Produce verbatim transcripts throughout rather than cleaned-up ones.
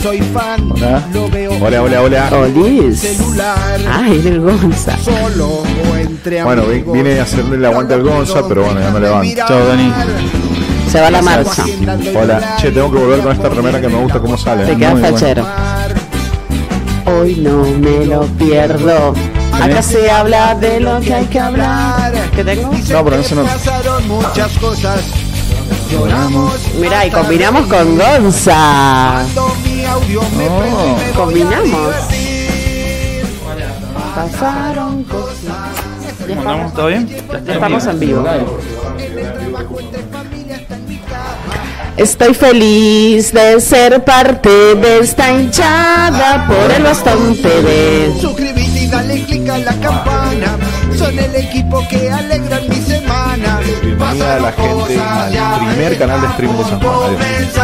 Soy fan, Hola. lo veo. Hola, hola, hola. Olis. Celular. Ay, el Gonza. Solo o entre Bueno, vi- amigos. vine a hacerle el aguante al Gonza, pero bueno, ya me levanto. Chao, Dani. Se va la marcha. Hola. Che, tengo que volver con esta remera que me gusta cómo sale. Te ¿eh? queda Muy buena. fachero. Hoy no me lo pierdo. Acá se habla de lo que hay que hablar. ¿Qué tengo? No, pero eso no. Pasaron muchas cosas. Lloramos. Mirá, y combinamos con Gonza. Cuando mi audio me No. prende, me voy a Combinamos. divertir. Pasaron cosas. Ya ¿Cómo andamos? estamos, ¿Todo bien? ya estamos en vivo. En el trabajo, entre familia, está en mi cama. Estoy feliz de ser parte de esta hinchada por el Bastón T V. Suscríbete y dale click a la campana. Son el equipo que alegran mi semana. Bienvenida a la gente al primer canal de streaming de San Juan.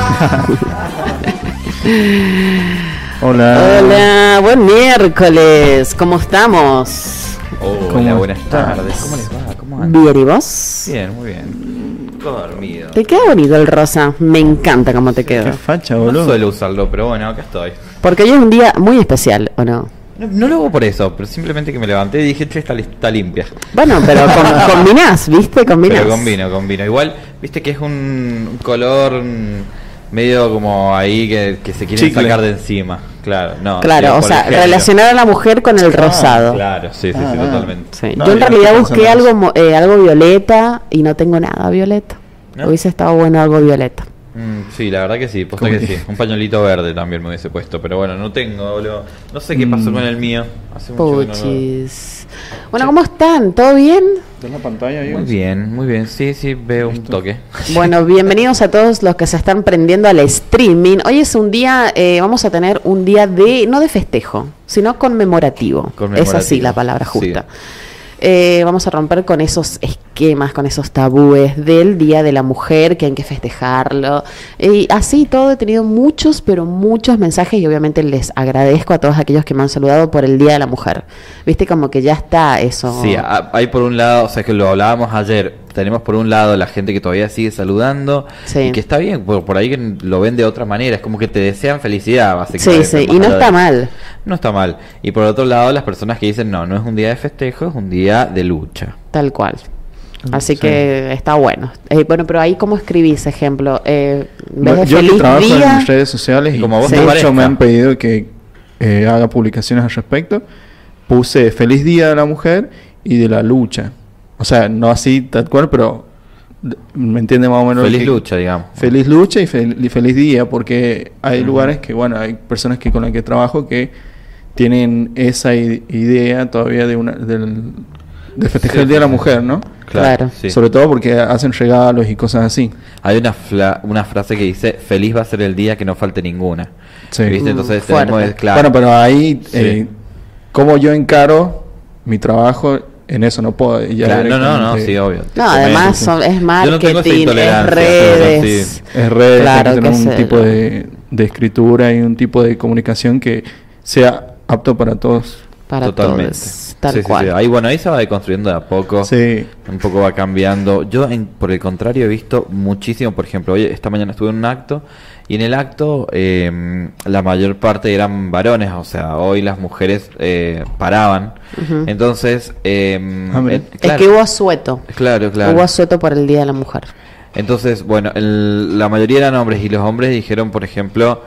Hola. Hola, buen miércoles. ¿Cómo estamos? Hola, ¿Cómo buenas estás? tardes. ¿Cómo les va? ¿Cómo andan? Bien, ¿y vos? Bien, muy bien. Un poco dormido. Te queda bonito el rosa. Me encanta cómo te Qué queda. facha, No boludo. suelo usarlo, pero bueno, acá estoy. Porque hoy es un día muy especial, ¿o no? No, no lo hago por eso, pero simplemente que me levanté y dije, che, está, li- está limpia. Bueno, pero com- combinás, ¿viste? Combinás. Pero combino, combino. Igual, viste que es un, un color mm, medio como ahí que, que se quieren Chicle. sacar de encima. Claro, no. Claro, digo, o por sea, ejemplo. relacionar a la mujer con el rosado. Claro, sí, sí, Ah, sí, ah. totalmente. Sí. No, Yo en yo realidad estoy busqué pensando algo, mo- eh, algo violeta y no tengo nada violeta. ¿No? Hubiese estado bueno algo violeta. Mm, sí, la verdad que sí, posta ¿Cómo que que? sí. Un pañuelito verde también me hubiese puesto, pero bueno, no tengo, boludo. No sé qué pasó Mm. con el mío. Hace mucho que no lo- Puchis. Bueno, ¿cómo están? ¿Todo bien? ¿Ves la pantalla ahí? Muy bien, muy bien. Sí, sí, veo un toque. Bueno, bienvenidos a todos los que se están prendiendo al streaming. Hoy es un día, eh, vamos a tener un día de, no de festejo, sino conmemorativo. Conmemorativo, Es así la palabra sí. justa. Eh, vamos a romper con esos esquemas, con esos tabúes del Día de la Mujer, que hay que festejarlo. Y así todo, he tenido muchos, pero muchos mensajes y obviamente les agradezco a todos aquellos que me han saludado por el Día de la Mujer. Viste, como que ya está eso. Sí, a- hay por un lado, o sea, que lo hablábamos ayer. Tenemos por un lado la gente que todavía sigue saludando. Sí. Y que está bien, por, por ahí que lo ven de otra manera. Es como que te desean felicidad, Sí, básicamente. sí, más y no allá está de- mal. No está mal. Y por otro lado, las personas que dicen, no, no es un día de festejo, es un día de lucha. Tal cual. Así Sí. que está bueno. Eh, bueno, pero ahí cómo escribís, ejemplo, eh, en vez Bueno, de yo que feliz trabajo día, en redes sociales y Como a vos te muchos parezca. me han pedido que eh, haga publicaciones al respecto. Puse feliz día de la mujer y de la lucha. O sea, no así tal cual, pero d- me entiende más o menos. Feliz que- lucha, digamos. Feliz lucha y, fel- y feliz día, porque hay lugares que, bueno, hay personas que con las que trabajo que tienen esa i- idea todavía de una del, de festejar Sí, el Día de la sí. Mujer, ¿no? Claro. Sí. Sobre todo porque hacen regalos y cosas así. Hay una, fla- una frase que dice, feliz va a ser el día que no falte ninguna. Sí. ¿Viste? Mm, Entonces fuerte. tenemos, claro. Bueno, pero ahí, Sí. eh, ¿cómo yo encaro mi trabajo? En eso no puedo. Ya Claro, no, no, no, directamente- sí, obvio. no, Comer, además sí. son- es Yo no tengo esa marketing, es intolerancia, redes. pero sí. Es redes, Claro hay que que tener un sé tipo yo. de, de escritura y un tipo de comunicación que sea apto para todos. Para Totalmente. todos, tal Sí, sí, cual. sí. Ahí, bueno, ahí se va deconstruyendo de a poco. Sí. Un poco va cambiando. Yo, en- por el contrario, he visto muchísimo. Por ejemplo, hoy, esta mañana estuve en un acto. Y en el acto, eh, la mayor parte eran varones. O sea, hoy las mujeres eh, paraban. Ujú. Entonces, eh, Ah, mira. eh, Es claro, que hubo asueto. claro, claro. Hubo asueto por el Día de la Mujer. Entonces, bueno, el- la mayoría eran hombres y los hombres dijeron, por ejemplo,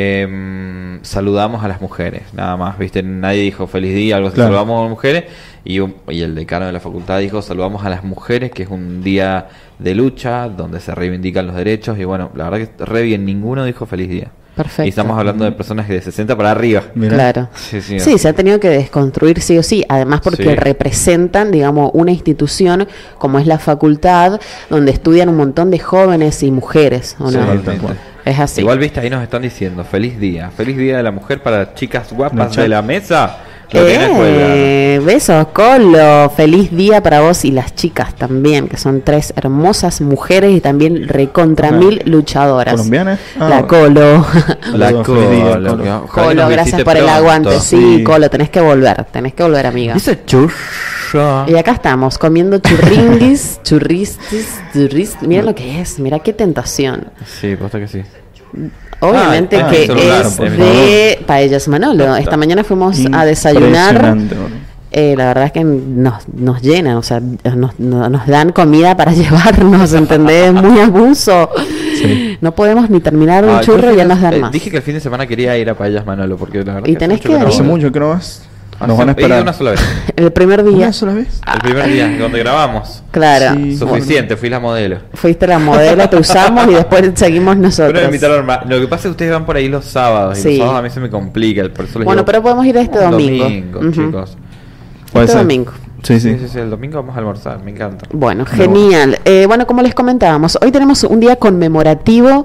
em, saludamos a las mujeres, nada más, ¿viste? Nadie dijo feliz día, algo así, Claro. saludamos a las mujeres y, un- y el decano de la facultad dijo saludamos a las mujeres, que es un día de lucha donde se reivindican los derechos y bueno, la verdad que re bien, ninguno dijo feliz día. Perfecto. Y estamos hablando de personas de sesenta para arriba. Mira. Claro. Sí, sí. Sí, se ha tenido que desconstruir sí o sí, además porque Sí. representan, digamos, una institución como es la facultad, donde estudian un montón de jóvenes y mujeres, ¿o Sí, no? totalmente. Es así. Igual, viste, ahí nos están diciendo feliz día, feliz día de la mujer para chicas guapas Nacha. de la mesa. Lo tenés colgado. Eh, besos, Colo. Feliz día para vos y las chicas también, que son tres hermosas mujeres y también recontra Ah. mil luchadoras. ¿Colombianas? Ah, La Colo. La Saludos, Colo, feliz día, lo Colo. que- ojalá que Colo, nos gracias visite por el pronto. aguante. Sí, Sí. Colo, tenés que volver, tenés que volver, amiga. Dice churra. Y acá estamos, comiendo churringuis, churristis, churris. Mira lo que es, mira qué tentación. Sí, posta que sí. Obviamente Ah, que ah, celular, es por de Paellas Manolo. Esta mañana fuimos a desayunar. Impresionante, boludo. Eh, la verdad es que nos, nos llenan, o sea, nos, nos, nos dan comida para llevarnos, ¿entendés? Muy abuso. Sí. No podemos ni terminar un Ah, yo churro y ya el- nos dan eh, más. Dije que el fin de semana quería ir a Paellas Manolo, porque la verdad Y que tenés hace que mucho no Hace ir. voy. mucho que no vas. Hace- Nos van a he ido esperar. una sola vez. El primer día. ¿Una sola vez? El primer día, donde grabamos. Claro. Sí. Suficiente, fui la modelo. Fuiste la modelo, te usamos y después seguimos Pero me nosotros. invitaron más. Lo que pasa es que ustedes van por ahí los sábados. Y Sí. los sábados a mí se me complica. Por eso les Bueno, digo, pero podemos ir este un domingo. domingo, Ujú. chicos. Puede Este ser. domingo. Sí, Sí, sí. sí, sí, el domingo vamos a almorzar, me encanta. Bueno, genial. Eh, bueno, como les comentábamos, hoy tenemos un día conmemorativo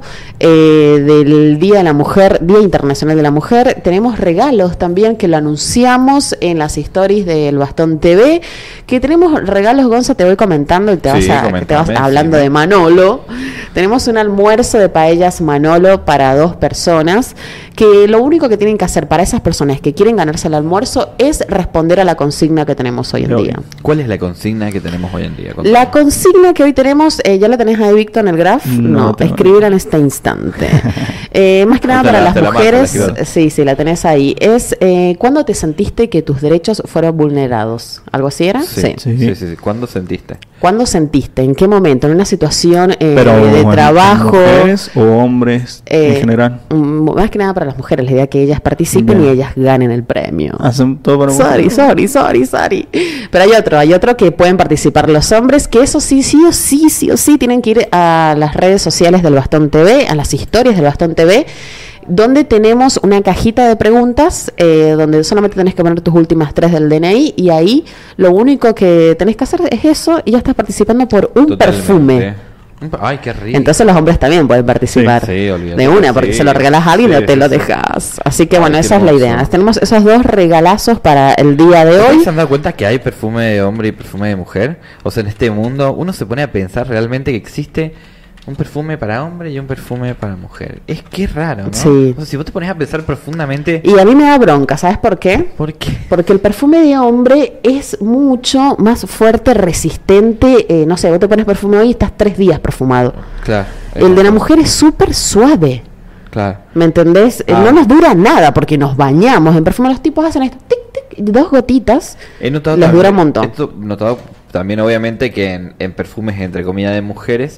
eh, del Día de la Mujer, Día Internacional de la Mujer. Tenemos regalos también que lo anunciamos en las stories del Bastón T V. Que tenemos regalos, Gonza, te voy comentando y te vas, Sí, a, comentame, te vas hablando sí. de Manolo. Tenemos un almuerzo de paellas Manolo para dos personas. Que lo único que tienen que hacer para esas personas que quieren ganarse el almuerzo es responder a la consigna que tenemos hoy en Obvio. día. ¿Cuál es la consigna que tenemos hoy en día? La consigna que hoy tenemos, eh, ¿ya la tenés ahí, Víctor, en el graph? No No, la tengo. escribir en este instante. Eh, más que nada Te la- para las te la mando, mujeres, la quiero. sí, sí, la tenés ahí. Es, eh, ¿cuándo te sentiste que tus derechos fueron vulnerados? ¿Algo así era? Sí, Sí. sí, Sí. sí, sí. ¿Cuándo sentiste? ¿Cuándo sentiste? ¿En qué momento? ¿En una situación eh, Pero de bueno, trabajo? ¿mujeres o hombres Eh, en general? mm, Más que nada para las mujeres, la idea que ellas participen Bien. y ellas ganen el premio. Hacen todo para Sorry, mujeres. sorry, sorry, sorry. Pero hay otro, hay otro que pueden participar los hombres, que eso sí, sí o sí, sí o sí, tienen que ir a las redes sociales del Bastón T V, a las historias del Bastón T V, donde tenemos una cajita de preguntas, eh, donde solamente tenés que poner tus últimas tres del D N I, y ahí lo único que tenés que hacer es eso, y ya estás participando por un Totalmente. perfume. Un pa- Ay, qué rico. Entonces los hombres también pueden participar Sí, sí, olvídate de una, que porque sí. se lo regalas a alguien Sí, o te sí, lo sí. dejas. Así que Ay, bueno, qué esa es la hermoso. idea. Tenemos esos dos regalazos para el día de hoy. ¿Ustedes se han dado cuenta que hay perfume de hombre y perfume de mujer? O sea, en este mundo uno se pone a pensar realmente que existe un perfume para hombre y un perfume para mujer. Es que es raro, ¿no? Sí. O sea, si vos te pones a pensar profundamente... Y a mí me da bronca, ¿sabes por qué? ¿Por qué? Porque el perfume de hombre es mucho más fuerte, resistente. Eh, no sé, vos te pones perfume hoy y estás tres días perfumado. Claro. El de la mujer es súper suave. Claro. ¿Me entendés? Eh, Ah. No nos dura nada porque nos bañamos. En perfume los tipos hacen esto, tic, tic, dos gotitas. He notado Les también- dura un montón. Esto notado también obviamente que en, en perfumes entre comillas de mujeres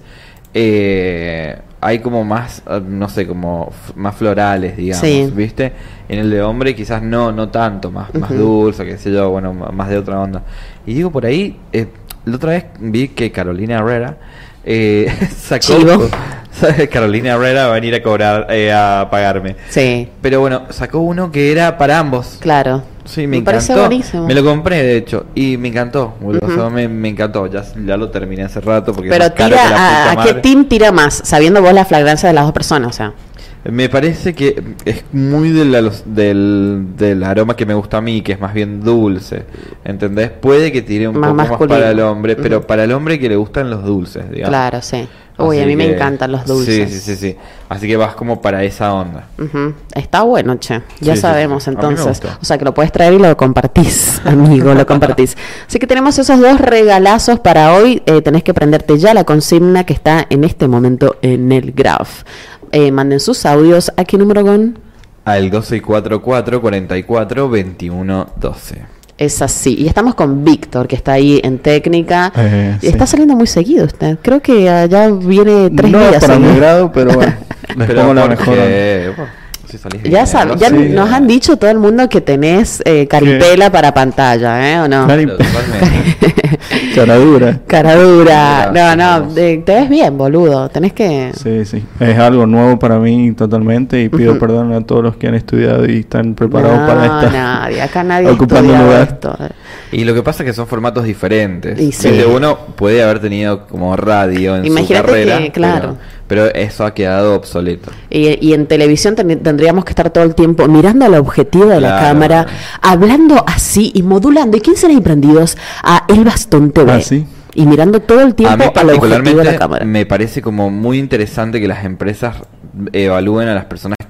eh, hay como más, eh, no sé, como f- más florales, digamos, Sí. ¿viste? En el de hombre quizás no no tanto, más, más Ujú. dulce, qué sé yo, bueno, m- más de otra onda. Y digo por ahí, eh, la otra vez vi que Carolina Herrera eh, sacó... Chivo. Carolina Herrera va a venir a cobrar, eh, a pagarme. Sí, Pero bueno, sacó uno que era para ambos. claro. Sí, me, Me parece encantó. buenísimo. Me lo compré, de hecho, y me encantó. boludo. O sea, Ujú. me, me encantó. Ya, ya lo terminé hace rato porque Pero es más caro que tira, la a, puta ¿a qué madre. team tira más? Sabiendo vos la flagrancia de las dos personas, o sea. Me parece que es muy de la- los- del, del aroma que me gusta a mí, que es más bien dulce. ¿Entendés? Puede que tire un Más poco masculino. más para el hombre, pero Ujú. para el hombre que le gustan los dulces, digamos. Claro, sí. Uy, Así a mí me que- encantan los dulces. Sí, sí, sí, sí. Así que vas como para esa onda. Ujú. Está bueno, che. Ya Sí, sí, sabemos sí. A mí me entonces. gustó. O sea, que lo puedes traer y lo compartís, amigo, lo compartís. Así que tenemos esos dos regalazos para hoy. Eh, tenés que prenderte ya la consigna que está en este momento en el graph. Eh, manden sus audios. ¿A qué número, Gon? Al dos seis cuatro cuatro, cuatro cuatro, veintiuno doce. Es así. Y estamos con Víctor, que está ahí en técnica. Eh, Y está sí. saliendo muy seguido usted. Creo que allá viene tres no días. para mi seguidos. grado, pero bueno, les Pero pongo la porque, mejor. bueno, si salís Ya bien, saben, ¿no? ya Sí. nos han dicho todo el mundo que tenés eh, caripela para pantalla, ¿eh? ¿O no? Cari- Totalmente. Cara dura. Cara dura. Gracias, No, no, vamos. eh, te ves bien, boludo. Tenés que... Sí, sí. Es algo nuevo para mí totalmente y pido Ujú. perdón a todos los que han estudiado y están preparados no, para esta. nadie, acá nadie ha ocupando un estudiado lugar. esto. Y lo que pasa es que son formatos diferentes. Y sí. Viste, uno puede haber tenido como radio en Imagínate su carrera, que, claro. pero, pero eso ha quedado obsoleto. Y, y en televisión ten- tendríamos que estar todo el tiempo mirando al objetivo de la Claro. cámara, hablando así y modulando. ¿Y quién será prendidos a El Bastón T V? Ah, ¿sí? Y mirando todo el A mí tiempo al objetivo de la particularmente cámara. me parece como muy interesante que las empresas evalúen a las personas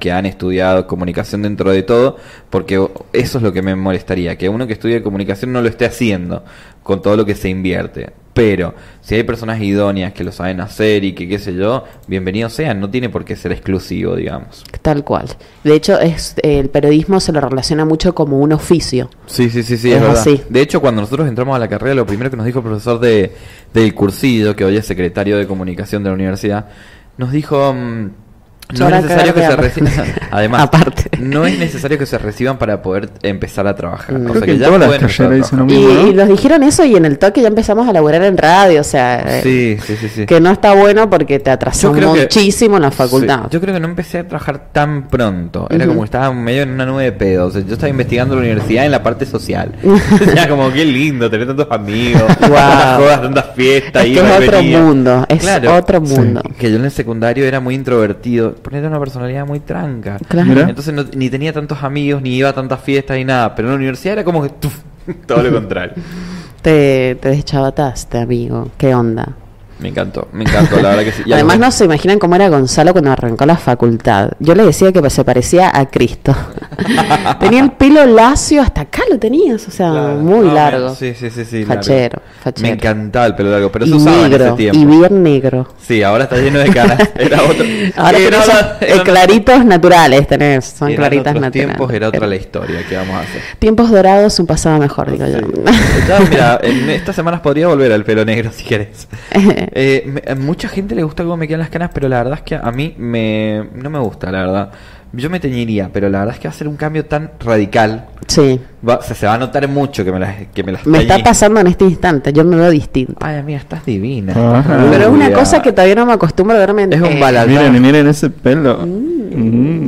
que han estudiado comunicación dentro de todo, porque eso es lo que me molestaría, que uno que estudia comunicación no lo esté haciendo con todo lo que se invierte. Pero si hay personas idóneas que lo saben hacer y que qué sé yo, bienvenidos sean, no tiene por qué ser exclusivo, digamos. Tal cual. De hecho, es eh, el periodismo se lo relaciona mucho como un oficio. Sí, sí, sí, sí, Es es, verdad. así. De hecho, cuando nosotros entramos a la carrera, lo primero que nos dijo el profesor de del cursillo, que hoy es secretario de comunicación de la universidad, nos dijo... mm, Yo no es ahora necesario que se cagarme reciban. hambre. Además, Aparte. no es necesario que se reciban para poder empezar a trabajar. Mm. O Creo sea que que en ya todas las pueden empezar a carreras dicen lo trabajar. Y, mismo, ¿no? y nos dijeron eso y en el toque ya empezamos a laburar en radio, o sea, eh, Sí, sí, sí, sí. que no está bueno porque te atrasó Yo creo que- muchísimo en la facultad. Sí, yo creo que no empecé a trabajar tan pronto. Era Ujú. como que estaba medio en una nube de pedos. O sea, yo estaba investigando la universidad en la parte social. Era como qué lindo tener tantos amigos, tantas jodas, tantas fiestas. Es que iba es y otro venía. mundo, es Claro. otro Sí. mundo. Que yo en el secundario era muy introvertido, porque era una personalidad muy tranca. Claro. Mira. Entonces no- ni tenía tantos amigos, ni iba a tantas fiestas ni nada. Pero en la universidad era como que tuf, todo lo contrario. Te, te deschavataste, amigo. ¿Qué onda? Me encantó, me encantó, la verdad que sí. Y Además algo- no se imaginan cómo era Gonzalo cuando arrancó la facultad. Yo le decía que se parecía a Cristo. Tenía el pelo lacio, hasta acá lo tenías, o sea, Claro, muy más o largo. menos, Sí, sí, sí, sí. Fachero, largo. fachero. Me encantaba el pelo largo, pero y se usaba en ese negro, tiempo. y bien negro. Sí, ahora está lleno de caras. Era otro. Ahora era tenés otra- eh, eran- claritos naturales, tenés, son eran claritas otros naturales. tiempos, era otra la historia. ¿Qué vamos a hacer? Tiempos dorados, un pasado mejor, digo yo. Ya, mira, en estas semanas podría volver al pelo negro si querés. Eh, me- a mucha gente le gusta cómo me quedan las canas, pero la verdad es que a mí me no me gusta, la verdad. Yo me teñiría, pero la verdad es que va a ser un cambio tan radical. Sí, Va, se, se va a notar mucho que me las, que me las me está teñí. pasando en este instante, yo me veo distinto. Ay, amiga, estás divina. Ajá. estás Pero es una rubia. cosa que todavía no me acostumbro a verme en Es un eh, bala- Miren, miren ese pelo. Mm.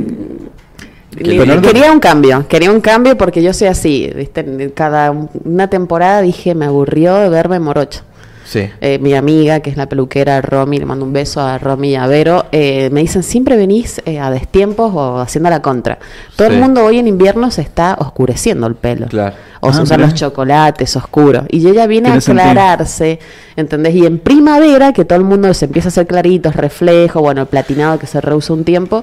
Li- Pero no- Quería un cambio, quería un cambio porque yo soy así, ¿viste? En cada un- una temporada dije, me aburrió de verme morocho. Sí. Eh, mi amiga, que es la peluquera Romy, le mando un beso a Romy y a Vero, eh, me dicen, siempre venís eh, a destiempos o haciendo la contra. Todo Sí. el mundo hoy en invierno se está oscureciendo el pelo. Claro. O se Ah, usan mirá. los chocolates oscuros. Y ella viene a Tiene sentido. aclararse, ¿entendés? Y en primavera, que todo el mundo se empieza a hacer claritos, reflejo, bueno, el platinado que se rehúsa un tiempo,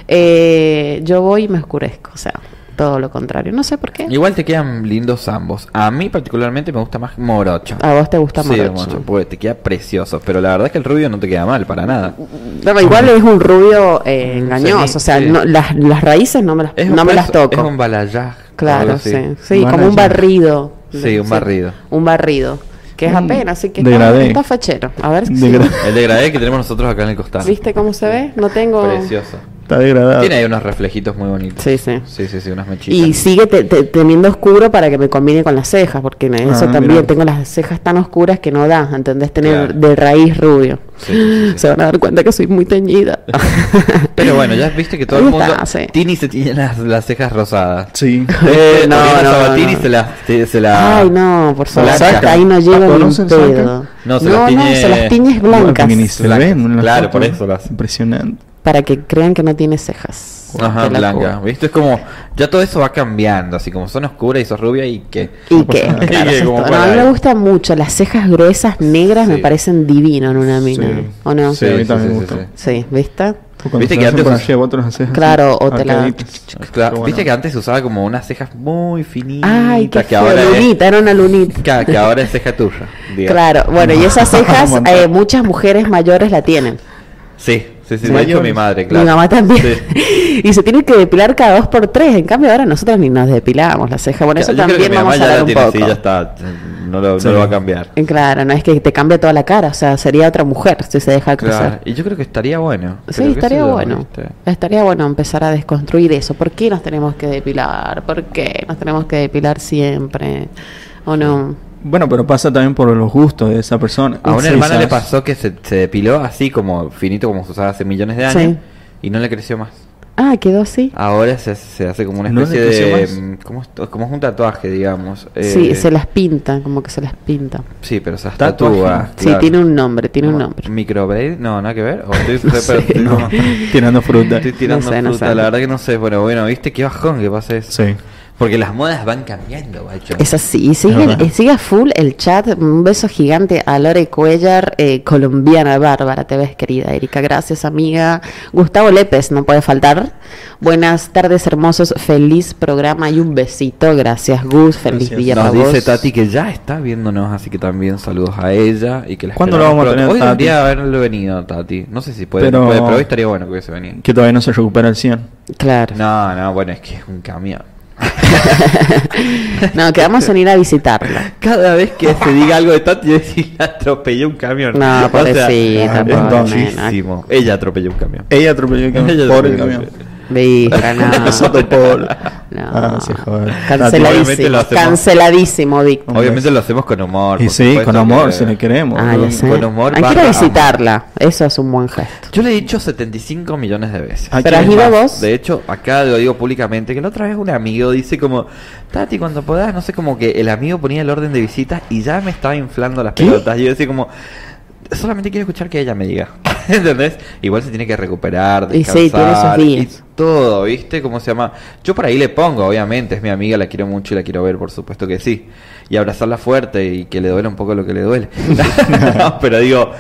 eh, yo voy y me oscurezco. O sea, todo lo contrario. No sé por qué. Igual te quedan lindos ambos. A mí particularmente me gusta más morocho. A vos te gusta Sí, morocho. morocho, porque te queda precioso. Pero la verdad es que el rubio no te queda mal para nada. No, igual es un rubio eh, engañoso, Sí, o sea, sí. no- las, las raíces no me las, Es no un- me es- las toco. Es un balayage. Claro, algo así. sí, sí, como un Barra ya. barrido. Sí, un barrido. Un barrido, que es Un apenas, así que degradé. está, está fachero. A ver, si Degra- El degradé que tenemos nosotros acá en el costado. ¿viste cómo se ve? No tengo... Precioso. Está degradado. Tiene ahí unos reflejitos muy bonitos. Sí, sí. Sí, sí, sí, unas mechitas. Y sigue te- te- teniendo oscuro para que me combine con las cejas, porque en eso Ah, también mira. tengo las cejas tan oscuras que no da, ¿entendés? Tener Claro. de raíz rubio. Sí, sí, sí, sí. Se van a dar cuenta que soy muy teñida. Pero bueno, ya viste que todo Ahí el mundo... está, sí. Tini se tiene las, las cejas rosadas. Sí. Eh, No, Oriana no, Sabatini no. se la... se- se la- Ay, no, por se favor, la saca. ahí no llego Ah, ni ¿no un se saca? pedo. No, se no, las tiñe- no, se las tiñes blancas. Ni se Blancas. ven en la Claro, foto. por eso lo hace. Impresionante. Para que crean que no tiene cejas. Ajá, Te la blanca. juro. ¿Viste? Es como... Ya todo eso va cambiando. Así como son oscuras y sos rubia y que... Y No que, pasa nada. claro, Y que eso es como todo. por No, a mí ahí. me gustan mucho las cejas gruesas, negras, Sí. me parecen divino en una mina. Sí. ¿O no? Sí, a mí también me gusta. Sí, ¿viste? O cuando Viste se que hacen antes por us- allí, otros haces así, Claro, o te la- arcaditas. Claro, Pero bueno. viste que antes se usaba como unas cejas muy finitas. Ay, qué que feo, ahora es, lunita, era una lunita. que, que ahora es ceja tuya. digamos. Claro, bueno, y esas cejas Un montón. eh, muchas mujeres mayores la tienen. Sí, sí, sí. Sí. De hecho, mi madre, claro. Mi mamá también. Sí. Y se tiene que depilar cada dos por tres. En cambio, ahora nosotros ni nos depilamos la ceja. Bueno, eso Yo creo que también mi mamá vamos a ya hablar la un tiene poco. así, ya está. No lo, Sí. no lo va a cambiar. Eh, Claro, no es que te cambie toda la cara, o sea, sería otra mujer si se deja crecer. Claro. Y yo creo que estaría bueno. Sí, Creo que estaría eso lo- bueno. ¿viste? Estaría bueno empezar a desconstruir eso. ¿Por qué nos tenemos que depilar? ¿Por qué nos tenemos que depilar siempre? ¿O no? Bueno, pero pasa también por los gustos de esa persona. A una Sí, hermana ¿sabes? le pasó que se, se depiló así como finito como se usaba hace millones de años Sí. y no le creció más. Ah, quedó así. Ahora se, se hace como una ¿No le especie creció de... más? mm, Como, es- como es un tatuaje, digamos. Sí, Eh, se las pinta, como que se las pinta. Sí, pero se las Tatuaje. tatúa. Sí, claro. tiene un nombre, tiene un Como nombre. Microbraid, no, nada que ver. O estoy, No re- sé, estoy No, como- tirando fruta. estoy tirando No sé, no fruta, sé. la verdad que no sé. Bueno, bueno, viste qué bajón que pasa eso. Sí. Porque las modas van cambiando, guacho. Es así. Y sigue, Ajá. eh, sigue a full el chat. Un beso gigante a Lore Cuellar, eh, colombiana, bárbara. Te ves, querida Erika. Gracias, amiga. Gustavo Lépez, no puede faltar. Buenas tardes, hermosos. Feliz programa y un besito. Gracias, Gus. Feliz Gracias. día Nos para dice vos. Tati que ya está viéndonos, así que también saludos a ella y que la ¿Cuándo lo esperamos vamos a pronto. tener, Hoy Tati? debería haberlo venido, Tati. No sé si puede, Pero- no puede, pero hoy estaría bueno que hubiese venido. Que todavía no se recupera el cien. Claro. No, no, bueno, es que es un camión. No, que vamos a venir a visitarla. Cada vez que se diga algo de Tati, yo decía, atropelló un camión. No, pobrecita, ah, pobre entonces- nena. muchísimo. Ella atropelló un camión. Ella atropelló el camión. Ella Por el atropelló el camión. Viste, no. Nosotros por... No. Ah, sí, joder. Obviamente Canceladísimo, lo hacemos. canceladísimo, Víctor. Obviamente lo hacemos con humor. Y por sí, supuesto con amor, que- si le queremos. Ah, boludo. ya sé. Con humor Hay que ir a barra visitarla. Eso es un buen gesto. Yo le he dicho setenta y cinco millones de veces. Ay, ¿Pero ¿qué has es ido más? vos? De hecho, acá lo digo públicamente, que la otra vez un amigo dice como, Tati, cuando podás, no sé, como que el amigo ponía el orden de visitas y ya me estaba inflando las ¿Qué? pelotas. Y yo decía como, solamente quiero escuchar que ella me diga. ¿Entendés? Igual se tiene que recuperar, Y sí, descansar. tiene esos días. Y todo, ¿viste? ¿Cómo se llama? Yo por ahí le pongo, obviamente, es mi amiga, la quiero mucho y la quiero ver, por supuesto que sí. Y abrazarla fuerte y que le duele un poco lo que le duele. No, pero digo,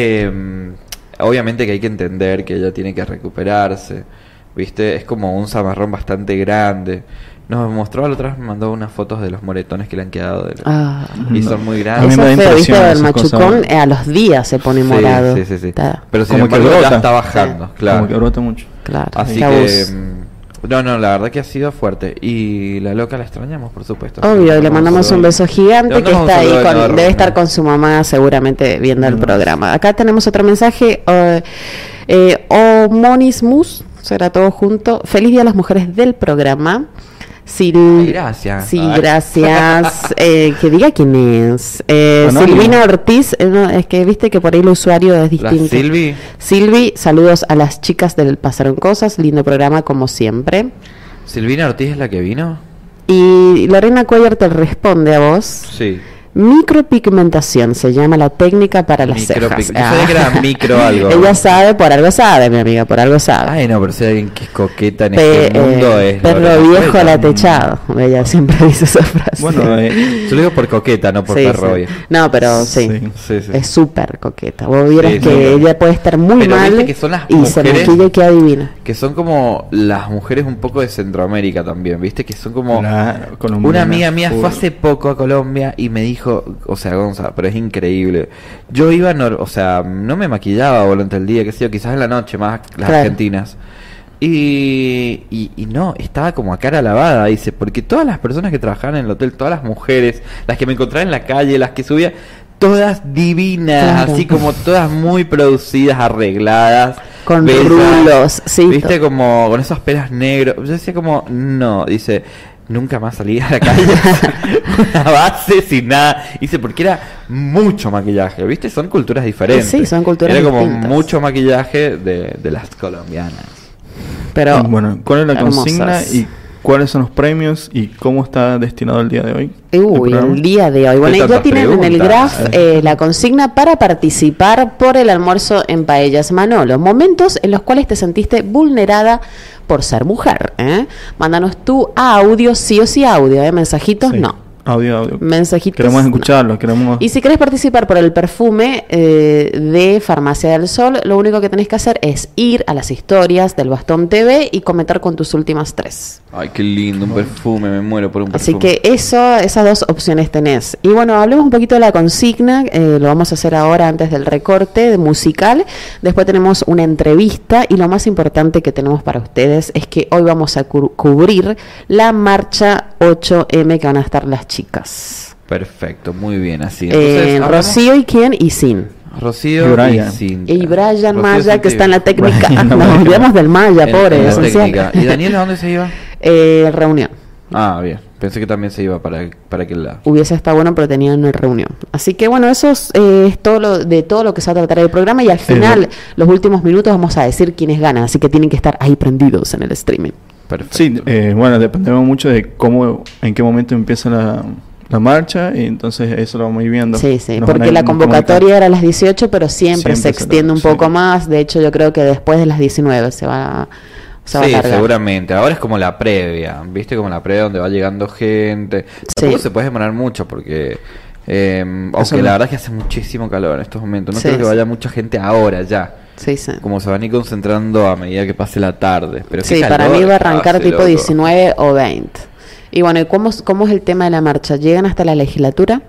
eh, obviamente que hay que entender que ella tiene que recuperarse, ¿viste? Es como un zamarrón bastante grande. Nos mostró la otra vez, me mandó unas fotos de los moretones que le han quedado. De la- Ah. Y No. son muy A mí grandes. Eso me da es feo, ¿viste? impresión El esas machucón cosas. eh, a los días se pone Sí, morado. Sí, sí, sí. Está- Pero sin Como que embargo ya brota. está bajando, Sí. claro. Como que brota mucho. Claro. Así qué que... abuso. mm, No, no, la verdad que ha sido fuerte. Y la loca la extrañamos, por supuesto. Obvio, le mandamos un beso gigante Le que mandamos está un ahí, saludo con, enorme. debe estar con su mamá seguramente viendo el Mm. programa. Acá tenemos otro mensaje, eh, eh, Omonismus, será todo junto. Feliz día a las mujeres del programa. Sil- Ay, gracias. Sí, Ay. gracias. Eh, que diga quién es. Eh, Anónimo. Silvina Ortiz, eh, no, es que viste que por ahí el usuario es La distinto. Silvi. Silvi, saludos a las chicas del Pasaron Cosas, lindo programa como siempre. Silvina Ortiz es la que vino. Y Lorena Cuellar te responde a vos. Sí. Micropigmentación se llama la técnica para las Micropic- cejas. yo sabía que era micro algo. Ella sabe, por algo sabe, mi amiga, por algo sabe. Ay, no, pero si hay alguien que es coqueta en Pe- este mundo eh, es perro Lorena viejo Cuellar. la techado. Ella siempre dice esa frase. Bueno, eh, Yo lo digo por coqueta, no por Sí, perro sí. viejo. No, pero sí. Sí. Sí, sí. Es súper coqueta. Vos vieras Sí, que sí. ella puede estar muy Pero mal viste que son las y se mujeres- maquilla y queda divina. Que son como las mujeres un poco de Centroamérica también, ¿viste? Que son como... claro, colombiana, Una amiga mía full. fue hace poco a Colombia y me dijo, o sea, Gonza, pero es increíble. Yo iba, nor- o sea, no me maquillaba durante el día, qué sé yo, quizás en la noche más las Claro. argentinas. Y, y, y no, estaba como a cara lavada, dice, porque todas las personas que trabajaban en el hotel, todas las mujeres, las que me encontraba en la calle, las que subía, todas divinas, Claro. así como todas muy producidas, arregladas. Con bellas, rulos, sí. Viste, como con esos pelos negros. Yo decía como, no, dice, nunca más salí a la calle. Una base sin nada. Dice, porque era mucho maquillaje, ¿viste? Son culturas diferentes. Sí, son culturas Era como distintas. mucho maquillaje de, de las colombianas. Pero Ah, bueno, ¿cuál es la hermosas. consigna y cuáles son los premios y cómo está destinado el día de hoy? Uy, programa? el día de hoy. Bueno, ¿Qué y ya tantas tienen en el preguntas? graph eh, la consigna para participar por el almuerzo en Paellas Manolo. Momentos en los cuales te sentiste vulnerada por ser mujer. ¿eh? Mándanos tu audio, sí o sí audio, ¿eh? mensajitos Sí. no. Audio, audio. Mensajitos Queremos no. escucharlo, queremos... Y si querés participar por el perfume eh, de Farmacia del Sol, lo único que tenés que hacer es ir a las historias del Bastón T V y comentar con tus últimas tres. Ay, qué lindo, un perfume, me muero por un Así perfume. que eso, esas dos opciones tenés. Y bueno, hablemos un poquito de la consigna, eh, lo vamos a hacer ahora antes del recorte de musical. Después tenemos una entrevista y lo más importante que tenemos para ustedes es que hoy vamos a cu- cubrir la marcha ocho eme que van a estar las chicas. Perfecto, muy bien, así. Eh, hablamos- Rocío y quién y Sin. Rocío Y y, Brian. Cintia. Y Brian Rocío, Maya, Cintia que y- está en la técnica. Brian Nos Maya. olvidamos del Maya, En- pobre, en la esencial. técnica. ¿Y Daniela dónde se iba? Eh, reunión. Ah, bien. Pensé que también se iba para, para aquel lado. Hubiese estado bueno, pero tenían una reunión. Así que bueno, eso es, eh, es todo lo, de todo lo que se va a tratar el programa. Y al final, bueno. los últimos minutos, vamos a decir quiénes ganan. Así que tienen que estar ahí prendidos en el streaming. Perfecto. Sí, eh, bueno, dependemos mucho de cómo, en qué momento empieza la, la marcha y entonces eso lo vamos a ir viendo. Sí, sí, Nos porque van a la ir convocatoria era a las dieciocho, pero siempre, Siempre se se extiende un sí. poco más. De hecho, yo creo que después de las diecinueve se va, se va Sí, a cargar. seguramente. Ahora es como la previa, ¿viste? Como la previa donde va llegando gente. Tampoco Sí. se puede demorar mucho porque... Eh, aunque Eso la no. verdad es que hace muchísimo calor en estos momentos. No Sí, creo que sí. vaya mucha gente ahora ya. Sí, sí. Como se van a ir concentrando a medida que pase la tarde. Pero qué Sí, para calor mí va a que arrancar hace, tipo loco. diecinueve o veinte. Y bueno, ¿y cómo, cómo es el tema de la marcha? ¿Llegan hasta la legislatura?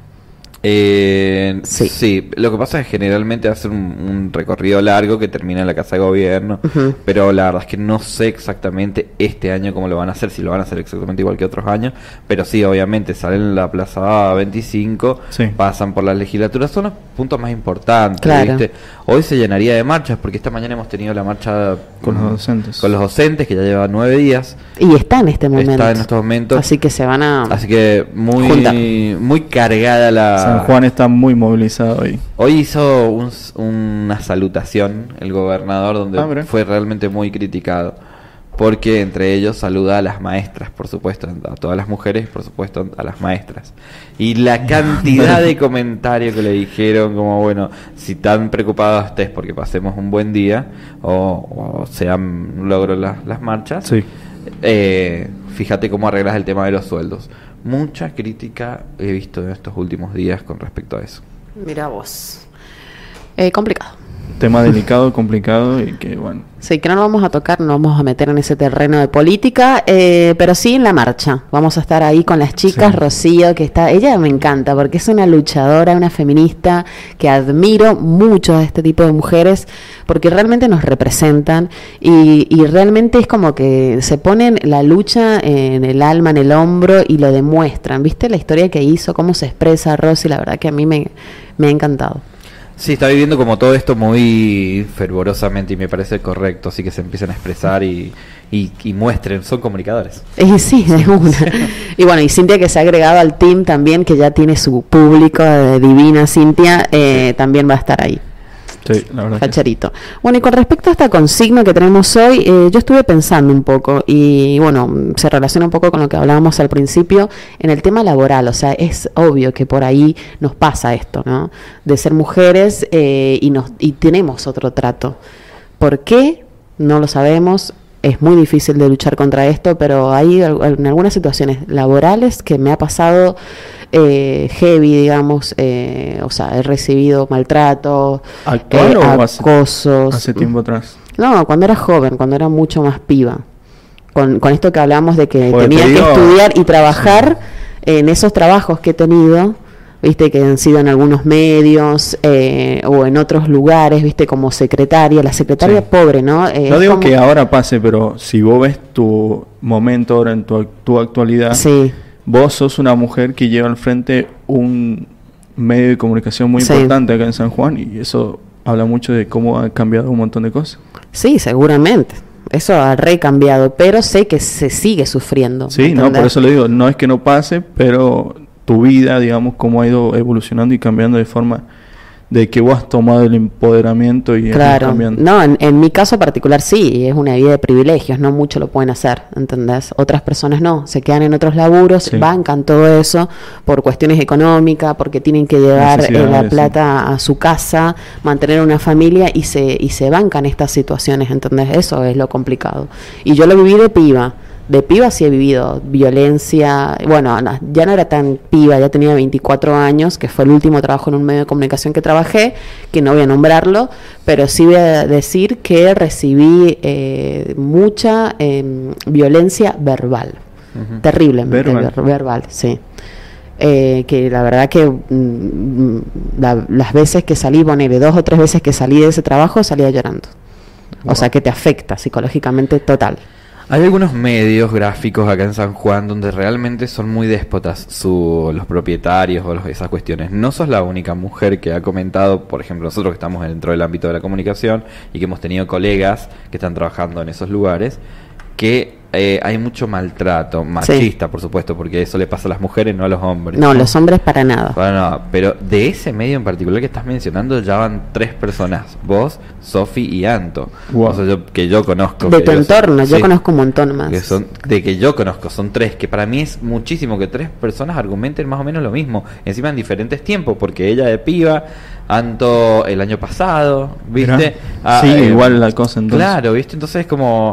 Eh, Sí. sí. Lo que pasa es que generalmente hacen un, un recorrido largo que termina en la Casa de Gobierno, Ujú. pero la verdad es que no sé exactamente este año cómo lo van a hacer, si lo van a hacer exactamente igual que otros años, pero sí, obviamente salen en la Plaza veinticinco, Sí. pasan por las legislaturas, son los puntos más importantes, Claro. ¿viste? Hoy se llenaría de marchas, porque esta mañana hemos tenido la marcha Con los mm, docentes. con los docentes, que ya lleva nueve días, Y está en este momento. está en estos momentos, Así que se van a... así que Juntar. muy, muy cargada la... San Juan está muy movilizado hoy. Hoy hizo un- una salutación el gobernador donde Ah, mira. fue realmente muy criticado. Porque entre ellos saluda a las maestras, por supuesto, a todas las mujeres, por supuesto, a las maestras. Y la cantidad de comentarios que le dijeron, como bueno, si tan preocupados estés porque pasemos un buen día, o, o sean un logro las, las marchas, Sí. eh, fíjate cómo arreglas el tema de los sueldos. Mucha crítica he visto en estos últimos días con respecto a eso. Mira vos. Eh, complicado. Tema delicado, complicado y que bueno. Sí, que no nos vamos a tocar, no vamos a meter en ese terreno de política, eh, pero sí en la marcha. Vamos a estar ahí con las chicas, Sí. Rocío, que está, ella me encanta porque es una luchadora, una feminista que admiro mucho a este tipo de mujeres porque realmente nos representan y, y realmente es como que se ponen la lucha en el alma, en el hombro y lo demuestran. ¿Viste la historia que hizo, cómo se expresa Rosy? La verdad que a mí me, me ha encantado. Sí, está viviendo como todo esto muy fervorosamente y me parece correcto, así que se empiezan a expresar y, y, y muestren, son comunicadores. Eh, sí, de una. Y bueno, y Cintia que se ha agregado al team también, que ya tiene su público, eh, divina Cintia, eh, también va a estar ahí. Sí, la verdad. que sí. Facherito. Bueno, y con respecto a esta consigna que tenemos hoy, eh, yo estuve pensando un poco y bueno, se relaciona un poco con lo que hablábamos al principio en el tema laboral. O sea, es obvio que por ahí nos pasa esto, ¿no? De ser mujeres eh, y, nos, y tenemos otro trato. ¿Por qué? No lo sabemos. Es muy difícil de luchar contra esto, pero hay al- en algunas situaciones laborales que me ha pasado eh, heavy, digamos, eh, o sea, he recibido maltrato, ¿Actual eh, o hace, acosos. hace tiempo atrás? No, cuando era joven, cuando era mucho más piba. Con, con esto que hablamos de que Porque tenía te que digo- estudiar y trabajar en esos trabajos que he tenido, viste, que han sido en algunos medios eh, o en otros lugares, viste, como secretaria. La secretaria Sí. pobre, ¿no? Eh, No es digo como- que ahora pase, pero si vos ves tu momento ahora en tu, ac- tu actualidad, Sí, vos sos una mujer que lleva al frente un medio de comunicación muy Sí. importante acá en San Juan y eso habla mucho de cómo ha cambiado un montón de cosas. sí, seguramente. Eso ha recambiado, pero sé que se sigue sufriendo. Sí, no, por ¿entendés? eso le digo, no es que no pase, pero tu vida, digamos, cómo ha ido evolucionando y cambiando de forma de que vos has tomado el empoderamiento y has ido Claro, cambiando. no, en, en mi caso particular sí, es una vida de privilegios, no mucho lo pueden hacer, ¿entendés? Otras personas no, se quedan en otros laburos, Sí. bancan todo eso por cuestiones económicas, porque tienen que llevar eh, la Necesidades, plata a su casa, mantener una familia y se, y se bancan estas situaciones, ¿entendés? Eso es lo complicado. Y yo lo viví de piba. De piba sí he vivido violencia, bueno, no, ya no era tan piba, ya tenía veinticuatro años, que fue el último trabajo en un medio de comunicación que trabajé, que no voy a nombrarlo, pero sí voy a decir que recibí eh, mucha eh, violencia verbal, Ujú. terriblemente Verbal. ver- verbal, sí. Eh, que la verdad que mm, la- las veces que salí, ponele dos o tres veces que salí de ese trabajo, salía llorando. Wow. O sea que te afecta psicológicamente total. Hay algunos medios gráficos acá en San Juan donde realmente son muy déspotas su, los propietarios o los- esas cuestiones. No sos la única mujer que ha comentado, por ejemplo, nosotros que estamos dentro del ámbito de la comunicación y que hemos tenido colegas que están trabajando en esos lugares, que eh, hay mucho maltrato, machista por supuesto, porque eso le pasa a las mujeres, no a los hombres. No, los hombres para nada. Bueno, no, pero de ese medio en particular que estás mencionando ya van tres personas, vos, Sofi y Anto. Wow. O sea, yo, que yo conozco. De que tu yo- entorno, yo sí. conozco un montón más. Que son, de que yo conozco, son tres, que para mí es muchísimo que tres personas argumenten más o menos lo mismo, encima en diferentes tiempos, porque ella de piba, Anto el año pasado, ¿viste? Mirá. Ah, Sí, eh, igual la cosa entonces. Claro, ¿viste? Entonces es como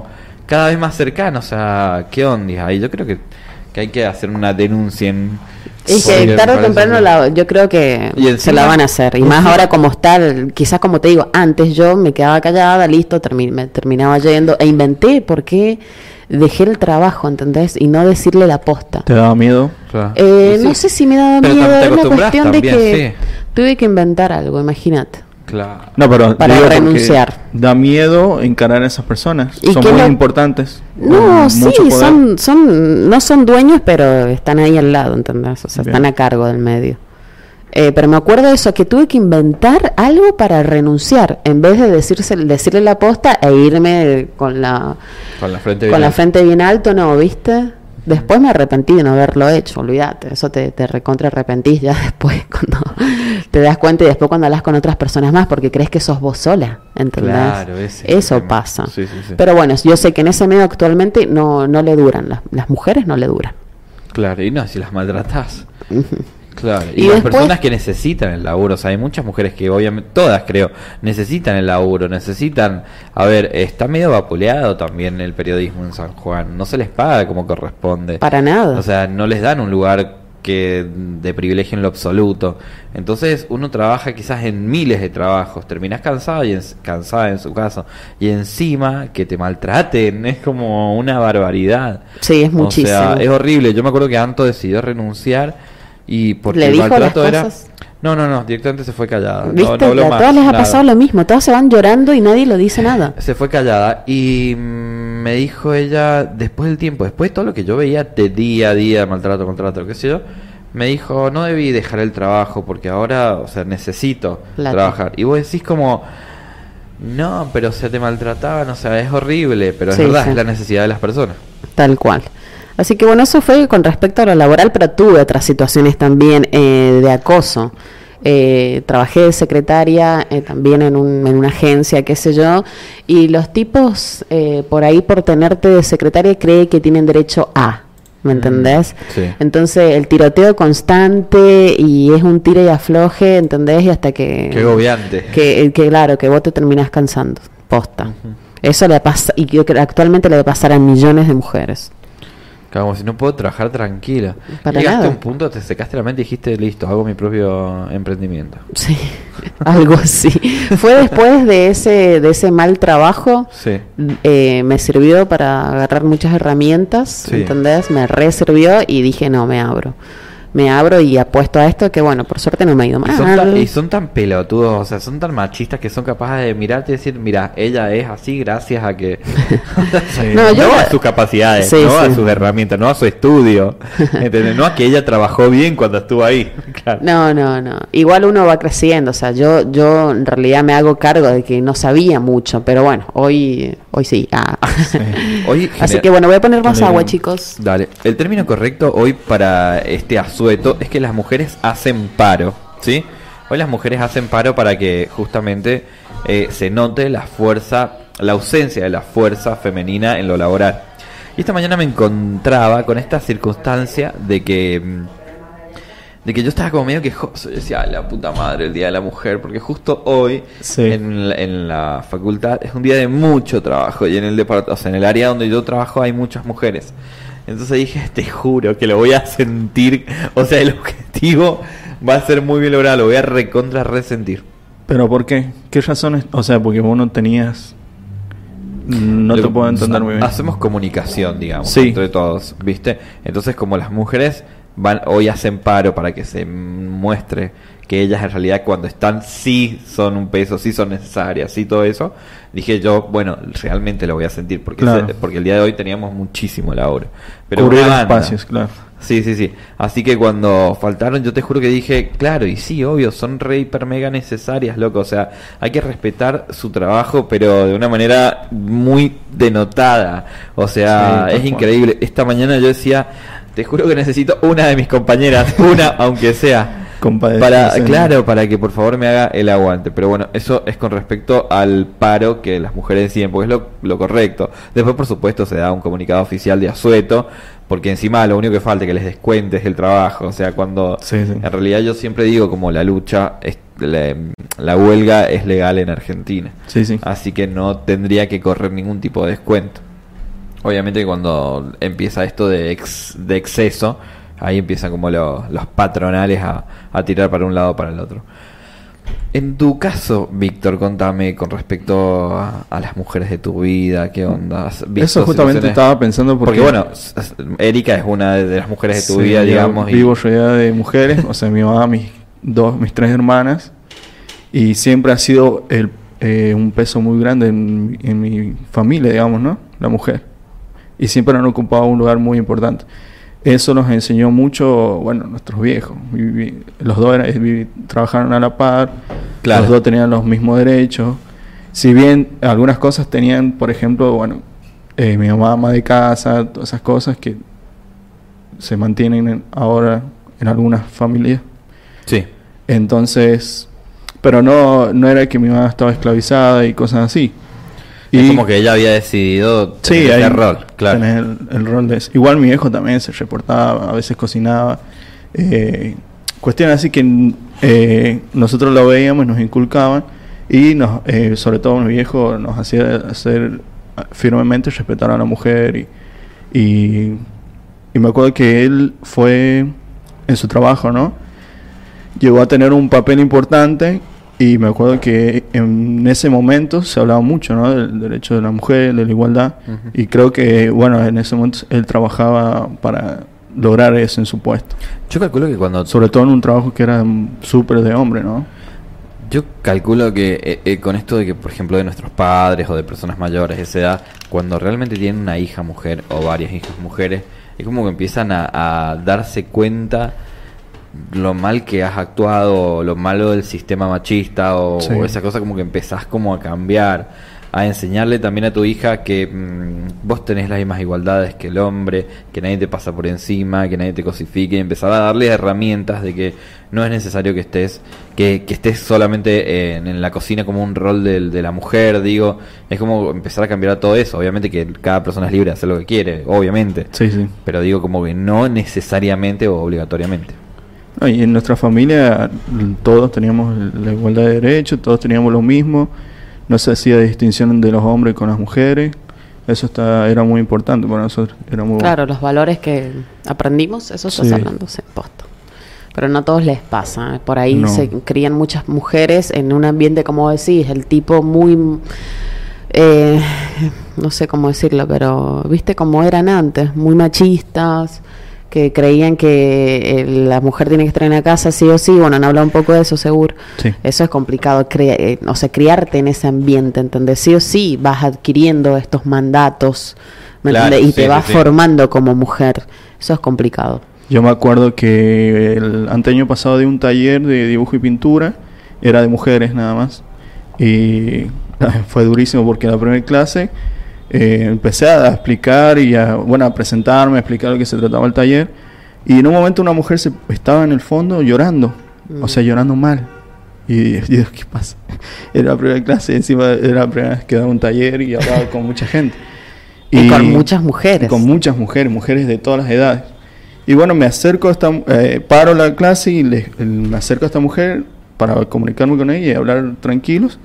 cada vez más cercano. O sea, ¿qué onda? Ahí yo creo que, que hay que hacer una denuncia en... Es que Sí, tarde o me temprano parece la, yo creo que Y encima- se la van a hacer. Y más ahora como está, el- quizás como te digo, antes yo me quedaba callada, listo, termi- me terminaba yendo e inventé por qué dejé el trabajo, ¿entendés? Y no decirle la posta. ¿Te daba miedo? Claro. Eh, Y sí. No sé si me daba Pero miedo, tam- te era una acostumbras cuestión de también, que sí. tuve que inventar algo, imagínate. Claro. No, pero Para digo porque renunciar. da miedo encarar a esas personas. ¿Y Son qué muy lo- importantes. No, con sí, mucho poder. son, son, no son dueños, pero están ahí al lado, ¿entendés? O sea, Bien. están a cargo del medio. Eh, pero me acuerdo de eso, que tuve que inventar algo para renunciar, en vez de decirse, decirle la posta e irme con la, Con la frente con bien la alta. frente bien alto, ¿no? ¿Viste? Después me arrepentí de no haberlo hecho, olvídate, eso te, te recontra arrepentís ya después cuando te das cuenta y después cuando hablas con otras personas más porque crees que sos vos sola, ¿entendés? Claro, ese es el eso tema. pasa. Sí, sí, sí. Pero bueno, yo sé que en ese medio actualmente no, no le duran, las, las mujeres no le duran. Claro, y no, si las maltratás. Claro, y, Y las después- personas que necesitan el laburo, o sea, hay muchas mujeres que obviamente, todas creo, necesitan el laburo, necesitan, a ver, está medio vapuleado también el periodismo en San Juan, no se les paga como corresponde. Para nada. O sea, no les dan un lugar que de privilegio en lo absoluto. Entonces uno trabaja quizás en miles de trabajos, terminás cansado y en, cansada en su caso, y encima que te maltraten, es como una barbaridad. Sí, es muchísimo. O sea, es horrible. Yo me acuerdo que Anto decidió renunciar y porque ¿Le el dijo las maltrato era... cosas? No, no, no, directamente se fue callada. No- ¿Viste? no habló A más, todas les ha nada. pasado lo mismo, todas se van llorando y nadie lo dice nada. Se fue callada y mm, me dijo ella, después del tiempo, después de todo lo que yo veía de día a día, maltrato, maltrato, qué sé yo, me dijo, no debí dejar el trabajo porque ahora, o sea, necesito Plata. trabajar. Y vos decís como, no, pero se te maltrataban, o sea, es horrible, pero Sí, es verdad, sí. es la necesidad de las personas. Tal cual. Así que bueno, eso fue con respecto a lo laboral, pero tuve otras situaciones también eh, de acoso. Eh, trabajé de secretaria eh, también en, un, en una agencia, qué sé yo, y los tipos eh, por ahí por tenerte de secretaria creen que tienen derecho a, ¿me entendés? sí. Entonces el tiroteo constante y es un tire y afloje, ¿entendés? Y hasta que... Qué agobiante. Que, que claro, que vos te terminás cansando, posta. Eso le pasa, y creo que actualmente le debe pasar a millones de mujeres. Como si no puedo trabajar tranquila. Para Llegaste nada. a un punto, te secaste la mente y dijiste, listo, hago mi propio emprendimiento. Sí, algo así. Fue después de ese, de ese mal trabajo, Sí. eh, me sirvió para agarrar muchas herramientas, Sí. ¿entendés? Me re sirvió y dije, no, me abro. Me abro y apuesto a esto que, bueno, por suerte no me ha ido Y son, mal. tan, y son tan pelotudos, o sea, son tan machistas que son capaces de mirarte y decir, mira, ella es así gracias a que... No, no, yo- a sus capacidades, Sí, no sí. a sus herramientas, no a su estudio, ¿entendés? No a que ella trabajó bien cuando estuvo ahí. Claro. No, no, no. Igual uno va creciendo, o sea, yo yo en realidad me hago cargo de que no sabía mucho, pero bueno, hoy hoy sí. Ah. Hoy Así genera- que bueno, voy a poner más Dale, agua, bien. chicos. Dale, el término correcto hoy para este asueto es que las mujeres hacen paro, ¿sí? Hoy las mujeres hacen paro para que justamente eh, se note la fuerza, la ausencia de la fuerza femenina en lo laboral. Y esta mañana me encontraba con esta circunstancia de que mm, de que yo estaba como medio quejoso. Yo decía, "Ay, la puta madre, el Día de la Mujer", porque justo hoy Sí. en, la, en la facultad es un día de mucho trabajo y en el depart- o sea, en el área donde yo trabajo hay muchas mujeres. Entonces dije, te juro que lo voy a sentir, o sea, el objetivo va a ser muy bien logrado, lo voy a recontra resentir. ¿Pero por qué? ¿Qué razones? O sea, porque vos no tenías... No te Lo- puedo entender muy bien. Hacemos comunicación, digamos, Sí. entre todos, ¿viste? Entonces, como las mujeres van hoy hacen paro para que se muestre que ellas en realidad cuando están sí son un peso, sí son necesarias, sí todo eso, dije yo, bueno, realmente lo voy a sentir porque Claro. se- porque el día de hoy teníamos muchísimo laburo. Pero Cubrir una banda. espacios, claro. Sí, sí, sí. Así que cuando faltaron, yo te juro que dije, claro, y sí, obvio, son re hiper mega necesarias, loco. O sea, hay que respetar su trabajo, pero de una manera muy denotada. O sea, Sí, tal es cual. increíble. Esta mañana yo decía, te juro que necesito una de mis compañeras, una, aunque sea. Compadecido, Para, sí. claro, para que por favor me haga el aguante. Pero bueno, eso es con respecto al paro que las mujeres deciden, porque es lo, lo correcto. Después, por supuesto, se da un comunicado oficial de asueto, porque encima lo único que falta es que les descuentes el trabajo. O sea, cuando Sí, sí. en realidad yo siempre digo como la lucha, es, la, la huelga es legal en Argentina. Sí, sí. Así que no tendría que correr ningún tipo de descuento. Obviamente cuando empieza esto de, ex, de exceso, ahí empiezan como lo, los patronales a, a tirar para un lado o para el otro. En tu caso, Víctor, contame con respecto a, a las mujeres de tu vida, ¿qué onda? ¿Has visto Eso justamente situaciones? estaba pensando porque... Porque bueno, s- s- Erika es una de las mujeres de tu Sí, vida, yo digamos. vivo y... rodeada de mujeres, o sea, mi mamá, mis dos, mis tres hermanas, y siempre ha sido el, eh, un peso muy grande en, en mi familia, digamos, ¿no? La mujer. Y siempre han ocupado un lugar muy importante. Eso nos enseñó mucho, bueno, nuestros viejos. Vivi- Los dos eran, vivi- trabajaron a la par, Claro. los dos tenían los mismos derechos. Si bien algunas cosas tenían, por ejemplo, bueno, eh, mi mamá ama de casa, todas esas cosas que se mantienen en- ahora en algunas familias. Sí. Entonces, pero no, no era que mi mamá estaba esclavizada y cosas así. Es como que ella había decidido tener Sí, ese hay- rol, claro. tener el, el rol de eso. Igual mi viejo también se reportaba, a veces cocinaba. Eh, cuestiones así que eh, nosotros lo veíamos y nos inculcaban. Y nos, eh, sobre todo mi viejo nos hacía hacer firmemente respetar a la mujer. Y, y, y me acuerdo que él fue en su trabajo, ¿no? Llegó a tener un papel importante. Y me acuerdo que en ese momento se hablaba mucho, ¿no? Del derecho de la mujer, de la igualdad. Ujú. Y creo que, bueno, en ese momento él trabajaba para lograr eso en su puesto. Yo calculo que cuando... Sobre todo en un trabajo que era mm, súper de hombre, ¿no? Yo calculo que eh, eh, con esto de que, por ejemplo, de nuestros padres o de personas mayores de esa edad, cuando realmente tienen una hija mujer o varias hijas mujeres, es como que empiezan a, a darse cuenta lo mal que has actuado, lo malo del sistema machista o, Sí. o esa cosa, como que empezás como a cambiar, a enseñarle también a tu hija que mm, vos tenés las mismas igualdades que el hombre, que nadie te pasa por encima, que nadie te cosifique, y empezar a darle herramientas de que no es necesario que estés que, que estés solamente en, en la cocina como un rol del- de la mujer, digo, es como empezar a cambiar todo eso. Obviamente que cada persona es libre de hacer lo que quiere, obviamente, Sí, sí. pero digo como que no necesariamente o obligatoriamente. No, y en nuestra familia l- todos teníamos la igualdad de derechos, todos teníamos lo mismo. No se hacía distinción de los hombres con las mujeres. Eso está, era muy importante para nosotros. Era muy Claro, los valores que aprendimos, eso estás Sí. hablando, se posta. Pero no a todos les pasa. Por ahí No. se crían muchas mujeres en un ambiente, como decís, el tipo muy... eh, no sé cómo decirlo, pero viste cómo eran antes, muy machistas, que creían que eh, la mujer tiene que estar en la casa sí o sí. Bueno, han hablado un poco de eso, seguro. Sí. Eso es complicado, crea- eh, o sea, criarte en ese ambiente, ¿entendés? Sí o sí vas adquiriendo estos mandatos, ¿me Claro, entendés? Y sí, te vas sí, sí. formando como mujer. Eso es complicado. Yo me acuerdo que el anteaño pasado de un taller de dibujo y pintura, era de mujeres nada más. Y fue durísimo porque en la primera clase eh, empecé a explicar y a, bueno, a presentarme, a explicar lo que se trataba el taller. Y en un momento una mujer se, estaba en el fondo llorando, Mm. o sea, llorando mal. Y yo digo, ¿qué pasa? Era la primera clase, encima era la primera vez que daba un taller y hablaba con mucha gente. Y con muchas mujeres. y con muchas mujeres, mujeres de todas las edades. Y bueno, me acerco a esta, eh, paro la clase y le, me acerco a esta mujer para comunicarme con ella y hablar tranquilos.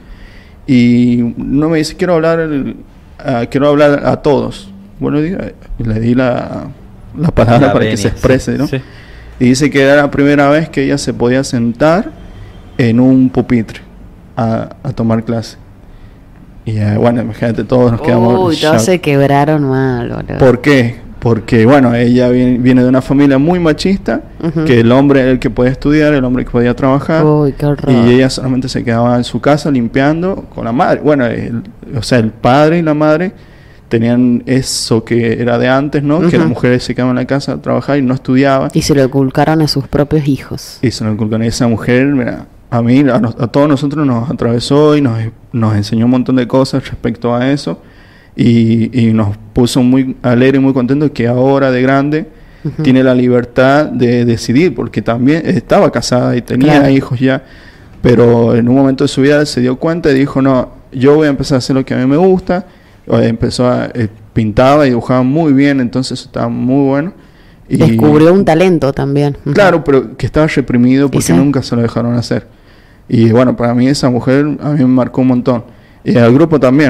Y no me dice, quiero hablar, el- a, quiero hablar a todos. Bueno, digo, eh, le di la, la palabra La para que venia, se exprese, sí, ¿no? sí. Y dice que era la primera vez que ella se podía sentar en un pupitre a, a tomar clase. Y eh, bueno, imagínate, todos nos quedamos Uy, shock. todos se quebraron mal, boludo. ¿Por qué? Porque, bueno, ella viene, viene de una familia muy machista, Ujú. que el hombre era el que podía estudiar, el hombre que podía trabajar, Uy, qué horror. y ella solamente se quedaba en su casa limpiando con la madre. Bueno, el- o sea, el padre y la madre tenían eso que era de antes, ¿no? Que Ujú. las mujeres se quedaban en la casa a trabajar y no estudiaban. Y se lo inculcaron a sus propios hijos. Y se nos inculcan. Esa mujer, mira, a mí, a, nos- a todos nosotros nos atravesó y nos, nos enseñó un montón de cosas respecto a eso. Y, y nos puso muy alegre y muy contento que ahora de grande Ujú. tiene la libertad de decidir, porque también estaba casada y tenía Claro. hijos ya, pero en un momento de su vida se dio cuenta y dijo, no, yo voy a empezar a hacer lo que a mí me gusta. O empezó a, eh, pintaba y dibujaba muy bien, entonces eso estaba muy bueno. Y, Descubrió un talento también. Ujú. Claro, pero que estaba reprimido porque sí. nunca se lo dejaron hacer. Y bueno, para mí esa mujer a mí me marcó un montón. Y al grupo también.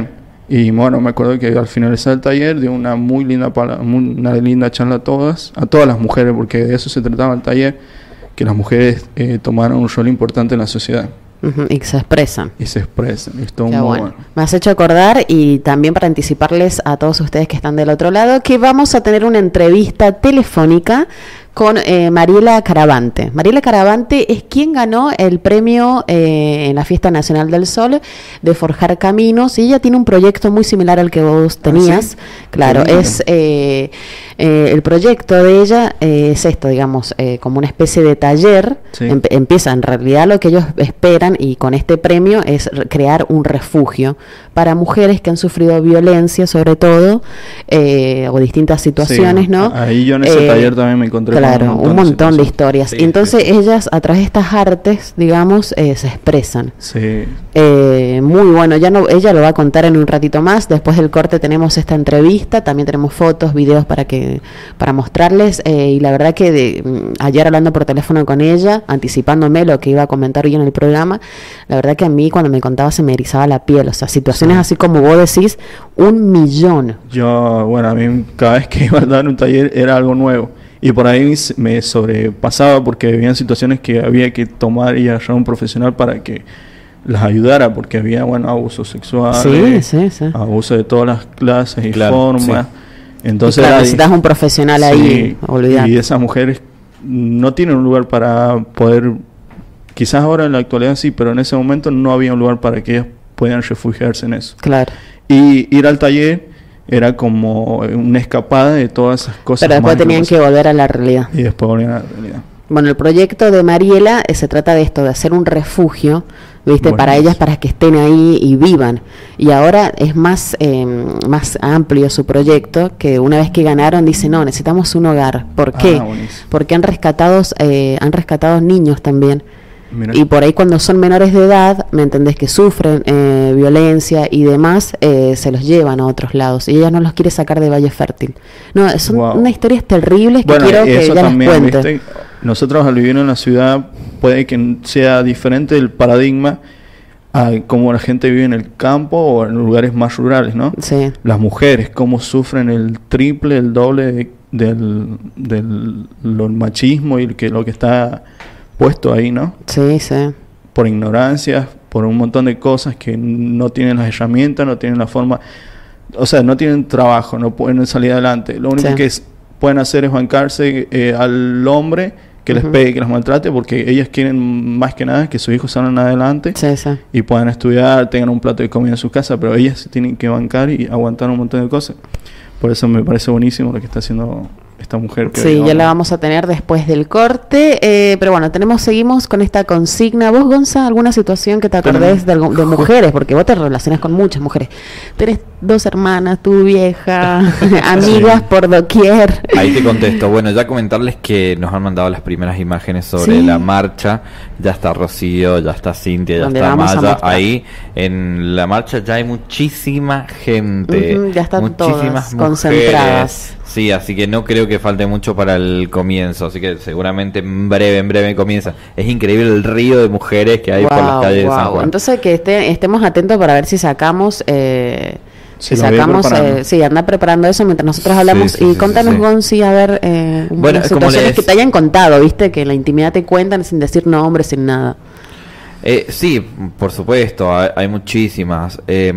Y bueno, me acuerdo que al finalizar el taller dio una muy linda pala- muy- una linda charla a todas, a todas las mujeres, porque de eso se trataba el taller, que las mujeres eh, tomaran un rol importante en la sociedad. Ujú, y se expresan. Y se expresan. Y estuvo Qué muy bueno. bueno. Me has hecho acordar, y también para anticiparles a todos ustedes que están del otro lado, que vamos a tener una entrevista telefónica con eh, Mariela Caravante. Mariela Caravante es quien ganó el premio eh, en la Fiesta Nacional del Sol de Forjar Caminos, y ella tiene un proyecto muy similar al que vos tenías. ¿Ah, sí? Claro, Qué lindo. es eh, eh, el proyecto de ella eh, es esto, digamos, eh, como una especie de taller. Sí. Em- empieza en realidad lo que ellos esperan, y con este premio es re- crear un refugio para mujeres que han sufrido violencia, sobre todo, eh, o distintas situaciones, Sí, ¿no? ahí yo en ese Eh, taller también me encontré con Claro, un montón de situaciones. historias. Sí, y entonces sí. ellas, a través de estas artes, digamos, eh, se expresan. Sí. Eh, muy bueno, ya no, ella lo va a contar en un ratito más. Después del corte tenemos esta entrevista, también tenemos fotos, videos para que para mostrarles. Eh, y la verdad que de, mm, ayer hablando por teléfono con ella, anticipándome lo que iba a comentar hoy en el programa, la verdad que a mí cuando me contaba se me erizaba la piel. O sea, situaciones así como vos decís, un millón. Yo, bueno, a mí cada vez que iba a dar un taller era algo nuevo. Y por ahí se- me sobrepasaba porque había situaciones que había que tomar y agarrar a un profesional para que las ayudara, porque había, bueno, abuso sexual, Sí, sí, sí. abuso de todas las clases y Claro, formas. Entonces Y claro, era di- necesitas un profesional ahí, Sí, olvidate. y esas mujeres no tienen un lugar para poder, quizás ahora en la actualidad sí, pero en ese momento no había un lugar para que ellas puedan refugiarse en eso. Claro. Y ir al taller era como una escapada de todas esas cosas. Pero después malas tenían que pasaban. volver a la realidad. Y después volvían a la realidad. Bueno, el proyecto de Mariela eh, se trata de esto, de hacer un refugio, ¿viste? Buenísimo. Para ellas, para que estén ahí y vivan. Y ahora es más, eh, más amplio su proyecto, que una vez que ganaron, dice, no, necesitamos un hogar. ¿Por qué? Ah, buenísimo. Porque han rescatado, eh, han rescatado niños también. Mira. Y por ahí cuando son menores de edad, ¿me entendés? Que sufren eh, violencia y demás, eh, se los llevan a otros lados. Y ella no los quiere sacar de Valle Fértil. No, son Wow. unas historias terribles que Bueno, quiero que eso ella les también, cuente. ¿viste? Nosotros al vivir en la ciudad puede que sea diferente el paradigma a cómo la gente vive en el campo o en lugares más rurales, ¿no? Sí. Las mujeres, cómo sufren el triple, el doble de- del, del lo- machismo y que lo que está puesto ahí, ¿no? Sí, sí. Por ignorancia, por un montón de cosas que no tienen las herramientas, no tienen la forma, o sea, no tienen trabajo, no pueden salir adelante. Lo único Sí. que es- pueden hacer es bancarse eh, al hombre que les Ujú. pegue, que las maltrate, porque ellas quieren más que nada que sus hijos salgan adelante Sí, sí. y puedan estudiar, tengan un plato de comida en su casa, pero ellas se tienen que bancar y aguantar un montón de cosas. Por eso me parece buenísimo lo que está haciendo esta mujer. que Sí, ya digamos, la vamos a tener después del corte. Eh, pero bueno, tenemos, seguimos con esta consigna. ¿Vos, Gonza, alguna situación que te acordés de, algún- de mujeres? Porque vos te relacionas con muchas mujeres. Tenés dos hermanas, tu vieja, amigas Sí. por doquier. Ahí te contesto. Bueno, ya comentarles que nos han mandado las primeras imágenes sobre Sí. la marcha. Ya está Rocío, ya está Cintia, ya Donde está vamos a Maya. mostrar. Ahí en la marcha ya hay muchísima gente. Ujú, ya están muchísimas todas concentradas. mujeres. Sí, así que no creo que falte mucho para el comienzo. Así que seguramente en breve, en breve comienza. Es increíble el río de mujeres que hay por las Guau, calles de San guau. Juan. Entonces que esté, estemos atentos para ver si sacamos... Eh, Sí, si lo voy sacamos, preparando. eh, sí, anda preparando eso mientras nosotros Sí, hablamos. sí, y sí, contanos, sí, sí. Gonzi, a ver, eh, un- Bueno, unas como situaciones les- que te hayan contado, viste, que en la intimidad te cuentan sin decir nombres, sin nada. Eh, sí, por supuesto, hay, hay muchísimas. Eh,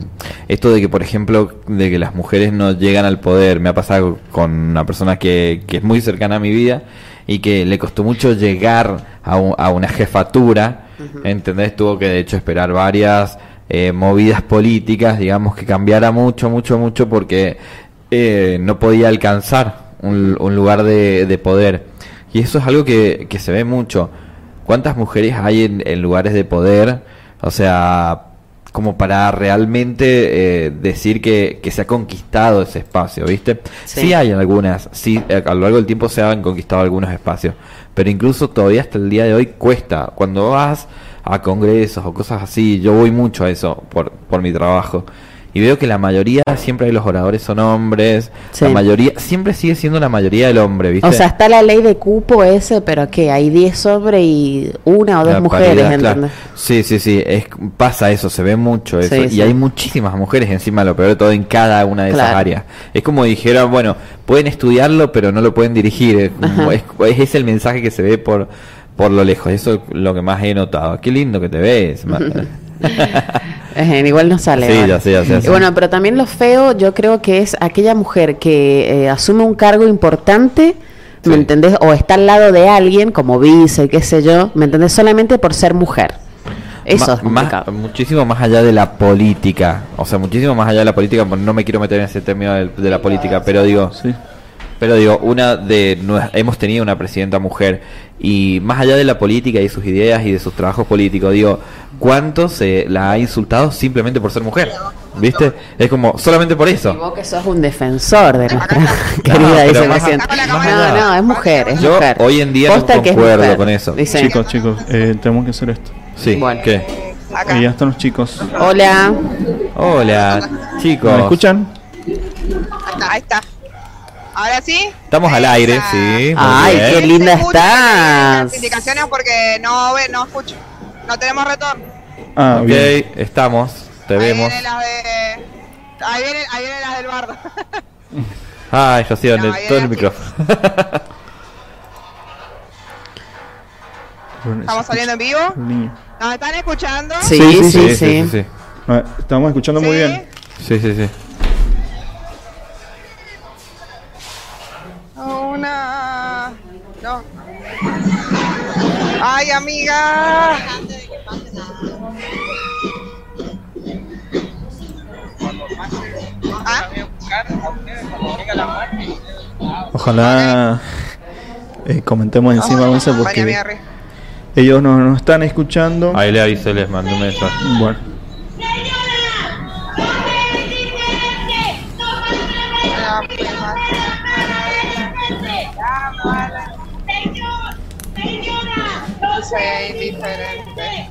esto de que, por ejemplo, de que las mujeres no llegan al poder, me ha pasado con una persona que, que es muy cercana a mi vida y que le costó mucho llegar a, un- a una jefatura, ¿entendés? Tuvo que, de hecho, esperar varias eh, movidas políticas, digamos, que cambiara mucho, mucho, mucho, porque eh, no podía alcanzar un, un lugar de, de poder. Y eso es algo que, que se ve mucho. ¿Cuántas mujeres hay en, en lugares de poder? O sea, como para realmente eh, decir que, que se ha conquistado ese espacio, ¿viste? Sí. Sí, hay algunas, sí, eh, a lo largo del tiempo se han conquistado algunos espacios, pero incluso todavía hasta el día de hoy cuesta. Cuando vas a congresos o cosas así, yo voy mucho a eso por, por mi trabajo, y veo que la mayoría, siempre hay los oradores son hombres, Sí. la mayoría, siempre sigue siendo la mayoría del hombre, ¿viste? O sea, está la ley de cupo ese, pero que hay diez hombres y una o dos La mujeres, paridad, ¿entendés? claro. Sí, sí, sí, es, pasa eso, se ve mucho eso, Sí, y sí. hay muchísimas mujeres encima, lo peor de todo, en cada una de esas Claro. áreas. Es como dijeron, bueno, pueden estudiarlo, pero no lo pueden dirigir, es, como- es, es el mensaje que se ve por, por lo lejos, eso es lo que más he notado. Qué lindo que te ves. ma- Eh, igual no sale. Sí, ahora. ya sé, ya sé, ya sé. Y bueno, pero también lo feo yo creo que es aquella mujer que eh, asume un cargo importante, ¿me Sí. entendés? O está al lado de alguien, como vice, qué sé yo, ¿me entendés? Solamente por ser mujer. Eso Ma- es complicado. más, muchísimo más allá de la política, o sea, muchísimo más allá de la política, porque no me quiero meter en ese término de, de la política, pero digo, Sí. pero digo, una de nue- hemos tenido una presidenta mujer, y más allá de la política y sus ideas y de sus trabajos políticos, digo, ¿cuánto se la ha insultado simplemente por ser mujer? ¿Viste? Es como, solamente por Y eso. vos que sos un defensor de nuestra No, querida pero más- vicepresidenta. más No, allá. no, es mujer, es Yo mujer. hoy en día no Posta que es concuerdo mujer. con eso. Dice, Chicos, chicos, eh, tenemos que hacer esto. Sí, Bueno. ¿qué? Acá. Y ya están los chicos. hola. Hola, chicos. ¿Me escuchan? Ahí está, ahí está. Ahora sí. Estamos al aire, Esa. sí. muy Ay, bien. qué linda Se escucha, estás. las indicaciones porque no ve, no escucho. No tenemos retorno. Ah, Ok, bien. estamos, te Ahí vemos. vienen las de. Ahí vienen, ahí vienen las del bardo. Ay, José, No, en ahí el, todo el era micrófono. Bueno, Estamos se saliendo en vivo. escucha el niño. ¿Nos están escuchando? Sí, Sí, sí, sí, sí. sí, sí. Ah, estamos escuchando muy Sí. bien. Sí, sí, sí. Una. No. Ay, amiga. ¿Ah? Ojalá eh, comentemos encima, once, Vaya, porque amiga, arriba. ellos nos, nos están escuchando. Ahí le avisé, les mandé un mensaje. Bueno, Soy indiferente.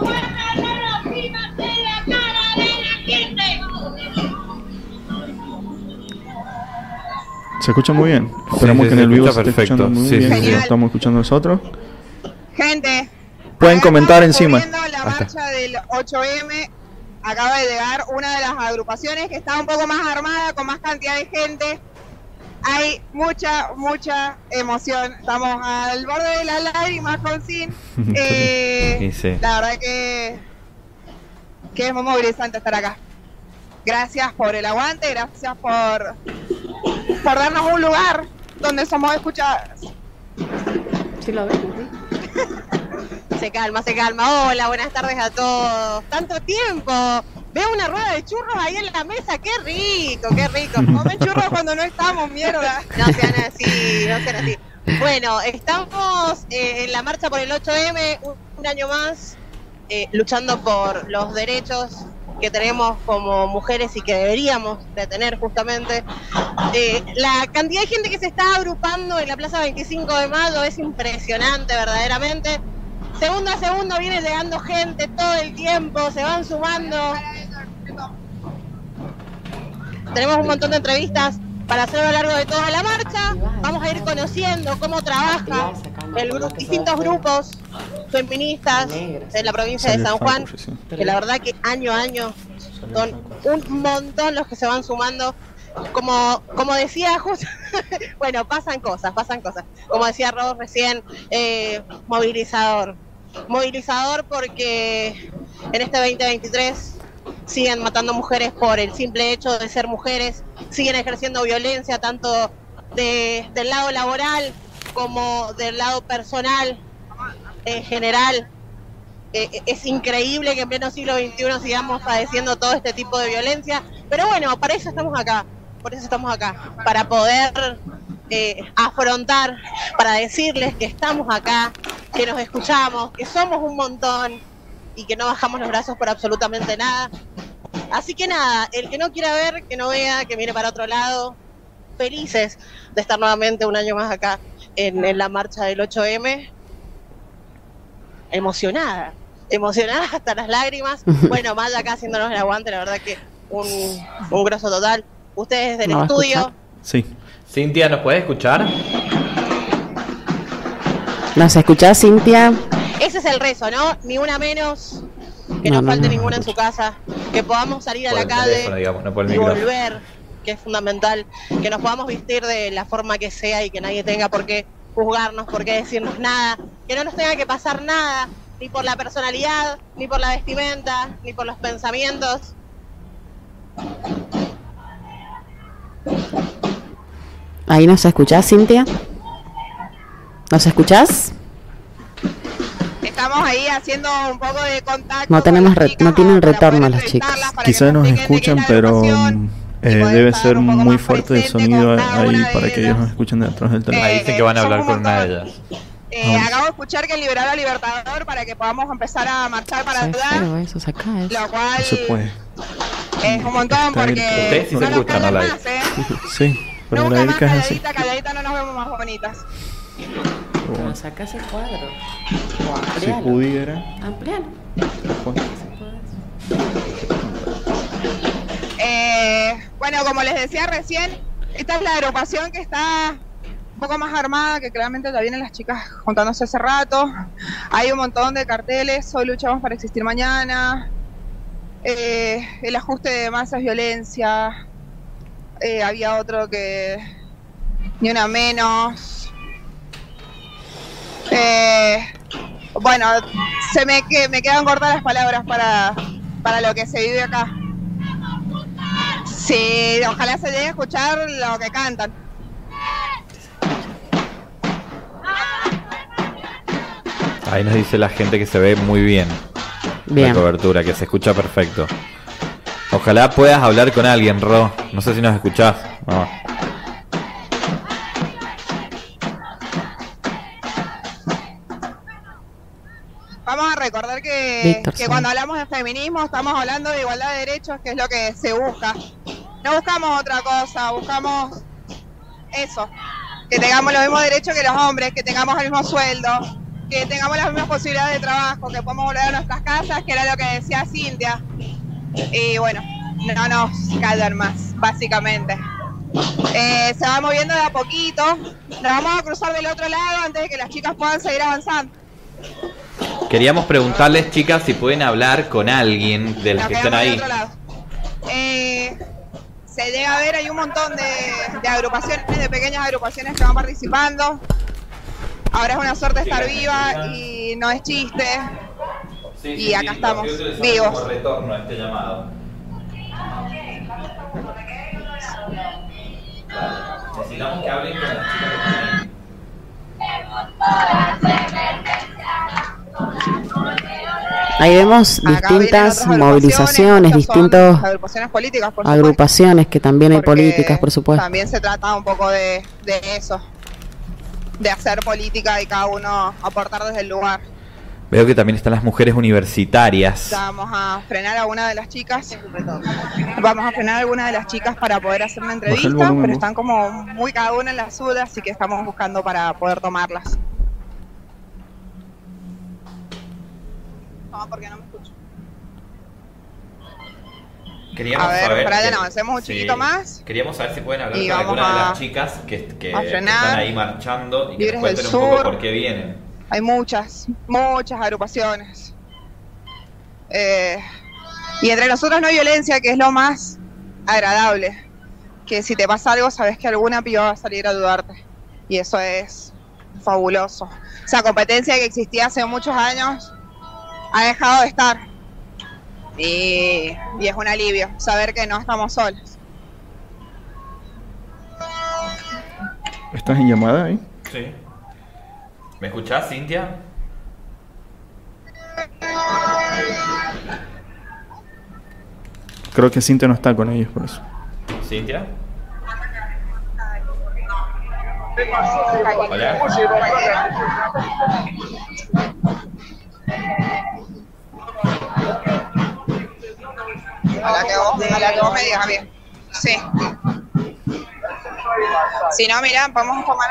se escucha muy bien. Esperamos sí, que en se el vivo se escucha esté escuchando perfecto. muy Sí, bien. sí, como sí. estamos escuchando nosotros. Gente, Pueden acá comentar estamos encima. cubriendo la Ahí está. marcha del ocho eme. Acaba de llegar una de las agrupaciones que está un poco más armada, con más cantidad de gente. Hay mucha, mucha emoción. Estamos al borde de las lágrimas con Sin. Eh, Sí, sí. La verdad que, que es muy movilizante estar acá. Gracias por el aguante, gracias por, por darnos un lugar donde somos escuchadas. Sí, lo ves, Se calma, se calma. Hola, buenas tardes a todos. Tanto tiempo. Veo una rueda de churros ahí en la mesa. Qué rico, qué rico. Comen churros cuando no estamos, mierda. No sean así, no sean así. Bueno, estamos eh, en la marcha por el ocho eme, un, un año más, eh, luchando por los derechos que tenemos como mujeres y que deberíamos de tener justamente. Eh, la cantidad de gente que se está agrupando en la Plaza veinticinco de mayo es impresionante verdaderamente. Segundo a segundo viene llegando gente todo el tiempo, se van sumando. Tenemos un montón de entrevistas para hacer a lo largo de toda la marcha. Vamos a ir conociendo cómo trabaja el gru- distintos grupos feministas de la provincia de San Juan, que la verdad que año a año son un montón los que se van sumando. Como, como decía justo, bueno, pasan cosas, pasan cosas. Como decía Rob recién, eh, movilizador. Movilizador porque en este veinte veintitrés siguen matando mujeres por el simple hecho de ser mujeres, siguen ejerciendo violencia tanto de, del lado laboral como del lado personal en general. Eh, es increíble que en pleno siglo veintiuno sigamos padeciendo todo este tipo de violencia, pero bueno, para eso estamos acá, por eso estamos acá, para poder eh, afrontar, para decirles que estamos acá, que nos escuchamos, que somos un montón y que no bajamos los brazos por absolutamente nada. Así que nada, el que no quiera ver, que no vea, que mire para otro lado. Felices de estar nuevamente un año más acá en, en la marcha del ocho eme. Emocionada, emocionada hasta las lágrimas. Bueno, Maya acá haciéndonos el aguante, la verdad que un, un grosso total. Ustedes del ¿No va a estudio, escuchar? Sí. Cintia, ¿nos puedes escuchar? ¿Nos escuchás, Cintia? ese es el rezo, ¿no? Ni una menos, que No, no, no, falte no. ninguna en su casa, que podamos salir a Por la el calle teléfono, digamos, no por el y micrófono. volver, que es fundamental, que nos podamos vestir de la forma que sea y que nadie tenga por qué juzgarnos, por qué decirnos nada, que no nos tenga que pasar nada, ni por la personalidad, ni por la vestimenta, ni por los pensamientos. ¿Ahí nos escuchás, Cintia? ¿Nos escuchás? Estamos ahí haciendo un poco de contacto. No tenemos con las re- chicas no tienen para retorno poder las chicas. entrevistarlas, para que Quizás nos expliquen de qué escuchan, es la pero agrupación, eh, y poder debe estar ser un poco muy más fuerte el presente sonido con cada ahí una de para que ellos ellas. nos escuchen detrás del teléfono. Ahí dice que van a somos hablar un con una de montón. ellas. Eh, Vamos. acabo de escuchar que liberaron a Libertador para que podamos empezar a marchar para Sí, ayudar, pero eso es acá, es. lo cual No se puede. es un montón Está porque bien. Ustedes sí no se nos escuchan, callan ¿no, Lai? más, ¿eh? Sí, pero Nunca la más Erika es así. calladita, calladita no nos vemos más bonitas. Pero sacá ese cuadro. O Si amplialo. pudiera. Amplialo. Eh, bueno, como les decía recién, esta es la agrupación que está un poco más armada, que claramente ya vienen las chicas juntándose hace rato. Hay un montón de carteles, hoy luchamos para existir mañana, eh, el ajuste de masas es violencia, eh, había otro que ni una menos. Eh, bueno, se me, que, me quedan cortas las palabras para, para lo que se vive acá. Sí, ojalá se llegue a escuchar lo que cantan. Ahí nos dice la gente que se ve muy bien, Bien. la cobertura, que se escucha perfecto. Ojalá puedas hablar con alguien, Ro. No sé si nos escuchás. No. Vamos a recordar que, Víctor, que sí. cuando hablamos de feminismo estamos hablando de igualdad de derechos, que es lo que se busca. No buscamos otra cosa, buscamos eso, que tengamos los mismos derechos que los hombres, que tengamos el mismo sueldo, que tengamos las mismas posibilidades de trabajo, que podamos volver a nuestras casas, que era lo que decía Cintia. Y bueno, no nos callan más, básicamente. Eh, se va moviendo de a poquito, nos vamos a cruzar del otro lado antes de que las chicas puedan seguir avanzando. Queríamos preguntarles, chicas, si pueden hablar con alguien de las Nos que están quedamos del ahí. otro lado. Eh, se llega a ver, hay un montón de, de agrupaciones, de pequeñas agrupaciones que van participando. Ahora es una suerte estar viva y no es chiste. Y acá estamos, vivos. retorno a este llamado. Necesitamos que hablen con las chicas que están ahí. Ahí vemos Acá vienen distintas otras movilizaciones, agrupaciones, estas son distintas agrupaciones políticas, por supuesto, agrupaciones que también hay porque políticas, por supuesto. También se trata un poco de, de eso, de hacer política y cada uno aportar desde el lugar. Veo que también están las mujeres universitarias. Vamos a frenar a una de las chicas. Vamos a frenar a alguna de las chicas para poder hacer una Baja el entrevista, volumen, pero vos. están como muy cada una en la suya, así que estamos buscando para poder tomarlas. No, porque no me escucho. Queríamos A ver, saber Brian, que- avancemos un chiquito más. Queríamos saber si pueden hablar Y con vamos alguna de a- las chicas que, que a frenar. están ahí marchando y que Libres nos del cuenten un poco Sur. por qué vienen. Hay muchas, muchas agrupaciones. Eh, y entre nosotros no hay violencia, que es lo más agradable. Que si te pasa algo, sabes que alguna piba va a salir a ayudarte. Y eso es fabuloso. Esa competencia que existía hace muchos años ha dejado de estar. Y, y es un alivio saber que no estamos solos. ¿Estás en llamada ahí? Sí. ¿Me escuchás, Cintia? Creo que Cintia no está con ellos por eso. ¿Cintia? Hola. A la que vos, a la que vos me digas, bien. Sí. Si no, mirá, podemos tomar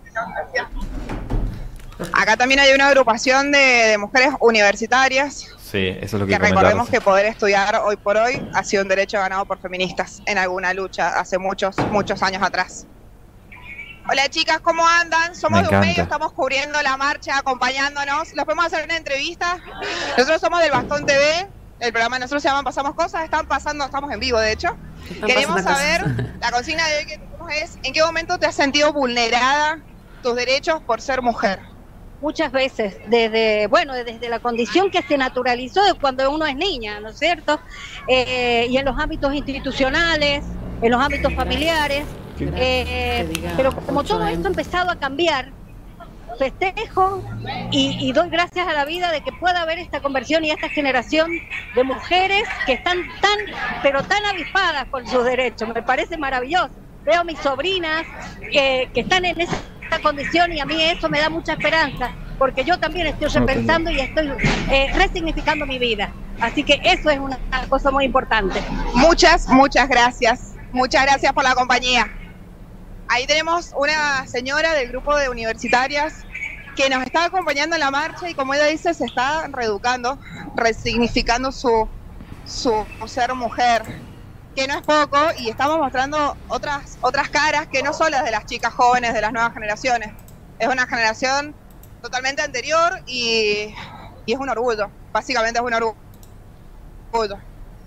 el... Acá también hay una agrupación de, de mujeres universitarias Sí, eso es lo que Que comentaba recordemos recién. que poder estudiar hoy por hoy ha sido un derecho ganado por feministas en alguna lucha hace muchos, muchos años atrás. Hola chicas, ¿cómo andan? Somos Me de un medio, encanta. estamos cubriendo la marcha, acompañándonos. ¿Los podemos hacer una entrevista? Nosotros somos del Bastón T V, el programa de nosotros se llama Pasamos Cosas, están pasando, estamos en vivo de hecho. Están Queremos pasando saber, cosas. la consigna de hoy que tenemos es, ¿en qué momento te has sentido vulnerada tus derechos por ser mujer? Muchas veces, desde, bueno, desde la condición que se naturalizó de cuando uno es niña, ¿no es cierto? Eh, y en los ámbitos institucionales, en los ámbitos familiares, eh, pero como todo esto ha empezado a cambiar, festejo y, y doy gracias a la vida de que pueda haber esta conversión y esta generación de mujeres que están tan, pero tan avispadas con sus derechos. Me parece maravilloso. Veo a mis sobrinas eh, que están en esa condición y a mí eso me da mucha esperanza, porque yo también estoy repensando y estoy eh, resignificando mi vida. Así que eso es una cosa muy importante. Muchas, muchas gracias. Muchas gracias por la compañía. Ahí tenemos una señora del grupo de universitarias que nos está acompañando en la marcha y como ella dice, se está reeducando, resignificando su, su ser mujer, que no es poco, y estamos mostrando otras, otras caras que no son las de las chicas jóvenes de las nuevas generaciones. Es una generación totalmente anterior y, y es un orgullo, básicamente es un orgullo.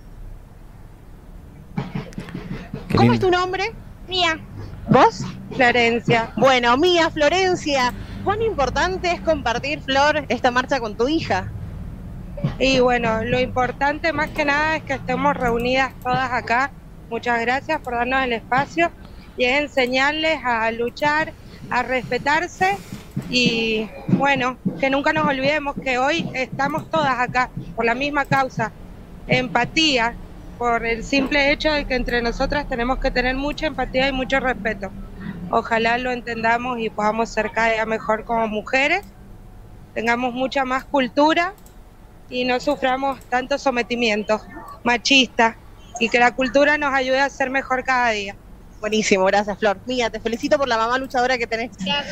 Qué ¿Cómo lindo. es tu nombre? Mía, ¿Vos? Florencia. Bueno, Mía, Florencia, ¿cuán importante es compartir, Flor, esta marcha con tu hija? Y bueno, lo importante más que nada es que estemos reunidas todas acá. Muchas gracias por darnos el espacio y es enseñarles a luchar, a respetarse y bueno, que nunca nos olvidemos que hoy estamos todas acá por la misma causa, empatía, por el simple hecho de que entre nosotras tenemos que tener mucha empatía y mucho respeto. Ojalá lo entendamos y podamos ser cada día mejor como mujeres, tengamos mucha más cultura y no suframos tanto sometimiento machista y que la cultura nos ayude a ser mejor cada día. Buenísimo, gracias, Flor. Mía, te felicito por la mamá luchadora que tenés.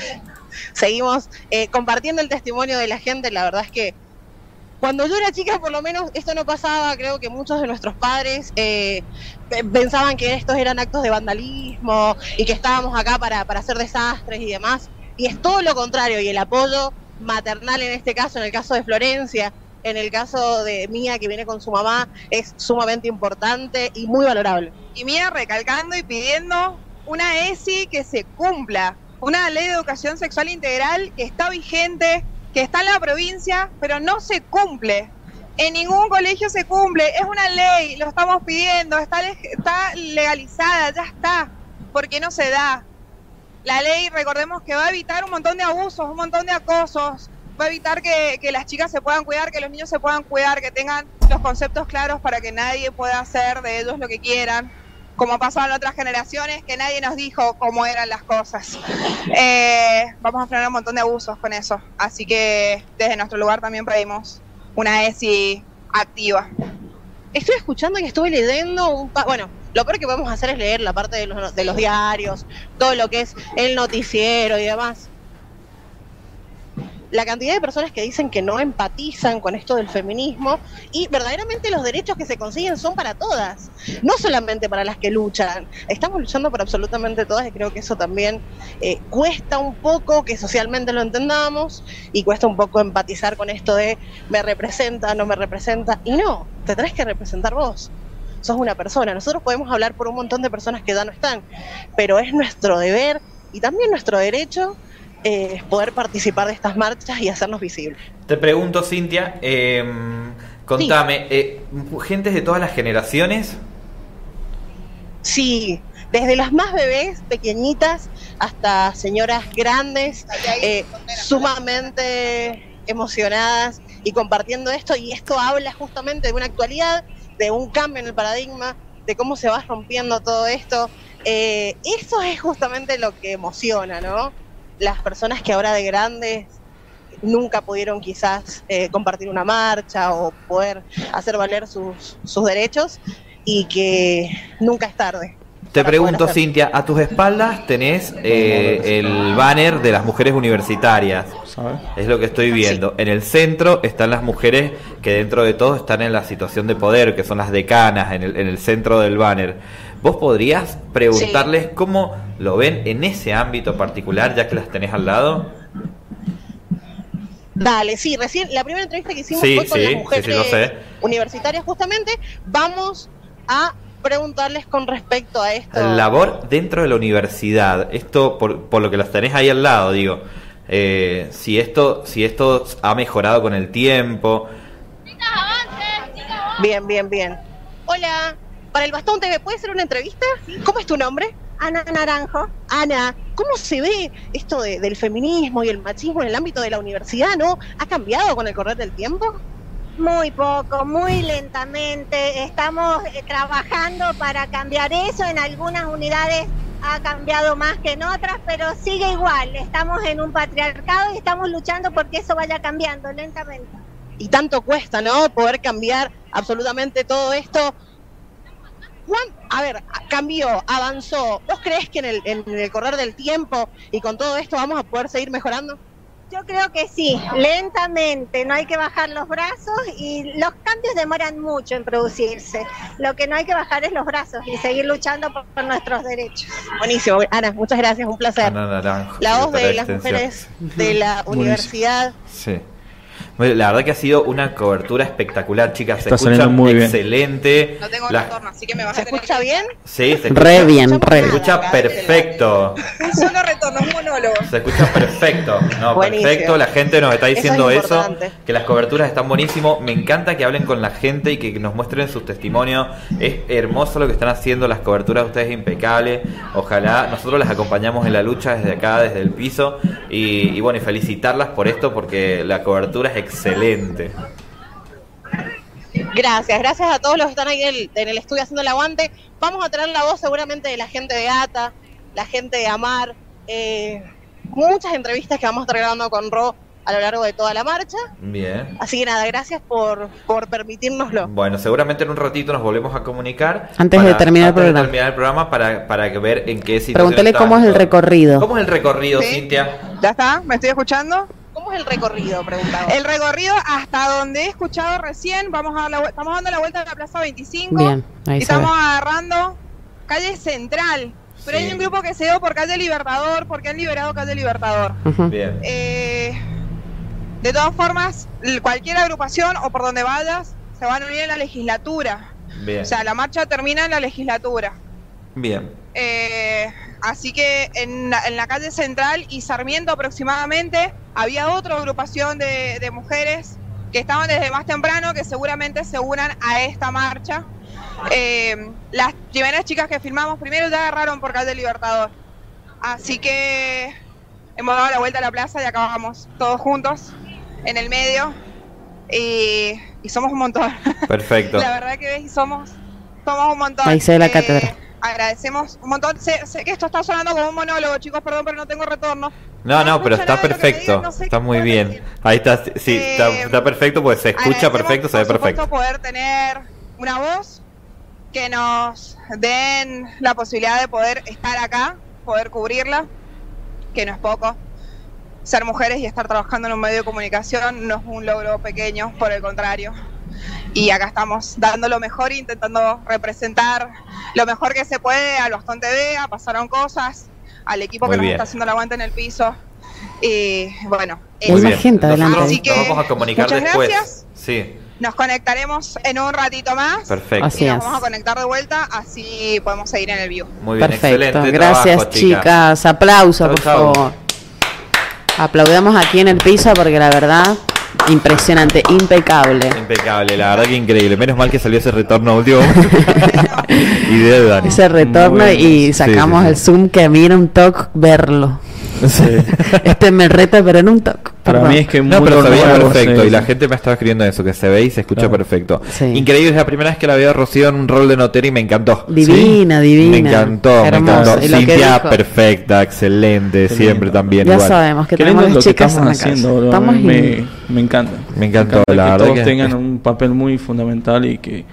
Seguimos eh, compartiendo el testimonio de la gente. La verdad es que cuando yo era chica, por lo menos, esto no pasaba. Creo que muchos de nuestros padres eh, pensaban que estos eran actos de vandalismo y que estábamos acá para, para hacer desastres y demás. Y es todo lo contrario. Y el apoyo maternal en este caso, en el caso de Florencia, en el caso de Mía, que viene con su mamá, es sumamente importante y muy valorable. Y Mía recalcando y pidiendo una E S I que se cumpla, una ley de educación sexual integral que está vigente, que está en la provincia, pero no se cumple. En ningún colegio se cumple, es una ley, lo estamos pidiendo, está, está legalizada, ya está, porque no se da. La ley, recordemos que va a evitar un montón de abusos, un montón de acosos, va a evitar que, que las chicas se puedan cuidar, que los niños se puedan cuidar, que tengan los conceptos claros para que nadie pueda hacer de ellos lo que quieran, como pasó en otras generaciones, que nadie nos dijo cómo eran las cosas. Eh, vamos a frenar un montón de abusos con eso, así que desde nuestro lugar también pedimos una E S I activa. Estoy escuchando y estuve leyendo un pa bueno, lo peor que podemos hacer es leer la parte de los, de los diarios, todo lo que es el noticiero y demás. La cantidad de personas que dicen que no empatizan con esto del feminismo y verdaderamente los derechos que se consiguen son para todas, no solamente para las que luchan. Estamos luchando por absolutamente todas y creo que eso también eh, cuesta un poco que socialmente lo entendamos y cuesta un poco empatizar con esto de me representa, no me representa. Y no, te tenés que representar vos. Sos una persona. Nosotros podemos hablar por un montón de personas que ya no están, pero es nuestro deber y también nuestro derecho Eh, poder participar de estas marchas y hacernos visibles. Te pregunto, Cintia, eh, contame, eh, ¿gentes de todas las generaciones? Sí, desde las más bebés, pequeñitas, hasta señoras grandes, eh, sumamente emocionadas y compartiendo esto, y esto habla justamente de una actualidad, de un cambio en el paradigma, de cómo se va rompiendo todo esto. Eh, eso es justamente lo que emociona, ¿no? Las personas que ahora de grandes nunca pudieron quizás eh, compartir una marcha o poder hacer valer sus, sus derechos y que nunca es tarde. Te para pregunto, poder hacer. Cintia, a tus espaldas tenés eh, el banner de las mujeres universitarias. ¿Sabes? Es lo que estoy viendo. En el centro están las mujeres que dentro de todo están en la situación de poder, que son las decanas, en el, en el centro del banner. ¿Vos podrías preguntarles Sí. cómo lo ven en ese ámbito particular, ya que las tenés al lado? Dale, sí, recién la primera entrevista que hicimos Sí, fue con sí, las sí, mujeres sí, lo sé. universitarias justamente. Vamos a preguntarles con respecto a esto. Labor dentro de la universidad. Esto, por, por lo que las tenés ahí al lado, digo. Eh, si esto si esto ha mejorado con el tiempo. Bien, bien, bien. Hola, para el Bastón T V, ¿puede ser una entrevista? ¿Cómo es tu nombre? Ana Naranjo. Ana, ¿cómo se ve esto de- del feminismo y el machismo en el ámbito de la universidad, no? ¿Ha cambiado con el correr del tiempo? Muy poco, muy lentamente. Estamos eh, trabajando para cambiar eso. En algunas unidades ha cambiado más que en otras, pero sigue igual. Estamos en un patriarcado y estamos luchando porque eso vaya cambiando lentamente. Y tanto cuesta, ¿no? Poder cambiar absolutamente todo esto. Juan, a ver, cambió, avanzó. ¿Vos creés que en el, en el correr del tiempo y con todo esto vamos a poder seguir mejorando? Yo creo que sí, lentamente, no hay que bajar los brazos y los cambios demoran mucho en producirse. Lo que no hay que bajar es los brazos y seguir luchando por, por nuestros derechos. Buenísimo, Ana, muchas gracias, un placer. Ana Naranjo, La voz secretaria de las extensión. mujeres de la universidad. Sí. Bueno, la verdad que ha sido una cobertura espectacular, chicas. Se Está escucha saliendo muy bien. excelente. No tengo La- retorno, así que me vas ¿Se a tener escucha bien? Sí, se escucha, Re bien, escuchamos re se bien. escucha perfecto. un solo retorno, un monólogo. Se escucha perfecto. No, Buenísimo. perfecto. La gente nos está Eso es diciendo eso, importante. que las coberturas están buenísimo. Me encanta que hablen con la gente y que nos muestren sus testimonios. Es hermoso lo que están haciendo. Las coberturas de ustedes impecables. Ojalá nosotros las acompañamos en la lucha desde acá, desde el piso. Y, y bueno, y felicitarlas por esto porque la cobertura es excelente. Gracias, gracias a todos los que están ahí en el, en el estudio haciendo el aguante. Vamos a tener la voz seguramente de la gente de ATA, la gente de AMAR, eh, muchas entrevistas que vamos a estar grabando con Ro a lo largo de toda la marcha. Bien. Así que nada, gracias por, por permitírnoslo. Bueno, seguramente en un ratito nos volvemos a comunicar. Antes de terminar el antes de programa. terminar el programa para, para que ver en qué situación Pregúntale está cómo es el todo. recorrido. ¿Cómo es el recorrido, Sí. Cintia? ¿Ya está? ¿Me estoy escuchando? ¿Cómo es el recorrido? Preguntaba. El recorrido hasta donde he escuchado recién, vamos a dar la, vu- estamos dando la vuelta a la Plaza veinticinco. Bien, ahí y se estamos ve. agarrando calle Central. Pero Sí. hay un grupo que se dio por calle Libertador, porque han liberado calle Libertador. Ujú. Bien. Eh, de todas formas, l- cualquier agrupación o por donde vayas, se van a unir en la legislatura. Bien. O sea, la marcha termina en la legislatura. Bien. Eh, así que en la, en la calle Central y Sarmiento aproximadamente había otra agrupación de, de mujeres que estaban desde más temprano, que seguramente se unan a esta marcha. Eh, las primeras chicas que filmamos primero ya agarraron por calle Libertador. Así que hemos dado la vuelta a la plaza y acabamos todos juntos en el medio. Y, y somos un montón. Perfecto. La verdad que ves, y somos, somos un montón. Ahí se ve la Eh, cátedra. Agradecemos un montón. Sé, sé que esto está sonando como un monólogo, chicos, perdón, pero no tengo retorno. No, no, No pero escucho está nada de lo que me perfecto. digan, no sé Está qué muy puedo bien. decir. Ahí está, sí, Eh, está, está perfecto porque se escucha Agradecemos, perfecto, se ve por supuesto, perfecto. poder tener una voz que nos den la posibilidad de poder estar acá, poder cubrirla, que no es poco. Ser mujeres y estar trabajando en un medio de comunicación no es un logro pequeño, por el contrario. Y acá estamos dando lo mejor, intentando representar lo mejor que se puede al Bastón T V, a Pasaron Cosas, al equipo Muy que nos bien. está haciendo el aguante en el piso. Y bueno, Hay Muy más bien. gente adelante. Nosotros Así que, nos vamos a comunicar muchas después. gracias. Sí, nos conectaremos en un ratito más. perfecto. Así Y nos es. vamos a conectar de vuelta, así podemos seguir en el vivo. Muy bien, Perfecto. excelente Gracias, trabajo, chicas. Aplauso, Chau, por chau. favor. Aplaudamos aquí en el piso porque la verdad, impresionante, impecable. Impecable, la verdad que increíble. Menos mal que salió ese retorno último. Idea de Dani. Ese retorno Muy y bien. sacamos Sí, sí, el sí. zoom que a mí era un toque verlo. Sí. Este me reta, pero en un toque. Para Perdón. mí es que No, muy pero se veía nuevo, perfecto sí. y la gente me estaba escribiendo eso, que se ve y se escucha Claro. perfecto. Sí. Increíble, es la primera vez que la veo a Rocío en un rol de notera y me encantó. Divina, divina. Me encantó, Hermoso. me encantó. Y lo que Cintia, dijo, perfecta, excelente, Qué siempre lindo. también ya igual. sabemos que Qué tenemos lindo las lo que chicas en estamos la casa. haciendo, bro. Estamos A mí in- me, me encanta. Me encantó, encanta la que verdad todos que- tengan un papel muy fundamental y que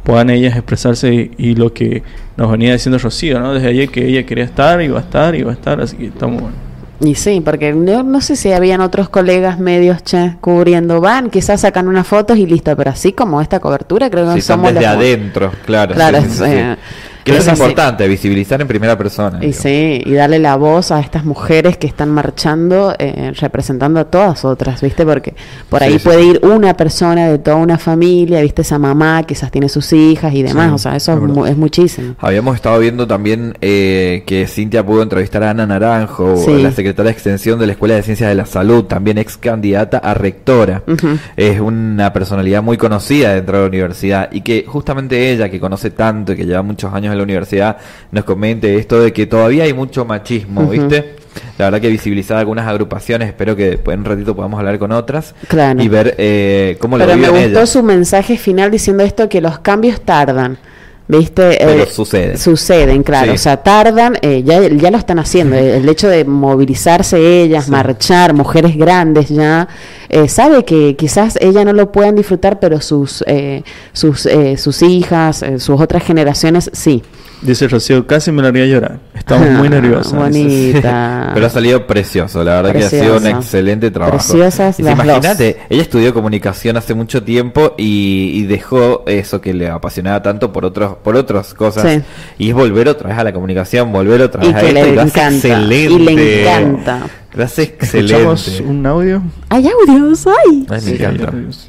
puedan ellas expresarse y, y lo que nos venía diciendo Rocío, ¿no? Desde ayer que ella quería estar, iba a estar, iba a estar, así que estamos bueno. Y sí, porque no, no sé si habían otros colegas medios, che, cubriendo, van, quizás sacan unas fotos y listo, pero así como esta cobertura creo que sí, somos desde los... adentro, claro. Claro, sí, sí, es, sí. eh, Que es, es así. importante, visibilizar en primera persona. Y digo. sí, y darle la voz a estas mujeres que están marchando, eh, representando a todas otras, ¿viste? Porque por ahí Sí, sí, puede sí. ir una persona de toda una familia, ¿viste? Esa mamá quizás tiene sus hijas y demás, Sí, o sea, eso es es, verdad. mu- es muchísimo. Habíamos estado viendo también eh, que Cintia pudo entrevistar a Ana Naranjo, Sí. la secretaria de Extensión de la Escuela de Ciencias de la Salud, también ex candidata a rectora. Ujú. Es una personalidad muy conocida dentro de la universidad y que justamente ella, que conoce tanto y que lleva muchos años en la universidad, nos comente esto de que todavía hay mucho machismo, Ujú. ¿viste? La verdad que visibilizar algunas agrupaciones, espero que después en un ratito podamos hablar con otras Claro. y ver eh, cómo lo Pero me viven gustó ellas. su mensaje final diciendo esto, que los cambios tardan, ¿viste? Pero Eh, suceden. Suceden, claro, Sí. o sea, tardan, eh, ya, ya lo están haciendo, el, el hecho de movilizarse ellas, Sí. marchar, mujeres grandes ya, eh, sabe que quizás ellas no lo puedan disfrutar, pero sus, eh, sus, eh, sus hijas, eh, sus otras generaciones, sí. Dice Rocío, casi me largué a llorar. Estamos muy Ah, nerviosos. dice. bonita. Pero ha salido precioso, la verdad que ha sido un Precioso. excelente trabajo. Preciosas Y las imagínate, ella estudió comunicación hace mucho tiempo y, y dejó eso que le apasionaba tanto por otros, por otras cosas. Sí. Y es volver otra vez a la comunicación, volver otra Y vez a que esto le y lo hace encanta, excelente. y le encanta. Lo hace ¿Escuchamos excelente. un audio? Hay audios, ay. Ay, me Sí, encanta. hay audios.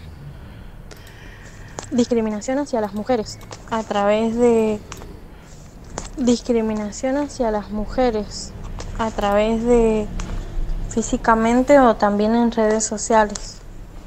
Discriminación hacia las mujeres a través de discriminación hacia las mujeres a través de físicamente o también en redes sociales.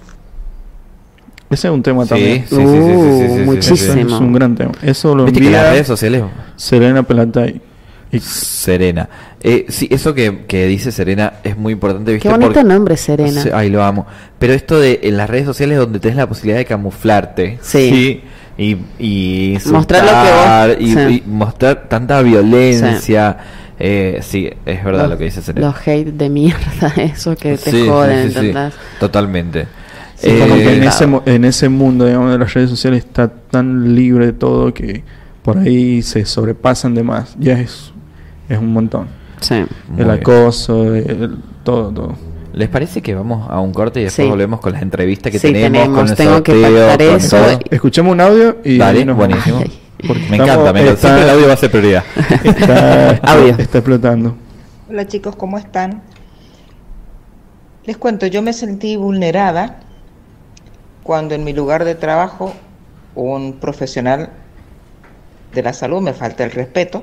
Ese es un tema Sí, también. sí, sí, sí, sí, sí, sí, sí, sí, muchísimo. Ese es un gran tema. Eso lo Viste que las envía redes sociales... Serena Pelatay. Y Serena. Eh, sí, eso que, que dice Serena es muy importante, ¿viste? Qué bonito Porque- nombre, Serena. Sí, ay, lo amo. Pero esto de en las redes sociales donde tenés la posibilidad de camuflarte. Sí. Y, y Mostrar lo que vos- y, sí. y mostrar tanta violencia. Sí, eh, sí es verdad Los- lo que dice Serena. Los hate de mierda, eso que te Sí, joden, sí, sí, sí. ¿entendés? Totalmente. Sí, Eh, como que en claro. ese, mo- en ese mundo, digamos, de las redes sociales está tan libre de todo que por ahí se sobrepasan de más. Ya es, es un montón. Sí. muy el bien. acoso, el- todo, todo. ¿Les parece que vamos a un corte y después Sí. volvemos con las entrevistas que Sí, tenemos, tenemos, con el tengo que sorteo, pactar con eso. todo? Escuchemos un audio y Dale, ahí nos vamos. buenísimo. Ay, ay. Porque Me estamos- encanta, me encanta. está- Siempre el audio va a ser prioridad. Está, está- Audio. está explotando. Hola chicos, ¿cómo están? Les cuento, yo me sentí vulnerada cuando en mi lugar de trabajo un profesional de la salud me falta el respeto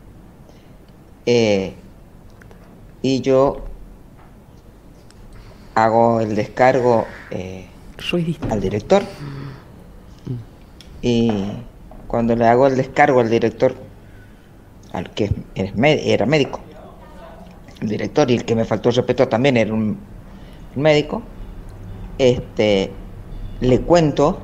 eh, y yo hago el descargo eh, Ruidito. al director y cuando le hago el descargo al director, al que es med- era médico, el director y el que me faltó el respeto también era un, un médico, este, le cuento,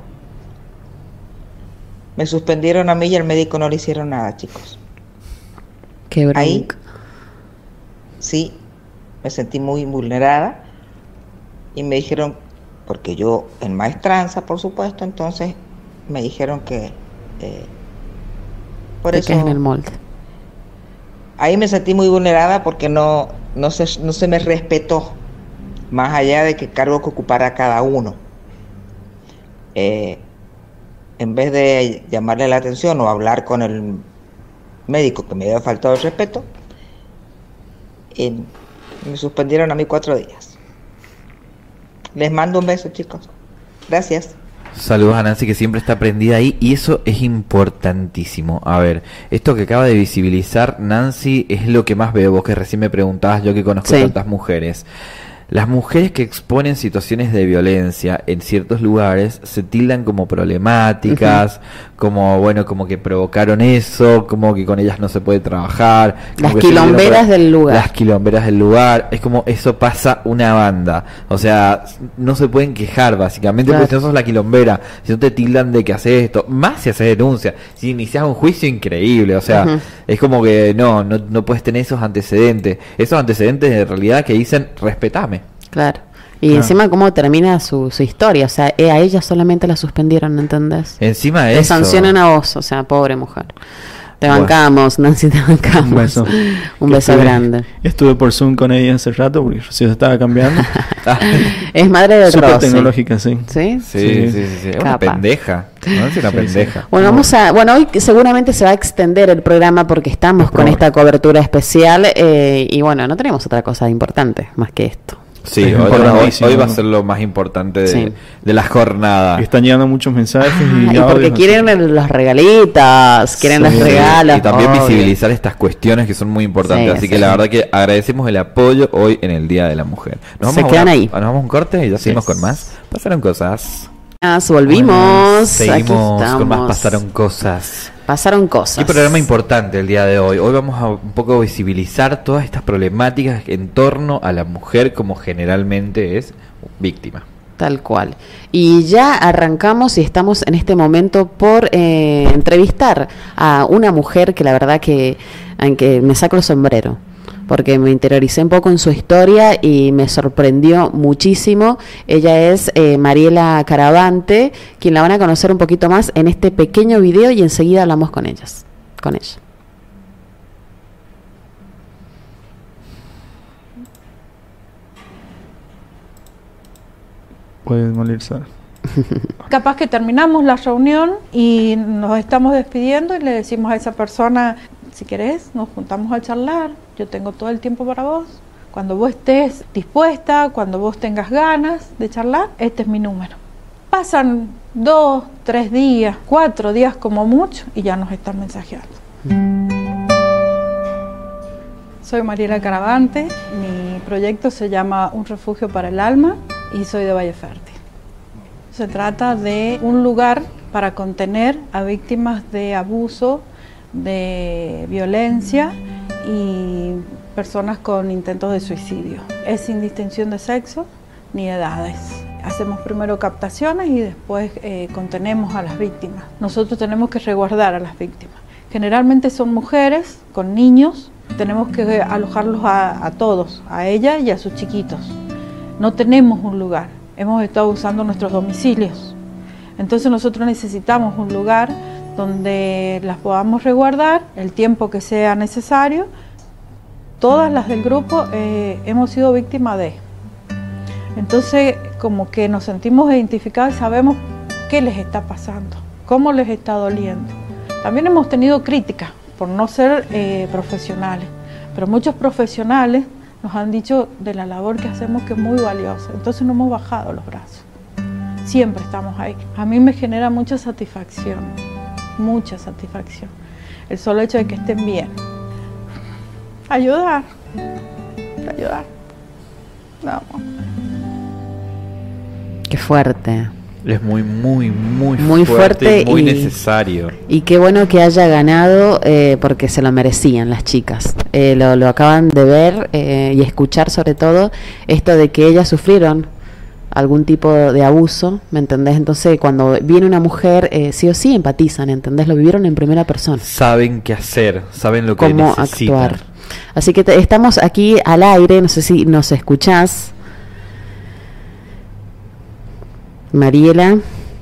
me suspendieron a mí y al médico no le hicieron nada, chicos. Qué bronca. Ahí sí me sentí muy vulnerada y me dijeron, porque yo en maestranza, por supuesto, entonces me dijeron que eh, por Te eso quedas en el molde. ahí me sentí muy vulnerada porque no, no, se, no se me respetó, más allá de que cargo que ocupara cada uno. Eh, en vez de llamarle la atención o hablar con el médico que me había faltado el respeto, eh, me suspendieron a mí cuatro días. Les mando un beso, chicos. Gracias. Saludos a Nancy, que siempre está prendida ahí, y eso es importantísimo. A ver, esto que acaba de visibilizar Nancy es lo que más veo, vos que recién me preguntabas, yo que conozco Sí. tantas mujeres. Las mujeres que exponen situaciones de violencia en ciertos lugares se tildan como problemáticas, uh-huh. como, bueno, como que provocaron eso, como que con ellas no se puede trabajar. Las como que quilomberas se del lugar. Las quilomberas del lugar. Es como, eso pasa una banda. O sea, no se pueden quejar, básicamente, Claro. porque si no sos la quilombera, si no te tildan de que haces esto, más si haces denuncia, si inicias un juicio, increíble. O sea, Uh-huh. es como que no, no, no puedes tener esos antecedentes. Esos antecedentes de realidad que dicen, respetame. Claro. Y claro. encima cómo termina su, su historia, o sea, a ella solamente la suspendieron, ¿entendés? Encima de eso. Te sancionan a vos, o sea, pobre mujer. Te bueno. bancamos, Nancy, te bancamos. Un beso. Un beso estuve, grande. Estuve por Zoom con ella hace rato porque Rocío se estaba cambiando. Es madre de Súper Rosy. tecnológica, sí. ¿Sí? Sí, sí, sí. sí. Es una pendeja. No es una sí, pendeja. Sí. Bueno, vamos a, bueno, hoy seguramente se va a extender el programa porque estamos con esta cobertura especial eh, y bueno, no tenemos otra cosa importante más que esto. Sí, hoy, hoy, hoy va a ser lo más importante de, sí. de la jornada. Y están llegando muchos mensajes. Ah, y, y porque quieren así. los regalitos, quieren sí. los regalos. Y también obvio. visibilizar estas cuestiones que son muy importantes. Sí, así sí. que la verdad que agradecemos el apoyo hoy en el Día de la Mujer. Nos Se vamos quedan a una, ahí. Nos vamos a un corte y ya seguimos sí. con más. Pasaron cosas. Volvimos. Bueno, seguimos con más Pasaron Cosas. Pasaron cosas. Qué programa importante el día de hoy. Hoy vamos a un poco visibilizar todas estas problemáticas en torno a la mujer como generalmente es víctima. Tal cual. Y ya arrancamos y estamos en este momento por eh, entrevistar a una mujer que la verdad que, que me saco el sombrero, porque me interioricé un poco en su historia y me sorprendió muchísimo. Ella es eh, Mariela Caravante, quien la van a conocer un poquito más en este pequeño video y enseguida hablamos con ellas, con ella. Puedes molestar. Capaz que terminamos la reunión y nos estamos despidiendo y le decimos a esa persona: si querés, nos juntamos a charlar, yo tengo todo el tiempo para vos. Cuando vos estés dispuesta, cuando vos tengas ganas de charlar, este es mi número. Pasan dos, tres días, cuatro días como mucho y ya nos están mensajeando. Soy Mariela Caravante, mi proyecto se llama Un Refugio para el Alma y soy de Valle Fértil. Se trata de un lugar para contener a víctimas de abuso, de violencia y personas con intentos de suicidio. Es sin distinción de sexo ni edades. Hacemos primero captaciones y después eh, contenemos a las víctimas. Nosotros tenemos que resguardar a las víctimas. Generalmente son mujeres con niños. Tenemos que alojarlos a, a todos, a ella y a sus chiquitos. No tenemos un lugar. Hemos estado usando nuestros domicilios. Entonces nosotros necesitamos un lugar donde las podamos resguardar el tiempo que sea necesario. Todas las del grupo eh, hemos sido víctimas de. Entonces, como que nos sentimos identificados y sabemos qué les está pasando, cómo les está doliendo. También hemos tenido críticas por no ser eh, profesionales, pero muchos profesionales nos han dicho de la labor que hacemos que es muy valiosa. Entonces no hemos bajado los brazos. Siempre estamos ahí. A mí me genera mucha satisfacción. Mucha satisfacción el solo hecho de que estén bien. Ayudar, ayudar. Vamos. Qué fuerte. Es muy, muy, muy, muy fuerte, fuerte y muy y, necesario. Y qué bueno que haya ganado eh, porque se lo merecían las chicas. Eh, lo, lo acaban de ver eh, y escuchar sobre todo esto de que ellas sufrieron algún tipo de abuso, ¿me entendés? Entonces cuando viene una mujer, eh, sí o sí empatizan, ¿entendés? Lo vivieron en primera persona. Saben qué hacer, saben lo que cómo necesitan. Actuar. Así que te, estamos aquí al aire, no sé si nos escuchás. Mariela.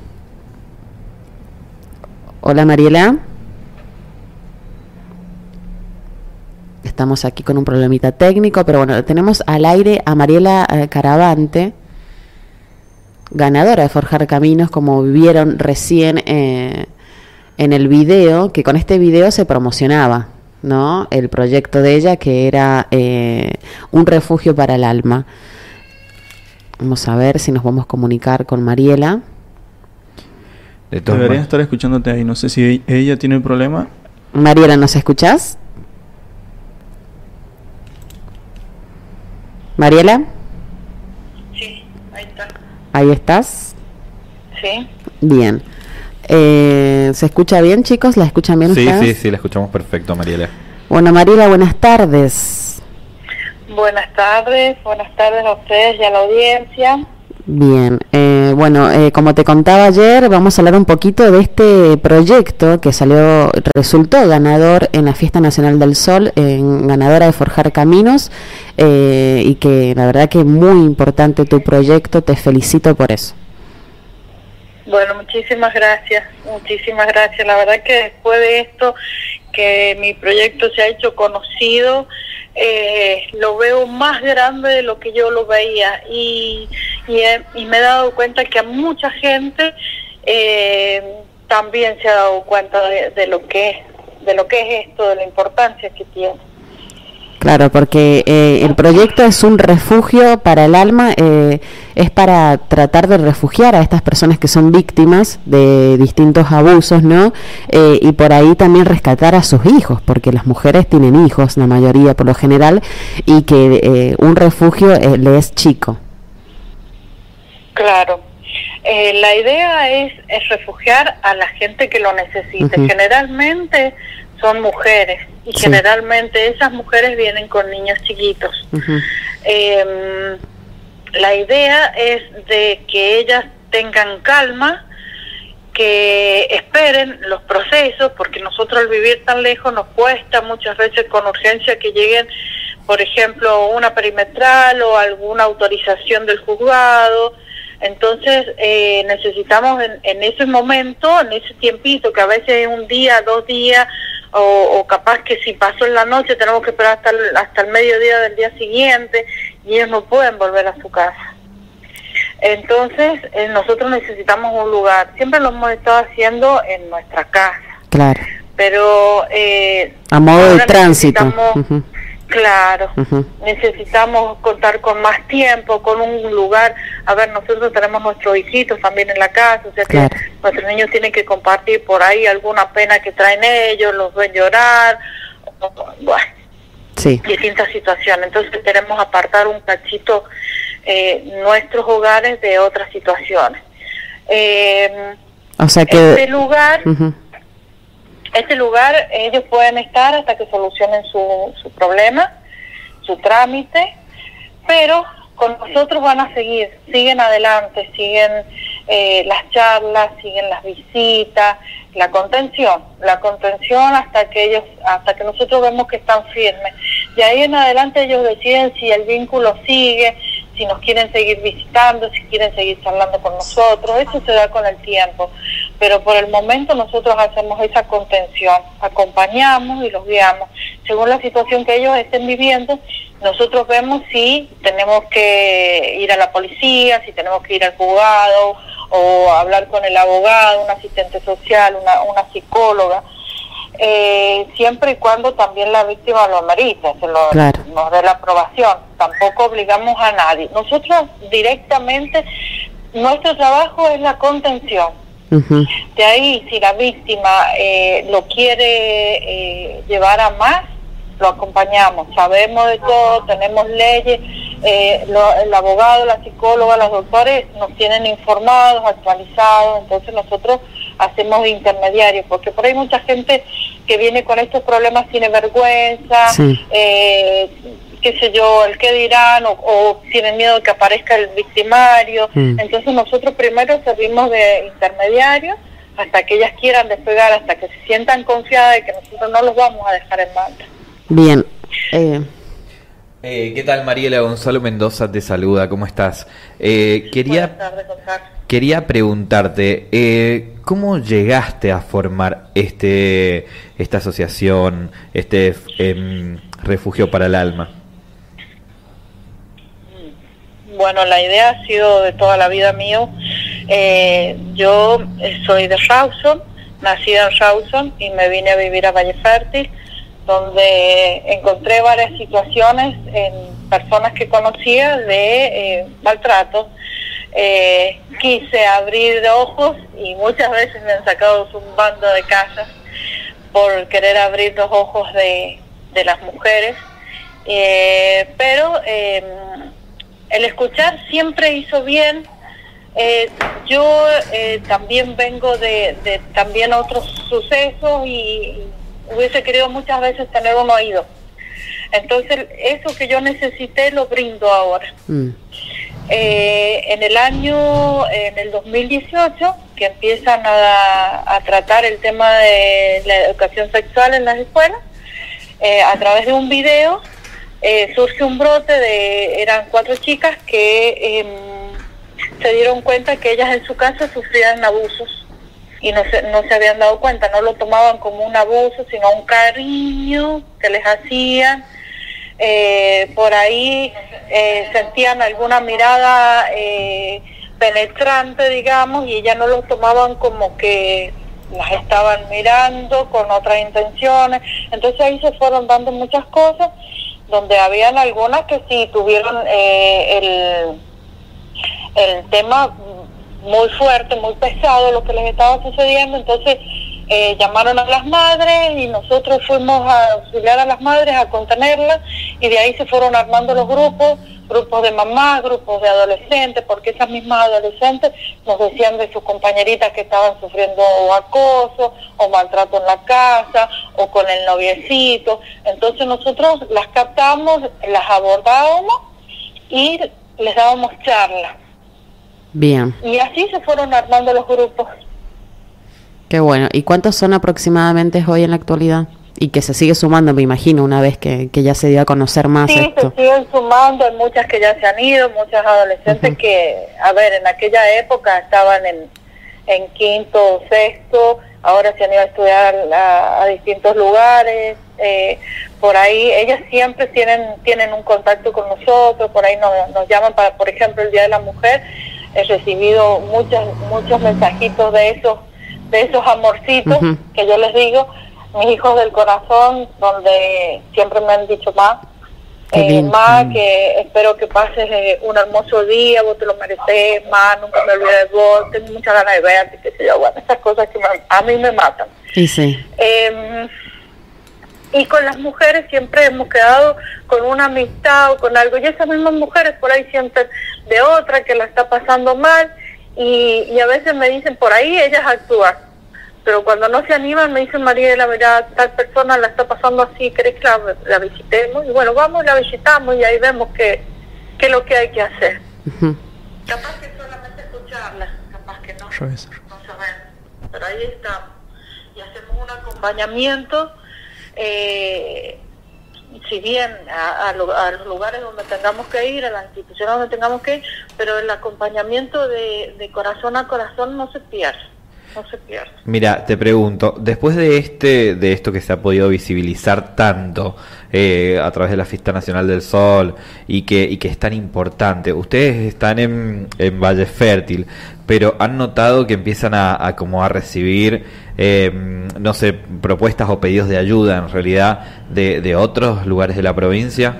Hola, Mariela. Estamos aquí con un problemita técnico, pero bueno, tenemos al aire a Mariela eh, Caravante, ganadora de Forjar Caminos, como vieron recién eh, en el video, que con este video se promocionaba, ¿no? El proyecto de ella, que era eh, un refugio para el alma. Vamos a ver si nos podemos comunicar con Mariela. De Debería estar escuchándote ahí, no sé si ella tiene el problema. Mariela, ¿nos escuchás? ¿Mariela? Sí, ahí está. ¿Ahí estás? Sí. Bien. Eh, ¿Se escucha bien, chicos? ¿La escuchan bien sí, ustedes? Sí, sí, sí, la escuchamos perfecto, Mariela. Bueno, Mariela, buenas tardes. Buenas tardes, buenas tardes a ustedes y a la audiencia. Bien, eh, bueno, eh, como te contaba ayer, vamos a hablar un poquito de este proyecto que salió, resultó ganador en la Fiesta Nacional del Sol, en ganadora de Forjar Caminos, eh, y que la verdad que es muy importante tu proyecto, te felicito por eso. Bueno, muchísimas gracias, muchísimas gracias. La verdad que después de esto, que mi proyecto se ha hecho conocido, eh, lo veo más grande de lo que yo lo veía y, y, he, y me he dado cuenta que a mucha gente eh, también se ha dado cuenta de, de lo que es, de lo que es esto, de la importancia que tiene. Claro, porque eh, el proyecto es un refugio para el alma, eh, es para tratar de refugiar a estas personas que son víctimas de distintos abusos, ¿no? Eh, y por ahí también rescatar a sus hijos, porque las mujeres tienen hijos, la mayoría por lo general, y que eh, un refugio eh, le es chico. Claro. Eh, la idea es, es refugiar a la gente que lo necesite. Uh-huh. Generalmente son mujeres y sí. Generalmente esas mujeres vienen con niños chiquitos. Uh-huh. Eh, la idea es de que ellas tengan calma, que esperen los procesos, porque nosotros al vivir tan lejos nos cuesta muchas veces con urgencia que lleguen, por ejemplo, una perimetral o alguna autorización del juzgado. Entonces eh, necesitamos en, en ese momento, en ese tiempito, que a veces es un día, dos días, o, o capaz que si pasó en la noche tenemos que esperar hasta el, hasta el mediodía del día siguiente y ellos no pueden volver a su casa. Entonces eh, nosotros necesitamos un lugar. Siempre lo hemos estado haciendo en nuestra casa. Claro. Pero eh, a modo de tránsito. Uh-huh. Claro, uh-huh. Necesitamos contar con más tiempo, con un lugar. A ver, nosotros tenemos nuestros hijitos también en la casa, o sea claro. Que nuestros niños tienen que compartir por ahí alguna pena que traen ellos, los ven llorar, bueno, sí. Distintas situaciones. Entonces queremos apartar un cachito eh, nuestros hogares de otras situaciones. Eh, o sea que este lugar... Uh-huh. Este lugar, ellos pueden estar hasta que solucionen su, su problema, su trámite, pero con nosotros van a seguir, siguen adelante, siguen eh, las charlas, siguen las visitas, la contención, la contención hasta que ellos, hasta que nosotros vemos que están firmes. De ahí en adelante ellos deciden si el vínculo sigue, si nos quieren seguir visitando, si quieren seguir charlando con nosotros, eso se da con el tiempo. Pero por el momento nosotros hacemos esa contención, acompañamos y los guiamos. Según la situación que ellos estén viviendo, nosotros vemos si tenemos que ir a la policía, si tenemos que ir al juzgado, o hablar con el abogado, un asistente social, una, una psicóloga, eh, siempre y cuando también la víctima lo amerite, se lo, claro. Nos dé la aprobación. Tampoco obligamos a nadie. Nosotros directamente, nuestro trabajo es la contención. Uh-huh. De ahí, si la víctima eh, lo quiere eh, llevar a más, lo acompañamos. Sabemos de todo, tenemos leyes, eh, lo, el abogado, la psicóloga, los doctores nos tienen informados, actualizados, entonces nosotros hacemos de intermediarios, porque por ahí mucha gente que viene con estos problemas tiene vergüenza, sí. eh, qué sé yo, el qué dirán, o, o tienen miedo de que aparezca el victimario. Mm. Entonces nosotros primero servimos de intermediarios hasta que ellas quieran despegar, hasta que se sientan confiadas de que nosotros no los vamos a dejar en banda. Bien. Eh. Eh, ¿Qué tal, Mariela? Gonzalo Mendoza te saluda, ¿cómo estás? Eh, quería, Buenas tardes, Gonzalo. Quería preguntarte, eh, ¿cómo llegaste a formar este esta asociación, este eh, refugio para el alma? Bueno, la idea ha sido de toda la vida mío. Eh, yo soy de Rawson, nacida en Rawson y me vine a vivir a Valle Fértil, donde encontré varias situaciones en personas que conocía de eh, maltrato. Eh, quise abrir ojos y muchas veces me han sacado un bando de casas por querer abrir los ojos de, de las mujeres, eh, pero eh, el escuchar siempre hizo bien. Eh, yo eh, también vengo de, de también otros sucesos y hubiese querido muchas veces tener un oído. Entonces eso que yo necesité lo brindo ahora. Mm. Eh, en el año, en el dos mil dieciocho, que empiezan a, a tratar el tema de la educación sexual en las escuelas, eh, a través de un video, eh, surge un brote de, eran cuatro chicas que eh, se dieron cuenta que ellas en su casa sufrían abusos y no se, no se habían dado cuenta, no lo tomaban como un abuso, sino un cariño que les hacían. Eh, por ahí eh, sentían alguna mirada eh, penetrante, digamos, y ellas no lo tomaban como que las estaban mirando con otras intenciones. Entonces ahí se fueron dando muchas cosas, donde habían algunas que sí tuvieron eh, el, el tema muy fuerte, muy pesado, lo que les estaba sucediendo. Entonces Eh, llamaron a las madres y nosotros fuimos a auxiliar a las madres, a contenerlas, y de ahí se fueron armando los grupos, grupos de mamás, grupos de adolescentes, porque esas mismas adolescentes nos decían de sus compañeritas que estaban sufriendo acoso o maltrato en la casa o con el noviecito. Entonces nosotros las captamos, las abordábamos y les dábamos charlas. Bien. Y así se fueron armando los grupos. Qué bueno. ¿Y cuántos son aproximadamente hoy en la actualidad? Y que se sigue sumando, me imagino, una vez que, que ya se dio a conocer más sí, esto. se siguen sumando, hay muchas que ya se han ido, muchas adolescentes uh-huh. que, a ver, en aquella época estaban en, en quinto o sexto, ahora se han ido a estudiar a, a distintos lugares, eh, por ahí ellas siempre tienen tienen un contacto con nosotros, por ahí nos, nos llaman para, por ejemplo, el Día de la Mujer, he recibido muchos, muchos mensajitos de esos de esos amorcitos uh-huh. que yo les digo, mis hijos del corazón, donde siempre me han dicho, ma, eh, ma, que espero que pases eh, un hermoso día, vos te lo mereces, ma, nunca me olvides de vos, tengo muchas ganas de verte, qué sé yo, bueno, esas cosas que me, a mí me matan. Sí, sí. Eh, y con las mujeres siempre hemos quedado con una amistad o con algo, y esas mismas mujeres por ahí sienten de otra que la está pasando mal, Y, y a veces me dicen, por ahí ellas actúan, pero cuando no se animan me dicen, Mariela, mira, tal persona la está pasando así, ¿querés que la, la visitemos? Y bueno, vamos, la visitamos y ahí vemos qué qué es lo que hay que hacer. Uh-huh. Capaz que solamente escucharla, capaz que no, no saber, pero ahí estamos. Y hacemos un acompañamiento, eh, si bien a, a, lo, a los lugares donde tengamos que ir, a las instituciones donde tengamos que ir, pero el acompañamiento de, de corazón a corazón no se pierde, no se pierde. Mira, te pregunto, después de este de esto que se ha podido visibilizar tanto eh, a través de la Fiesta Nacional del Sol y que y que es tan importante, ustedes están en, en Valle Fértil, pero han notado que empiezan a, a como a recibir eh, no sé, propuestas o pedidos de ayuda en realidad de, de otros lugares de la provincia.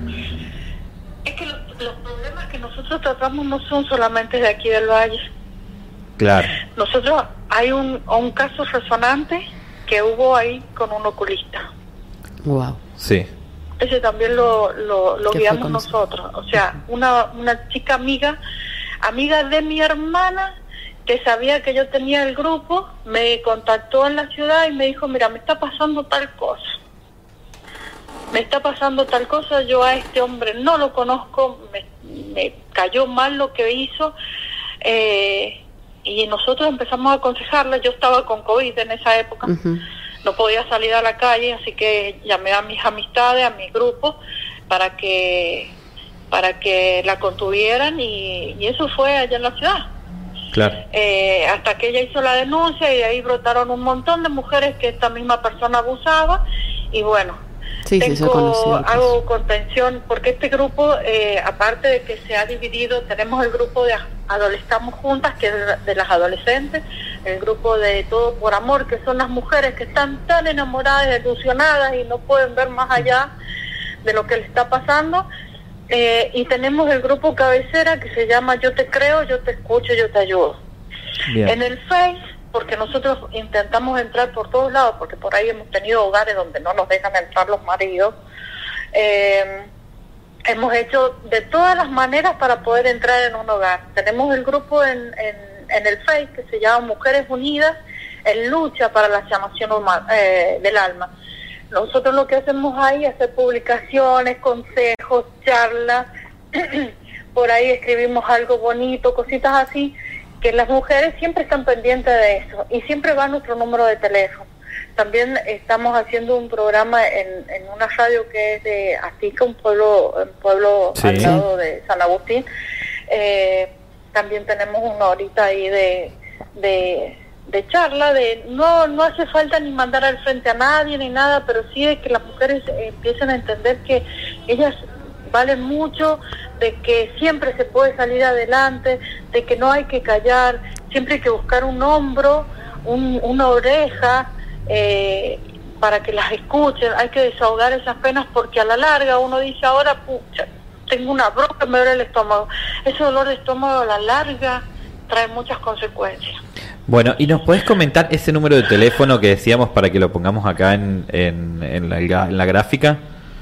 Es que los, los problemas que nosotros tratamos no son solamente de aquí del Valle. Claro. Nosotros hay un, un caso resonante que hubo ahí con un oculista. Wow. Sí. Ese también lo, lo, lo guiamos nosotros. O sea, una, una chica amiga, amiga de mi hermana, que sabía que yo tenía el grupo, me contactó en la ciudad y me dijo, mira, me está pasando tal cosa. Me está pasando tal cosa, yo a este hombre no lo conozco, me, me cayó mal lo que hizo, eh, y nosotros empezamos a aconsejarla. Yo estaba con COVID en esa época, uh-huh. no podía salir a la calle, así que llamé a mis amistades, a mi grupo, para que para que la contuvieran, y, y eso fue allá en la ciudad. Claro. Eh, hasta que ella hizo la denuncia, y de ahí brotaron un montón de mujeres que esta misma persona abusaba, y bueno, sí, tengo, sí, conocido, hago contención, porque este grupo, eh, aparte de que se ha dividido, tenemos el grupo de Adolestamos Juntas, que es de, de las adolescentes, el grupo de Todo por Amor, que son las mujeres que están tan enamoradas, ilusionadas y no pueden ver más allá de lo que les está pasando. Eh, y tenemos el grupo cabecera que se llama Yo Te Creo, Yo Te Escucho, Yo Te Ayudo. Bien. En el Face, porque nosotros intentamos entrar por todos lados, porque por ahí hemos tenido hogares donde no nos dejan entrar los maridos, eh, hemos hecho de todas las maneras para poder entrar en un hogar. Tenemos el grupo en, en, en el Face que se llama Mujeres Unidas en Lucha para la Sanación Humana, eh, del Alma. Nosotros lo que hacemos ahí es hacer publicaciones, consejos, charlas, por ahí escribimos algo bonito, cositas así, que las mujeres siempre están pendientes de eso y siempre va nuestro número de teléfono. También estamos haciendo un programa en, en una radio que es de Atica, un pueblo, un pueblo sí. al lado de San Agustín. Eh, también tenemos una horita ahí de, de, de charla, de no no hace falta ni mandar al frente a nadie ni nada, pero sí de que las mujeres eh, empiecen a entender que ellas valen mucho, de que siempre se puede salir adelante, de que no hay que callar, siempre hay que buscar un hombro, un, una oreja, eh, para que las escuchen, hay que desahogar esas penas, porque a la larga uno dice ahora, pucha, tengo una bronca, me duele el estómago. Ese dolor de estómago a la larga trae muchas consecuencias. Bueno, ¿y nos podés comentar ese número de teléfono que decíamos para que lo pongamos acá en, en, en, la, en la gráfica?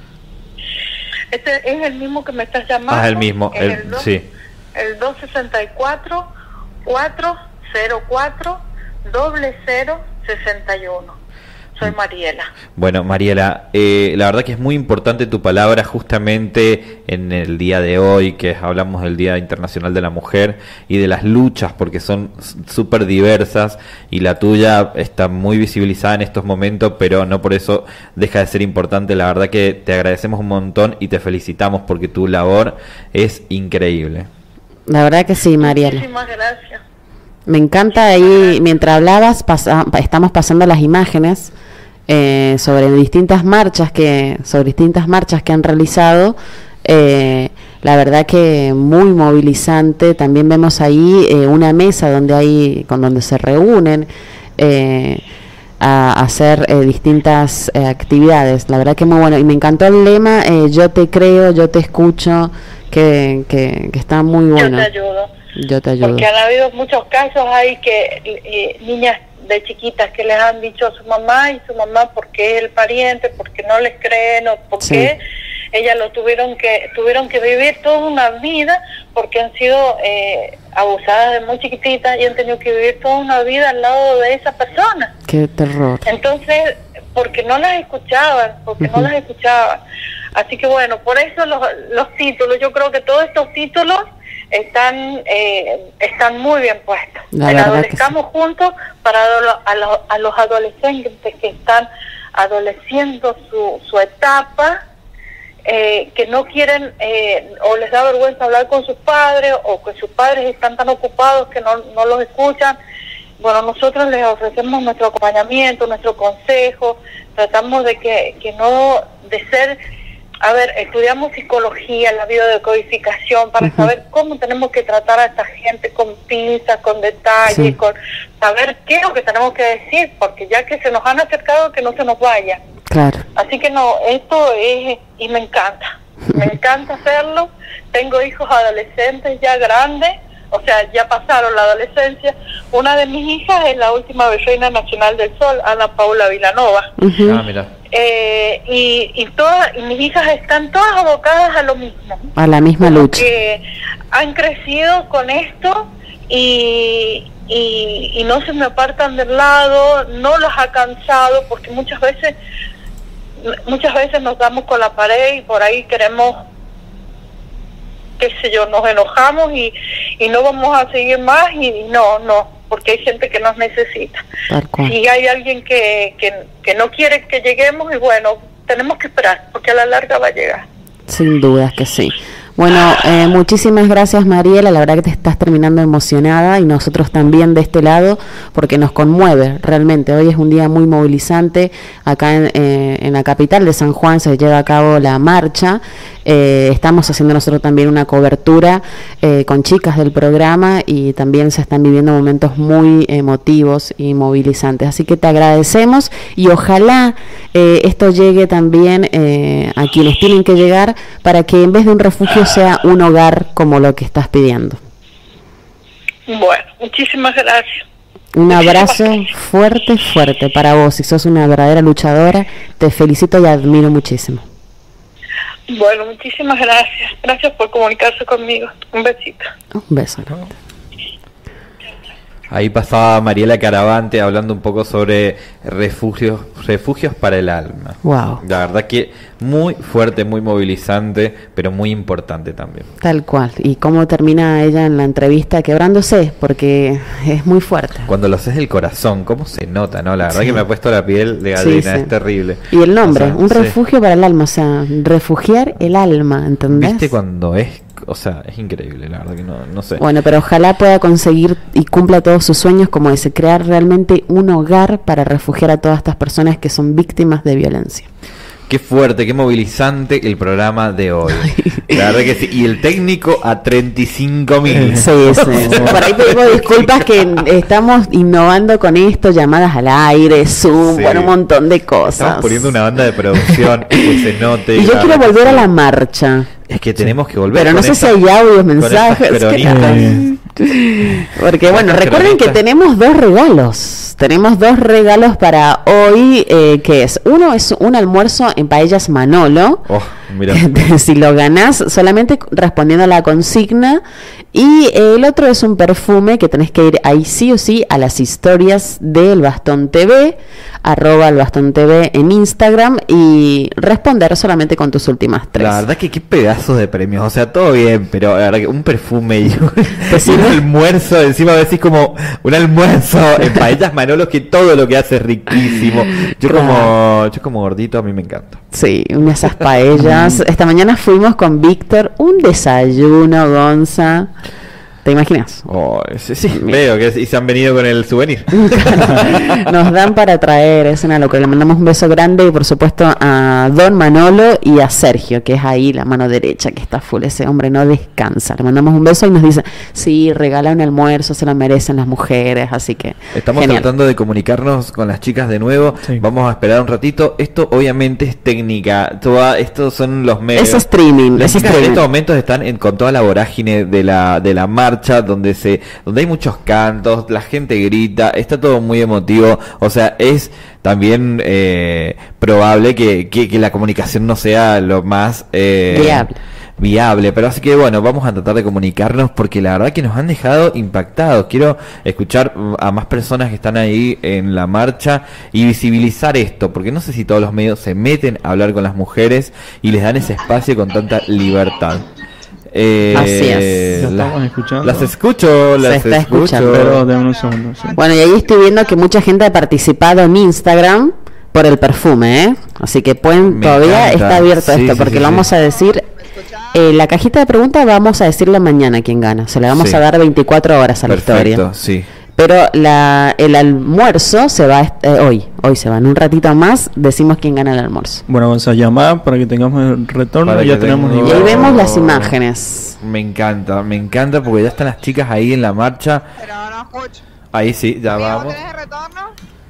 Este es el mismo que me estás llamando. Ah, el mismo, el, el dos, sí. El dos sesenta y cuatro, cuatro cero cuatro, cero cero sesenta y uno. Soy Mariela. Bueno, Mariela, eh, la verdad que es muy importante tu palabra justamente en el día de hoy, que hablamos del Día Internacional de la Mujer y de las luchas, porque son súper diversas y la tuya está muy visibilizada en estos momentos, pero no por eso deja de ser importante. La verdad que te agradecemos un montón y te felicitamos porque tu labor es increíble. La verdad que sí, Mariela. Muchísimas gracias. Me encanta ahí, mientras hablabas, pasa, estamos pasando las imágenes eh, sobre distintas marchas que, sobre distintas marchas que han realizado. Eh, la verdad que muy movilizante. También vemos ahí eh, una mesa donde hay, con donde se reúnen eh, a, a hacer eh, distintas eh, actividades. La verdad que muy bueno. Y me encantó el lema, eh, yo te creo, yo te escucho, que, que, que está muy bueno. Yo te ayudo. Yo te ayudo. Porque han habido muchos casos ahí que eh, niñas de chiquitas que les han dicho a su mamá y su mamá porque es el pariente, porque no les creen o porque sí. ellas lo tuvieron que tuvieron que vivir toda una vida porque han sido eh, abusadas de muy chiquititas y han tenido que vivir toda una vida al lado de esa persona. Qué terror. Entonces, porque no las escuchaban, porque uh-huh. no las escuchaban. Así que bueno, por eso los, los títulos, yo creo que todos estos títulos están eh, están muy bien puestos. El Adolescamos sí. juntos para a, lo, a los adolescentes que están adoleciendo su, su etapa, eh, que no quieren eh, o les da vergüenza hablar con sus padres o que sus padres están tan ocupados que no, no los escuchan. Bueno, nosotros les ofrecemos nuestro acompañamiento, nuestro consejo, tratamos de que, que no de ser... A ver, estudiamos psicología, la biodecodificación, para uh-huh. saber cómo tenemos que tratar a esta gente con pinzas, con detalle, sí. con saber qué es lo que tenemos que decir, porque ya que se nos han acercado, que no se nos vaya. Claro. Así que no, esto es, y me encanta, me encanta hacerlo. Tengo hijos adolescentes ya grandes, o sea, ya pasaron la adolescencia. Una de mis hijas es la última Reina Nacional del Sol, Ana Paula Vilanova. Uh-huh. Ah, mira. Eh, y, y todas y mis hijas están todas abocadas a lo mismo, a la misma lucha, que han crecido con esto y, y, y no se me apartan del lado, no los ha cansado, porque muchas veces muchas veces nos damos con la pared y por ahí queremos, qué sé yo, nos enojamos y, y no vamos a seguir más y, y no, no porque hay gente que nos necesita. Si hay alguien que, que, que no quiere que lleguemos, y bueno, tenemos que esperar, porque a la larga va a llegar. Sin dudas que sí. Bueno, eh, muchísimas gracias, Mariela, la verdad que te estás terminando emocionada y nosotros también de este lado, porque nos conmueve realmente. Hoy es un día muy movilizante, acá en, eh, en la capital de San Juan se lleva a cabo la marcha, eh, estamos haciendo nosotros también una cobertura eh, con chicas del programa y también se están viviendo momentos muy emotivos y movilizantes, así que te agradecemos y ojalá eh, esto llegue también eh, a quienes tienen que llegar para que en vez de un refugio sea un hogar como lo que estás pidiendo. Bueno, muchísimas gracias. Un abrazo fuerte, fuerte para vos. Si sos una verdadera luchadora, te felicito y admiro muchísimo. Bueno, muchísimas gracias. Gracias por comunicarse conmigo. Un besito. Un beso. Ahí pasaba Mariela Caravante hablando un poco sobre refugios refugios para el alma. Wow. La verdad que muy fuerte, muy movilizante, pero muy importante también. Tal cual. Y cómo termina ella en la entrevista quebrándose, porque es muy fuerte. Cuando lo haces del corazón, cómo se nota, ¿no? La verdad sí. que me ha puesto la piel de gallina, sí, sí. es terrible. Y el nombre, o sea, un sí. refugio para el alma, o sea, refugiar el alma, ¿entendés? ¿Viste cuando es? O sea, es increíble, la verdad que no, no sé. Bueno, pero ojalá pueda conseguir y cumpla todos sus sueños, como ese, crear realmente un hogar para refugiar a todas estas personas que son víctimas de violencia. Qué fuerte, qué movilizante el programa de hoy. La verdad que sí. Y el técnico a treinta y cinco mil. Sí, sí. Por ahí pedimos disculpas que estamos innovando con esto, llamadas al aire, Zoom, sí. bueno, un montón de cosas. Estamos poniendo una banda de producción que se note. Y yo quiero volver a la marcha. Es que tenemos que volver. Pero no sé esta, si hay audios, mensajes. Porque bueno, recuerden que tenemos dos regalos. Tenemos dos regalos para hoy, eh, que es, uno es un almuerzo en Paellas Manolo. Oh, mira. Si lo ganás, solamente respondiendo a la consigna. Y el otro es un perfume que tenés que ir ahí sí o sí a las historias del Bastón T V, arroba el Bastón T V en Instagram, y responder solamente con tus últimas tres. La verdad que qué pedazos de premios, o sea, todo bien, pero la verdad que un perfume y un, pues y un almuerzo, encima decís como un almuerzo en Paellas Manolo, que todo lo que hace es riquísimo. Yo claro. como yo como gordito, a mí me encanta. Sí, esas paellas. Esta mañana fuimos con Víctor, un desayuno, Gonza. ¿Te imaginas? Oh, sí, sí, veo que y se han venido con el souvenir. Nos dan para traer, es una locura. Le mandamos un beso grande y por supuesto a Don Manolo y a Sergio, que es ahí la mano derecha, que está full. Ese hombre no descansa. Le mandamos un beso y nos dice, sí, regala un almuerzo, se lo merecen las mujeres, así que estamos genial. Tratando de comunicarnos con las chicas de nuevo. Sí. Vamos a esperar un ratito. Esto obviamente es técnica. Toda, estos son los medios. Es streaming. Las es chicas streaming. En estos momentos están en, con toda la vorágine de la de la marcha, donde se donde hay muchos cantos, la gente grita, está todo muy emotivo, o sea, es también eh, probable que, que, que la comunicación no sea lo más eh, viable. viable, pero así que bueno, vamos a tratar de comunicarnos porque la verdad que nos han dejado impactados. Quiero escuchar a más personas que están ahí en la marcha y visibilizar esto, porque no sé si todos los medios se meten a hablar con las mujeres y les dan ese espacio con tanta libertad. Eh, Así es. ¿Las estamos escuchando? Las escucho, las Se está escucho. escuchando. Pero de unos segundos. Sí. Bueno, y ahí estoy viendo que mucha gente ha participado en Instagram por el perfume, ¿eh? Así que pueden, Me todavía encanta. está abierto Sí, esto, sí, porque sí, lo sí. vamos a decir. Eh, la cajita de preguntas vamos a decirle mañana quién gana. Se la vamos Sí. a dar veinticuatro horas a la Perfecto, historia. sí. Pero la, el almuerzo se va eh, hoy, hoy se va, en un ratito más decimos quién gana el almuerzo. Bueno, vamos a llamar para que tengamos el retorno. Para Ya que tenemos tengamos- Y ahí nivel. vemos las imágenes. Me encanta, me encanta porque ya están las chicas ahí en la marcha. Pero no escucho. Ahí sí, ya Amigo, vamos. ¿tenés el retorno?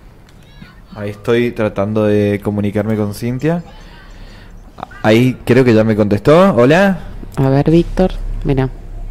Ahí estoy tratando de comunicarme con Cintia. Ahí creo que ya me contestó. Hola. A ver, Víctor, mira.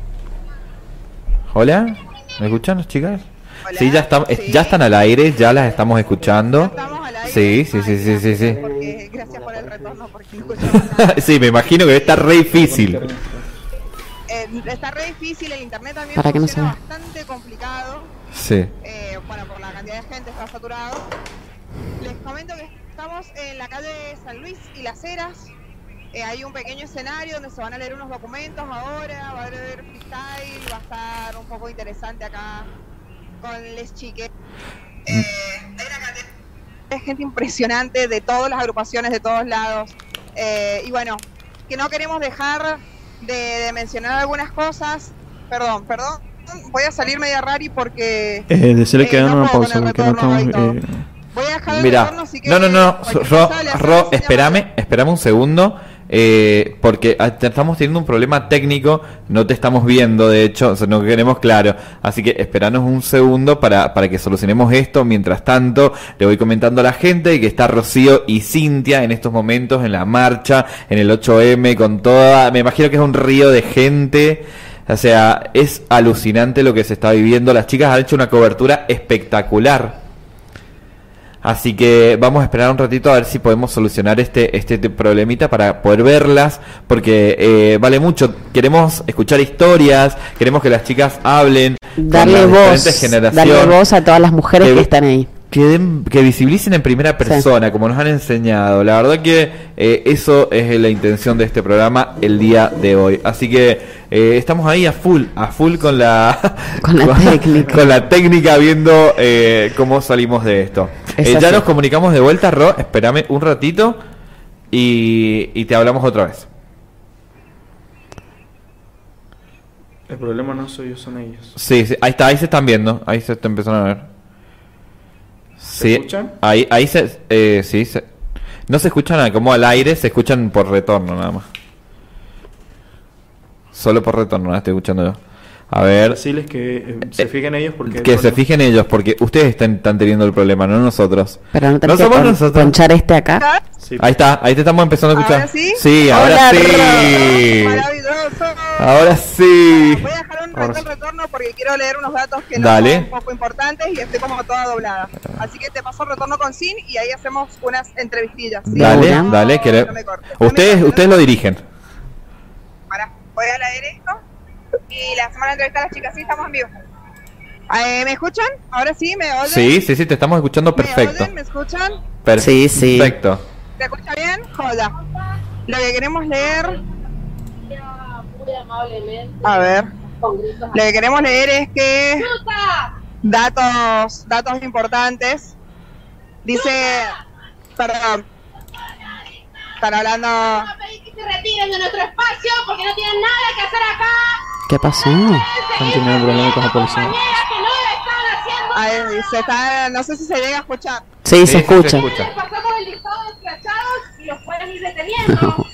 Hola. ¿Me escuchan las chicas? Hola. Sí, ya están, Sí. ya están al aire, ya las estamos escuchando. ¿Estamos al aire? Sí, sí, sí, Ay, sí, sí, sí. porque- gracias por el retorno, porque no escuchamos nada. Sí, me imagino que está re difícil. Eh, está re difícil, el internet también Para que no se funciona vea. bastante complicado. Sí. Eh, bueno, por la cantidad de gente está saturado. Les comento que estamos en la calle San Luis y Las Heras. Eh, hay un pequeño escenario donde se van a leer unos documentos ahora, va a haber freestyle, va a estar un poco interesante acá con les chiques. Eh, hay una cantidad de gente impresionante de todas las agrupaciones, de todos lados. Eh, y bueno, que no queremos dejar de, de mencionar algunas cosas. Perdón, perdón, voy a salir media rari porque... Eh, decirle que Eh, hagan no una puedo pausa poner porque no retorno estamos. ahí Eh, Voy a dejar el Mira, retorno, así que no, no, no, cualquier Ro, cosa le hacemos Ro, señal. espérame, espérame un segundo, eh, porque ah, te- estamos teniendo un problema técnico, no te estamos viendo, de hecho, o sea, no queremos claro, así que esperanos un segundo para, para que solucionemos esto. Mientras tanto, le voy comentando a la gente que está Rocío y Cintia en estos momentos en la marcha, en el ocho eme, con toda, me imagino que es un río de gente. O sea, es alucinante lo que se está viviendo. Las chicas han hecho una cobertura espectacular. Así que vamos a esperar un ratito a ver si podemos solucionar este este problemita para poder verlas, porque eh, vale mucho. Queremos escuchar historias, queremos que las chicas hablen, darle con las voz, diferentes generaciones, darle voz a todas las mujeres que, que están ahí. Que, den, que visibilicen en primera persona, sí, como nos han enseñado. La verdad que eh, eso es la intención de este programa el día de hoy. Así que eh, estamos ahí a full, a full con la con la con, técnica, con la técnica viendo eh, cómo salimos de esto. Eh, ya nos comunicamos de vuelta, Ro. Espérame un ratito y, y te hablamos otra vez. El problema no soy yo, son ellos. Sí, sí, ahí está, ahí se están viendo, ahí se está empezando a ver. ¿Se sí, escuchan? Ahí, ahí se, eh, sí, se, no se escuchan como al aire, se escuchan por retorno nada más. Solo por retorno, la estoy escuchando yo. A ver. Decirles que eh, se eh, fijen ellos porque... Que se fijen ellos porque ustedes están, están teniendo el problema, no nosotros. Pero no no tenés que somos pon, nosotros. ponchar este acá. Sí. Ahí está, ahí te estamos empezando a escuchar. ¿Ahora sí? Sí, ahora Hola, sí. Maravilloso. Ahora sí. Voy a dejar un rato el retorno porque quiero leer unos datos que no Dale. son un poco importantes y estoy como toda doblada. Así que te paso el retorno con Sin y ahí hacemos unas entrevistillas. ¿Sí? Dale, No, dale. Que no me cortes. ustedes, ustedes lo dirigen. Para, voy a leer esto y la semana de entrevista a las chicas. Sí, estamos en vivo. Eh, ¿Me escuchan? ¿Ahora sí? ¿Me oyen? Sí, sí, sí, te estamos escuchando perfecto. ¿Me oyen? ¿Me escuchan? Per sí, sí. Perfecto. ¿Te escucha bien? Joda. Lo que queremos leer... A ver. Lo que queremos leer es que... Datos, datos importantes. Dice... Perdón. Están hablando... que se retiren de nuestro espacio porque no tienen nada que hacer acá. ¿Qué pasó? Están teniendo problemas con la policía. Ahí, se está, no sé si se llega a escuchar. Sí, sí se escucha. Se escucha. Pasamos el listado de escrachados y los pueden ir deteniendo.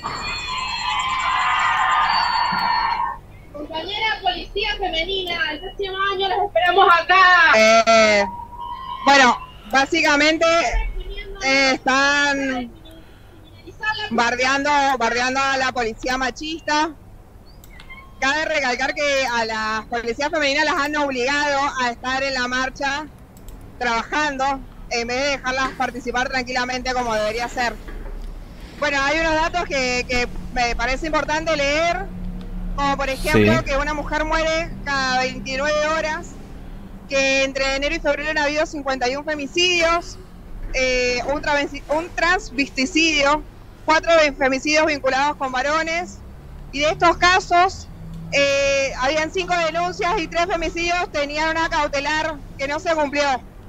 Compañera policía femenina, el próximo año los esperamos acá. Eh, bueno, básicamente eh, están bardeando, bardeando a la policía machista. Cabe recalcar que a las policías femeninas las han obligado a estar en la marcha trabajando en vez de dejarlas participar tranquilamente como debería ser. Bueno, hay unos datos que, que me parece importante leer, como por ejemplo sí. que una mujer muere cada veintinueve horas, que entre enero y febrero han habido cincuenta y uno femicidios, eh, un, un transvesticidio, cuatro femicidios vinculados con varones, y de estos casos... Eh, habían cinco denuncias y tres femicidios tenían una cautelar que no se cumplió.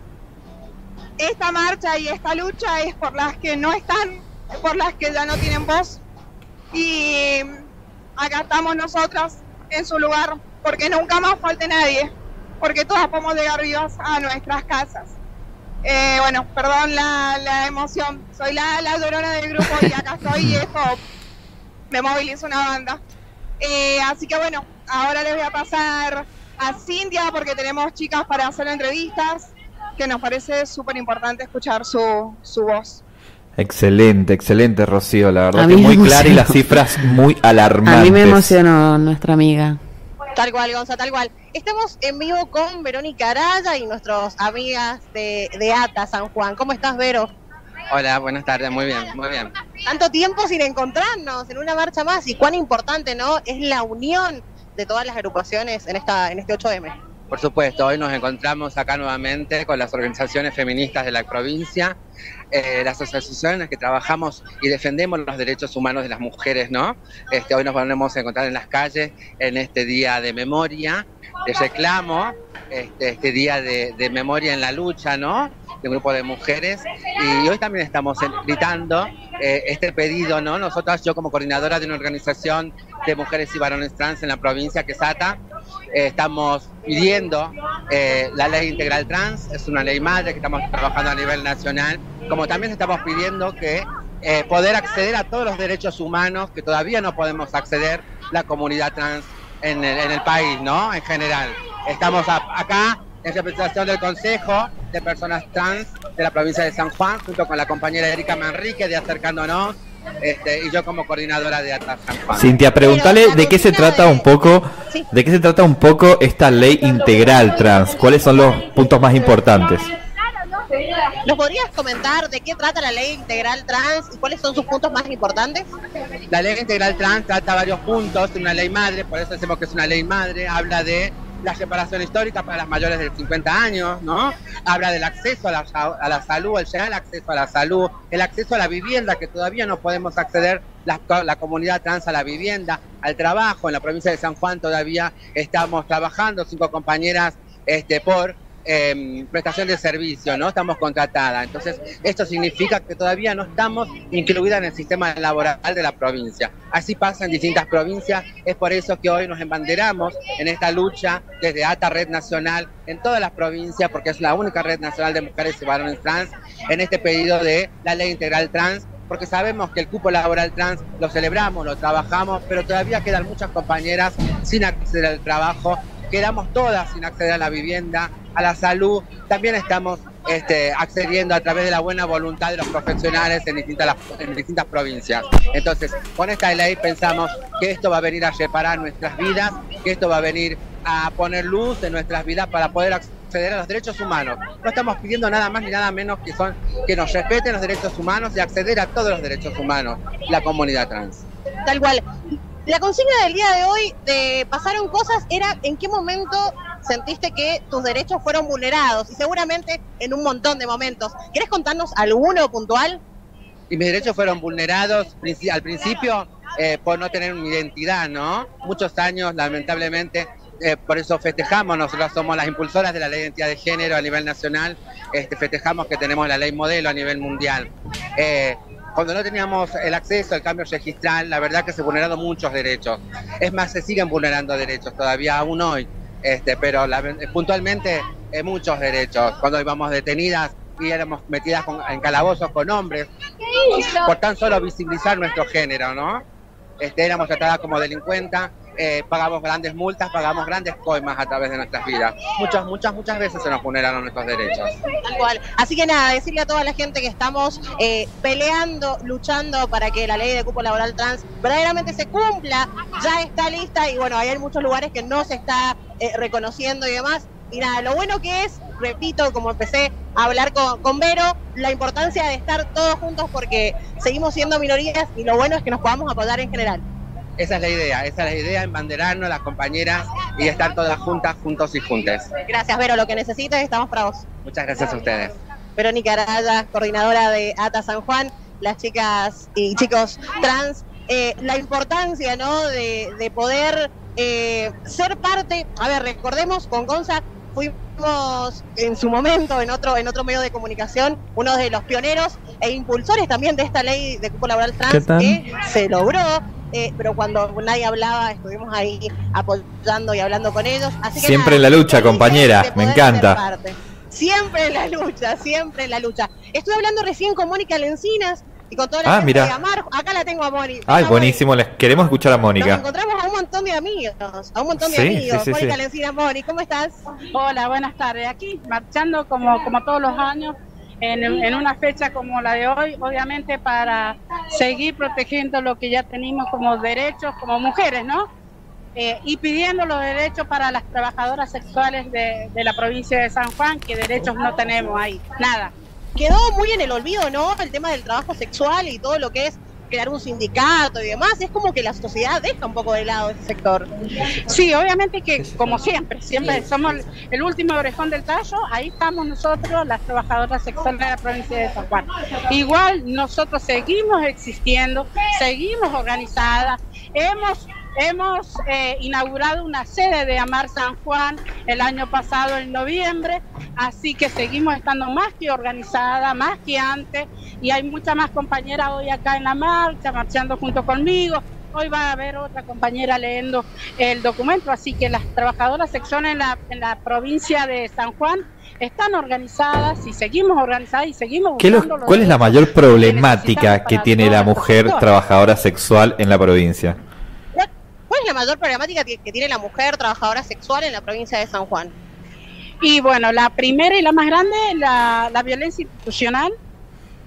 Esta marcha y esta lucha es por las que no están, por las que ya no tienen voz. Y acá estamos nosotras en su lugar, porque nunca más falte nadie, porque todas podemos llegar vivas a nuestras casas. Eh, bueno, perdón la, la emoción, soy la, la llorona del grupo y acá estoy y esto me moviliza una banda. Eh, así que bueno, ahora les voy a pasar a Cintia porque tenemos chicas para hacer entrevistas, que nos parece súper importante escuchar su, su voz. Excelente, excelente, Rocío, la verdad a que muy emocionó. clara y las cifras muy alarmantes. A mí me emocionó nuestra amiga. Tal cual, Gonza, tal cual. Estamos en vivo con Verónica Araya y nuestras amigas de, de ATA San Juan. ¿Cómo estás, Vero? Hola, buenas tardes, muy bien, muy bien. Tanto tiempo sin encontrarnos en una marcha más y cuán importante, ¿no? Es la unión de todas las agrupaciones en esta en este ocho eme. Por supuesto, hoy nos encontramos acá nuevamente con las organizaciones feministas de la provincia, eh, las asociaciones que trabajamos y defendemos los derechos humanos de las mujeres, ¿no? Este, hoy nos volvemos a encontrar en las calles en este día de memoria, de reclamo, este, este día de, de memoria en la lucha, ¿no? De un grupo de mujeres, y hoy también estamos en, gritando eh, este pedido, ¿no? Nosotras, yo como coordinadora de una organización de mujeres y varones trans en la provincia, que es ATA, eh, estamos pidiendo eh, la ley integral trans, es una ley madre que estamos trabajando a nivel nacional, como también estamos pidiendo que eh, poder acceder a todos los derechos humanos que todavía no podemos acceder la comunidad trans en el, en el país, ¿no? En general. Estamos a, acá en representación del Consejo de Personas Trans de la provincia de San Juan, junto con la compañera Erika Manrique de Acercándonos, este, y yo como coordinadora de ATA San Juan. Cintia, pregúntale de qué se trata un poco, de qué se trata un poco esta ley integral trans. ¿Cuáles son los puntos más importantes? ¿Nos podrías comentar de qué trata la ley integral trans y cuáles son sus puntos más importantes? La ley integral trans trata varios puntos, es una ley madre, por eso decimos que es una ley madre, habla de la separación histórica para las mayores de cincuenta años, ¿no? Habla del acceso a la, a la salud, el real acceso a la salud, el acceso a la vivienda, que todavía no podemos acceder la, la comunidad trans a la vivienda, al trabajo. En la provincia de San Juan todavía estamos trabajando, cinco compañeras este, por eh, prestación de servicio, ¿no? Estamos contratadas. Entonces, esto significa que todavía no estamos incluidas en el sistema laboral de la provincia. Así pasa en distintas provincias, es por eso que hoy nos embanderamos en esta lucha desde ATA Red Nacional en todas las provincias, porque es la única red nacional de mujeres y varones trans, en este pedido de la ley integral trans, porque sabemos que el cupo laboral trans lo celebramos, lo trabajamos, pero todavía quedan muchas compañeras sin acceder al trabajo, quedamos todas sin acceder a la vivienda, a la salud. También estamos este, accediendo a través de la buena voluntad de los profesionales en distintas, en distintas provincias. Entonces, con esta ley pensamos que esto va a venir a reparar nuestras vidas, que esto va a venir a poner luz en nuestras vidas para poder acceder a los derechos humanos. No estamos pidiendo nada más ni nada menos que, son, que nos respeten los derechos humanos y acceder a todos los derechos humanos, la comunidad trans. Tal cual. La consigna del día de hoy de Pasaron Cosas era ¿en qué momento sentiste que tus derechos fueron vulnerados? Y seguramente en un montón de momentos. ¿Querés contarnos alguno puntual? Y mis derechos fueron vulnerados al principio eh, por no tener una identidad, ¿no? Muchos años, lamentablemente, eh, por eso festejamos, nosotros somos las impulsoras de la ley de identidad de género a nivel nacional, este, festejamos que tenemos la ley modelo a nivel mundial. Eh, Cuando no teníamos el acceso al cambio registral, la verdad que se vulneraron muchos derechos. Es más, se siguen vulnerando derechos todavía aún hoy, este, pero la, puntualmente eh, muchos derechos. Cuando íbamos detenidas y éramos metidas con, en calabozos con hombres, por tan solo visibilizar nuestro género, ¿no? Este, éramos tratadas como delincuentas, eh, pagamos grandes multas, pagamos grandes coimas a través de nuestras vidas. Muchas, muchas, muchas veces se nos vulneraron nuestros derechos. Tal cual. Así que nada, decirle a toda la gente que estamos eh, peleando, luchando para que la ley de cupo laboral trans verdaderamente se cumpla, ya está lista y bueno, hay muchos lugares que no se está eh, reconociendo y demás. Y nada, lo bueno que es, repito, como empecé a hablar con, con Vero, la importancia de estar todos juntos porque seguimos siendo minorías y lo bueno es que nos podamos apoyar en general. Esa es la idea, esa es la idea, embanderarnos las compañeras y estar todas juntas, juntos y juntes. Gracias, Vero, lo que necesites estamos para vos. Muchas gracias a ustedes. Verónica Araya, coordinadora de ATA San Juan, las chicas y chicos trans, eh, la importancia, ¿no?, de, de poder eh, ser parte. A ver, recordemos, con Gonza fuimos en su momento en otro en otro medio de comunicación uno de los pioneros e impulsores también de esta ley de cupo laboral trans que se logró, eh, pero cuando nadie hablaba estuvimos ahí apoyando y hablando con ellos. Así que siempre nada, en la lucha, compañera, me encanta. Siempre en la lucha, siempre en la lucha. Estuve hablando recién con Mónica Lencinas y con toda la ah, gente mira. de Amar. Acá la tengo a Mónica. Ay, buenísimo, les queremos escuchar a Mónica. Nos encontramos a un montón de amigos, a un montón de sí, amigos. Sí, sí, Mónica sí. Lencinas, Moni, ¿cómo estás? Hola, buenas tardes. Aquí marchando como, como todos los años, en, en una fecha como la de hoy, obviamente para seguir protegiendo lo que ya tenemos como derechos como mujeres, ¿no? Eh, y pidiendo los derechos para las trabajadoras sexuales de, de la provincia de San Juan, que derechos no tenemos ahí, nada. Quedó muy en el olvido, ¿no?, el tema del trabajo sexual y todo lo que es crear un sindicato y demás. Es como que la sociedad deja un poco de lado ese sector. Sí, obviamente que como siempre, siempre somos el último orejón del tallo, ahí estamos nosotros, las trabajadoras sexuales de la provincia de San Juan. Igual nosotros seguimos existiendo, seguimos organizadas, hemos... Hemos eh, inaugurado una sede de Amar San Juan el año pasado en noviembre, así que seguimos estando más que organizada, más que antes, y hay muchas más compañeras hoy acá en la marcha, marchando junto conmigo. Hoy va a haber otra compañera leyendo el documento, así que las trabajadoras sexuales en la, en la provincia de San Juan están organizadas y seguimos organizadas y seguimos ¿Qué buscando los, los ¿Cuál es la mayor que problemática que para tiene la todas las mujer personas. trabajadora sexual en la provincia? ¿Cuál es la mayor problemática que tiene la mujer trabajadora sexual en la provincia de San Juan? Y bueno, la primera y la más grande es la, la violencia institucional,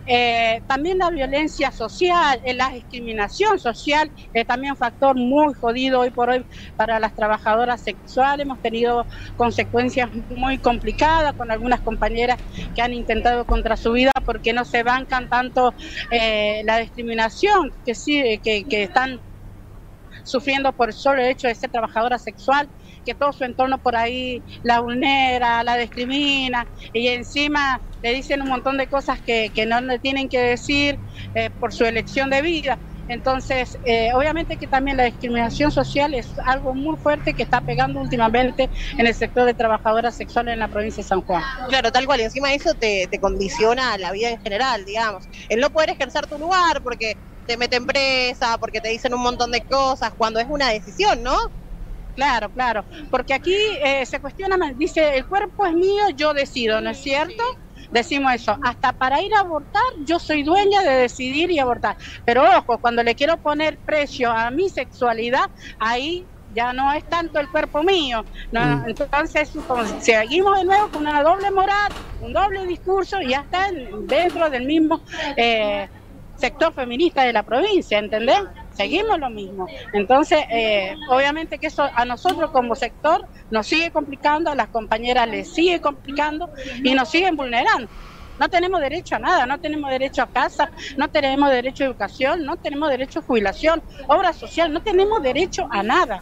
Eh, también la violencia social, eh, la discriminación social es también un factor muy jodido hoy por hoy para las trabajadoras sexuales. Hemos tenido consecuencias muy complicadas con algunas compañeras que han intentado contra su vida porque no se bancan tanto eh, la discriminación que sí que, que están sufriendo por el solo hecho de ser trabajadora sexual, que todo su entorno por ahí la vulnera, la discrimina y encima le dicen un montón de cosas que, que no le tienen que decir eh, por su elección de vida. Entonces, eh, obviamente que también la discriminación social es algo muy fuerte que está pegando últimamente en el sector de trabajadoras sexuales en la provincia de San Juan. Claro, tal cual, y encima eso te, te condiciona la vida en general, digamos. El no poder ejercer tu lugar porque te meten presa, porque te dicen un montón de cosas, cuando es una decisión, ¿no? Claro, claro, porque aquí eh, se cuestiona, dice, el cuerpo es mío, yo decido, ¿no es cierto? Decimos eso, hasta para ir a abortar yo soy dueña de decidir y abortar, pero ojo, cuando le quiero poner precio a mi sexualidad, ahí ya no es tanto el cuerpo mío, ¿no? Mm. Entonces como seguimos de nuevo con una doble moral, un doble discurso y ya está dentro del mismo eh, sector feminista de la provincia, ¿entendés? Seguimos lo mismo. Entonces, eh, obviamente que eso a nosotros como sector nos sigue complicando, a las compañeras les sigue complicando y nos siguen vulnerando. No tenemos derecho a nada, no tenemos derecho a casa, no tenemos derecho a educación, no tenemos derecho a jubilación, obra social, no tenemos derecho a nada.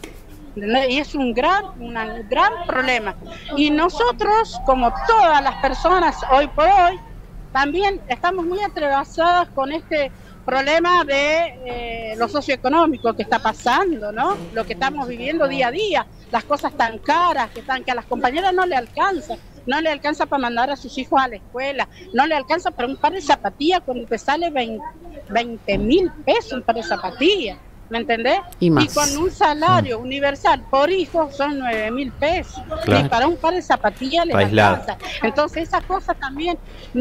Y es un gran, una, un gran problema. Y nosotros, como todas las personas hoy por hoy, también estamos muy atravesadas con este problema de eh, lo socioeconómico que está pasando, ¿no? Lo que estamos viviendo día a día, las cosas tan caras que están, que a las compañeras no le alcanza, no le alcanza para mandar a sus hijos a la escuela, no le alcanza para un par de zapatillas cuando te sale veinte mil pesos un par de zapatillas, ¿me entendés? Y más. Y con un salario universal por hijo son nueve mil pesos. Claro. Y para un par de zapatillas les alcanza. Entonces esas cosas también,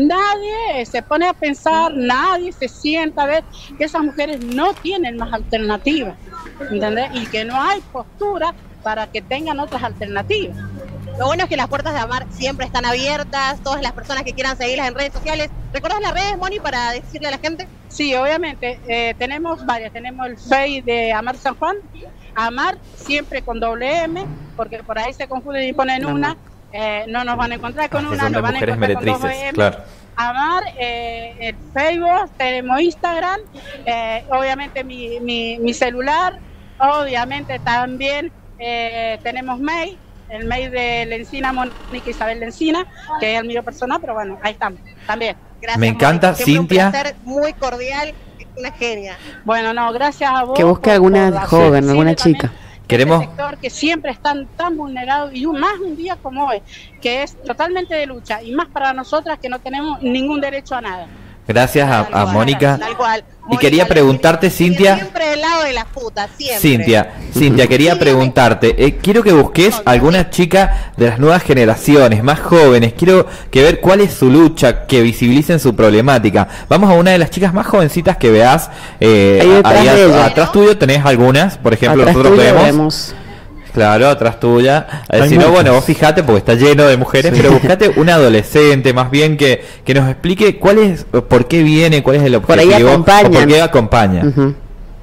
nadie se pone a pensar, nadie se sienta a ver que esas mujeres no tienen más alternativas, ¿entendés? Y que no hay postura para que tengan otras alternativas. Lo bueno es que las puertas de Amar siempre están abiertas, todas las personas que quieran seguirlas en redes sociales. ¿Recordás las redes, Moni, para decirle a la gente? Sí, obviamente, eh, tenemos varias, tenemos el Face de Amar San Juan, Amar siempre con doble M, porque por ahí se confunden y ponen no, una, eh, no nos van a encontrar con una, nos van a encontrar con dos M. Claro. Amar, eh, el Facebook, tenemos Instagram, eh, obviamente mi, mi, mi celular, obviamente también eh, tenemos mail, el mail de Lencina, Mónica Isabel Lencina, que es el mío personal, pero bueno, ahí estamos, también. Gracias, me encanta, Mónica. Cintia. Un placer muy cordial, una genia. Bueno, no, gracias a vos. Que busque alguna por joven, alguna chica. Queremos este sector que siempre están tan vulnerados y un, más un día como hoy, que es totalmente de lucha y más para nosotras que no tenemos ningún derecho a nada. Gracias a, a Mónica. Tal cual. Y quería preguntarte, Cintia. Siempre del lado de las putas, siempre. Cintia, Cintia, quería preguntarte. Eh, quiero que busques alguna chica de las nuevas generaciones, más jóvenes. Quiero que ver cuál es su lucha, que visibilicen su problemática. Vamos a una de las chicas más jovencitas que veas. Eh, ahí, ahí a, atrás tuyo tenés algunas. Por ejemplo, atrás nosotros vemos. vemos. Claro, atrás tuya. Eh, si no, bueno, vos fijate, porque está lleno de mujeres, sí. Pero buscate una adolescente, más bien que, que nos explique cuál es, por qué viene, cuál es el objetivo, por ahí acompaña. O por qué acompaña. Uh-huh.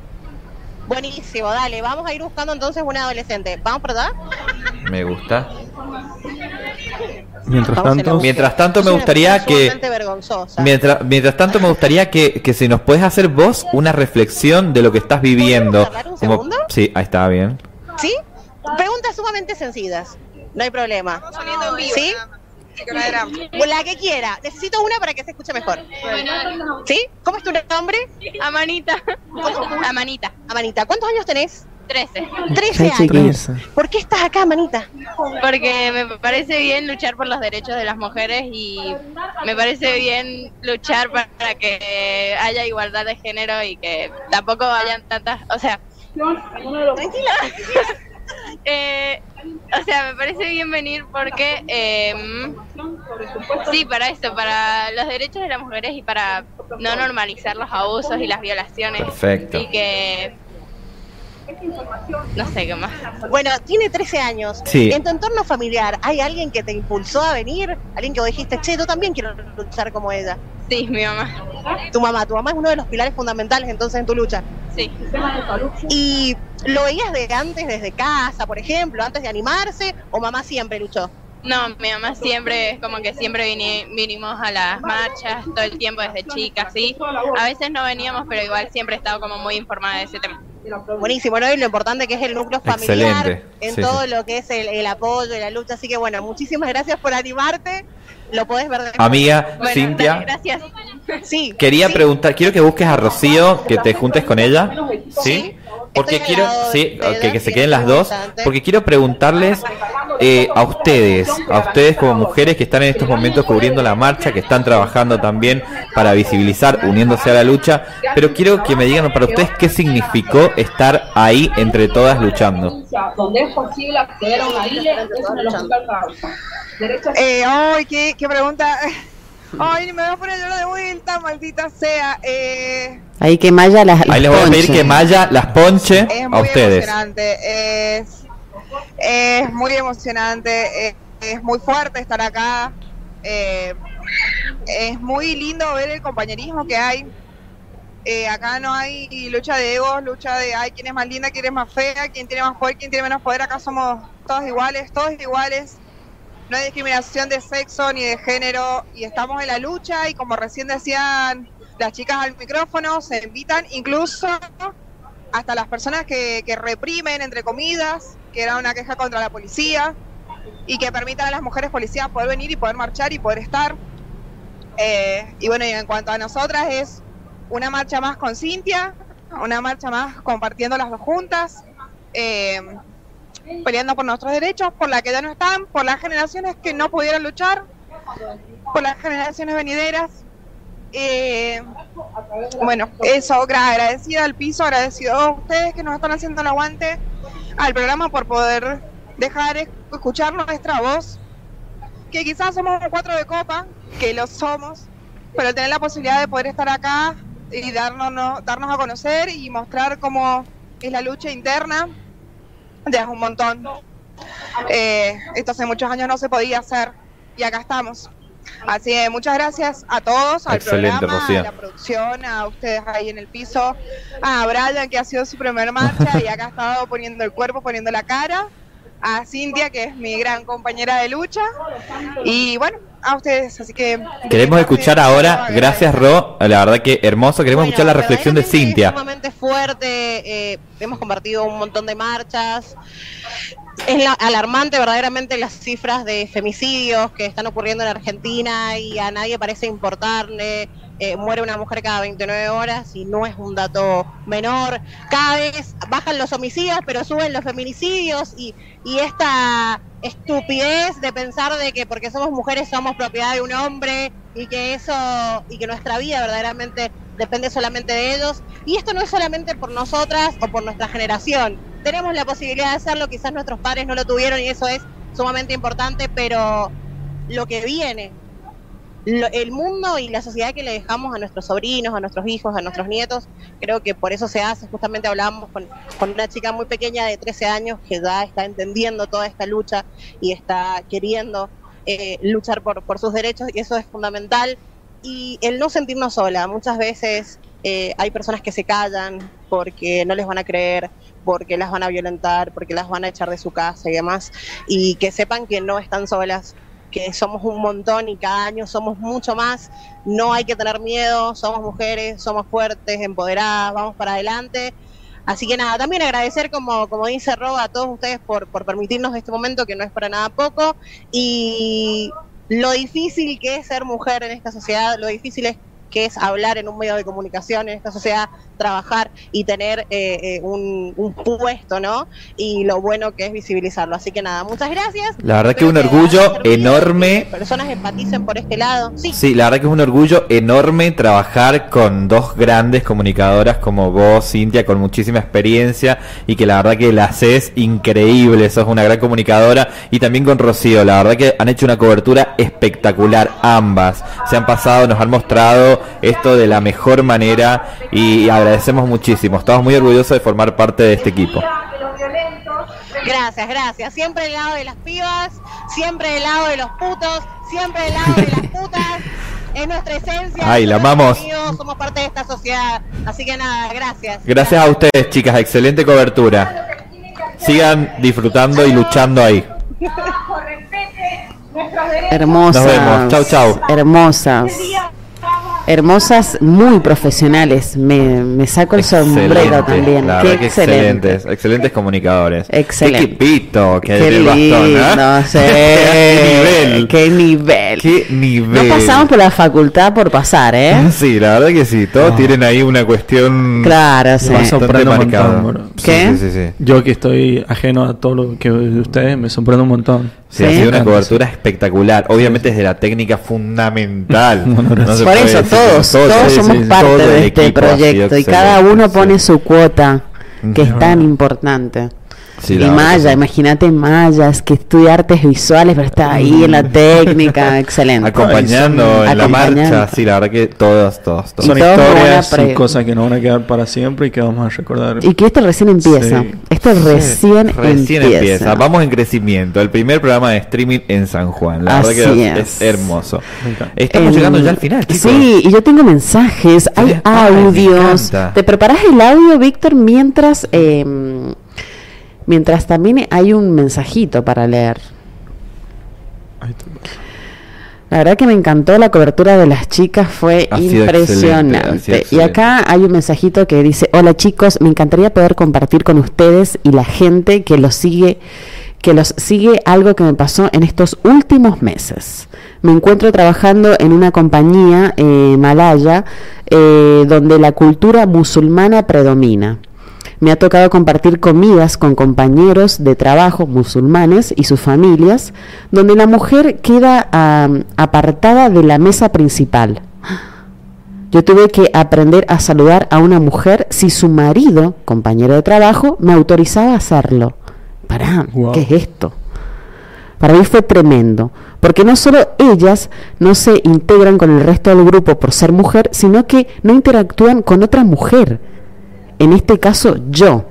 Buenísimo, dale, vamos a ir buscando entonces una adolescente. ¿Vamos por acá? Me gusta. Mientras tanto, mientras tanto me gustaría que mientras, mientras tanto me gustaría que, que si nos puedes hacer vos una reflexión de lo que estás viviendo. ¿Un como, segundo? Sí, ahí está bien. ¿Sí? Preguntas sumamente sencillas, no hay problema. ¿Sí? La que quiera. Necesito una para que se escuche mejor. ¿Sí? ¿Cómo es tu nombre? Amanita. Amanita. Amanita. ¿Cuántos años tenés? Trece. Trece años. ¿Por qué estás acá, Amanita? Porque me parece bien luchar por los derechos de las mujeres y me parece bien luchar para que haya igualdad de género y que tampoco hayan tantas, o sea, tranquila. Eh, o sea, me parece bien venir porque eh, sí, para esto, para los derechos de las mujeres y para no normalizar los abusos y las violaciones. Perfecto. Y que no sé qué más. Bueno, tiene trece años. Sí. En tu entorno familiar, ¿hay alguien que te impulsó a venir? ¿Alguien que vos dijiste, che, yo también quiero luchar como ella? Sí, mi mamá. Tu mamá, tu mamá es uno de los pilares fundamentales entonces en tu lucha. Sí. ¿Y lo veías de antes, desde casa, por ejemplo, antes de animarse, o mamá siempre luchó? No, mi mamá siempre, como que siempre vini- vinimos a las marchas todo el tiempo desde chicas, ¿sí? A veces no veníamos, pero igual siempre he estado como muy informada de ese tema. Buenísimo, ¿no? Y lo importante que es el núcleo familiar, Excelente, en sí, todo sí. lo que es el, el apoyo y la lucha. Así que bueno, muchísimas gracias por animarte. Lo podés ver de Amiga, Bueno, Cintia. dale, gracias. Sí. Quería sí. preguntar, quiero que busques a Rocío, que te juntes con ella, ¿sí? Porque Estoy quiero, al lado sí, de que, ustedes, que se y queden es las muy dos, importante. porque quiero preguntarles eh, a ustedes, a ustedes como mujeres que están en estos momentos cubriendo la marcha, que están trabajando también para visibilizar, uniéndose a la lucha, pero quiero que me digan para ustedes qué significó estar ahí entre todas luchando. Donde es posible acceder a una I L E, es una lógica causa. Eh, ay, qué, qué pregunta. Ay, me voy a poner yo de vuelta, maldita sea. Eh, Ahí que Maya las, Ahí les voy a pedir que Maya las ponche es a muy ustedes. emocionante, es, es muy emocionante, es, es muy fuerte estar acá. Eh, es muy lindo ver el compañerismo que hay. Eh, acá no hay lucha de egos, lucha de ay, quién es más linda, quién es más fea, quién tiene más poder, quién tiene menos poder. Acá somos todos iguales, todos iguales. No hay discriminación de sexo ni de género y estamos en la lucha y como recién decían las chicas al micrófono, se invitan incluso hasta las personas que, que reprimen, entre comillas, que era una queja contra la policía y que permitan a las mujeres policías poder venir y poder marchar y poder estar. Eh, y bueno, y en cuanto a nosotras es una marcha más con Cintia, una marcha más compartiendo las dos juntas. Eh, peleando por nuestros derechos, por las que ya no están, por las generaciones que no pudieron luchar, por las generaciones venideras. Eh, bueno, eso, agradecida al piso, agradecido a ustedes que nos están haciendo el aguante, al programa por poder dejar escuchar nuestra voz, que quizás somos un cuatro de copa, que lo somos, pero tener la posibilidad de poder estar acá y darnos, darnos a conocer y mostrar cómo es la lucha interna. Ya es un montón. Eh, esto hace muchos años no se podía hacer y acá estamos. Así que muchas gracias a todos, al Excelente, programa, Rocío. a la producción, a ustedes ahí en el piso, a Brian que ha sido su primer marcha y acá ha estado poniendo el cuerpo, poniendo la cara, a Cintia que es mi gran compañera de lucha y bueno, a ustedes. Así que Queremos escuchar ahora, gracias Ro, la verdad que hermoso, queremos escuchar la reflexión de Cintia. Sumamente fuerte, eh, hemos compartido un montón de marchas. Es la, alarmante verdaderamente las cifras de femicidios que están ocurriendo en Argentina y a nadie parece importarle. Eh, muere una mujer cada veintinueve horas y no es un dato menor. Cada vez bajan los homicidios, pero suben los feminicidios y, y esta estupidez de pensar de que porque somos mujeres somos propiedad de un hombre y que eso y que nuestra vida verdaderamente depende solamente de ellos. Y esto no es solamente por nosotras o por nuestra generación. Tenemos la posibilidad de hacerlo, quizás nuestros padres no lo tuvieron y eso es sumamente importante, pero lo que viene, lo, el mundo y la sociedad que le dejamos a nuestros sobrinos, a nuestros hijos, a nuestros nietos, creo que por eso se hace. Justamente hablábamos con, con una chica muy pequeña de trece años que ya está entendiendo toda esta lucha y está queriendo eh, luchar por, por sus derechos y eso es fundamental. Y el no sentirnos sola, muchas veces eh, hay personas que se callan porque no les van a creer, porque las van a violentar, porque las van a echar de su casa y demás, y que sepan que no están solas, que somos un montón y cada año somos mucho más. No hay que tener miedo, somos mujeres, somos fuertes, empoderadas, vamos para adelante. Así que nada, también agradecer, como, como dice Rob, a todos ustedes por, por permitirnos este momento, que no es para nada poco, y lo difícil que es ser mujer en esta sociedad, lo difícil es que es hablar en un medio de comunicación en esta sociedad, trabajar y tener eh, eh, un, un puesto, ¿no? Y lo bueno que es visibilizarlo. Así que nada, muchas gracias. La verdad que Creo un orgullo enorme. Que personas empaticen por este lado. Sí. Sí, la verdad que es un orgullo enorme trabajar con dos grandes comunicadoras como vos, Cintia, con muchísima experiencia y que la verdad que la haces increíble, sos una gran comunicadora, y también con Rocío, la verdad que han hecho una cobertura espectacular ambas, se han pasado, nos han mostrado esto de la mejor manera y agradecemos muchísimo, estamos muy orgullosos de formar parte de este equipo. Gracias, gracias. Siempre del lado de las pibas, siempre del lado de los putos, siempre del lado de las putas. es nuestra esencia. Ay, la somos amamos. amigos, somos parte de esta sociedad. Así que nada, gracias. Gracias a ustedes, chicas. Excelente cobertura. Sigan disfrutando y luchando ahí. Hermosas. Nos vemos. Chau, chau. Hermosas. Hermosas, muy profesionales. Me, me saco el sombrero Excelente, también. la Qué verdad que excelente. excelentes, excelentes comunicadores. Excelente. Qué equipito que hay Qué en el bastón, lindo, ¿eh? sí. Qué nivel. Qué nivel. Qué nivel. No pasamos por la facultad por pasar, ¿eh? Sí, la verdad que sí. Todos tienen ahí una cuestión. Claro, sí. Me bastante sorprende un marcada. montón, bro. ¿Qué? Sí, sí, sí, sí. Yo que estoy ajeno a todo lo que de ustedes, me sorprende un montón. Sí, ha sido una cobertura espectacular. Obviamente desde la técnica fundamental. No se Por puede eso decir todos, que todos sí, somos sí, sí. parte Todo de el este equipo ha sido proyecto y cada excelente, uno sí. pone su cuota, que es tan importante. Sí, y la verdad que Maya, sí. imagínate Maya, es que estudia artes visuales, pero está ahí en la técnica, excelente. Acompañando en la Acompañando. marcha, sí, la verdad que todos, todos, todos. Son Y todos historias van a y pre- cosas que nos van a quedar para siempre y que vamos a recordar. Y que esto recién empieza. Sí. Esto recién, Recién empieza. empieza. Vamos en crecimiento. El primer programa de streaming en San Juan. La Así verdad que es, es. es hermoso. Estamos Em, llegando ya al final, chicos. Sí, y yo tengo mensajes, hay Ay, me audios. encanta. ¿Te preparas el audio, Víctor, mientras em, mientras también hay un mensajito para leer? La verdad que me encantó la cobertura de las chicas, fue Ha sido excelente, ha impresionante. sido Y excelente. acá hay un mensajito que dice: hola chicos, me encantaría poder compartir con ustedes y la gente que los sigue, que los sigue algo que me pasó en estos últimos meses. Me encuentro trabajando en una compañía eh, malaya eh, donde la cultura musulmana predomina. Me ha tocado compartir comidas con compañeros de trabajo musulmanes y sus familias, donde la mujer queda um, apartada de la mesa principal. Yo tuve que aprender a saludar a una mujer si su marido, compañero de trabajo, me autorizaba a hacerlo. Pará, Wow. ¿qué es esto? Para mí fue tremendo, porque no solo ellas no se integran con el resto del grupo por ser mujer, sino que no interactúan con otra mujer. En este caso, yo,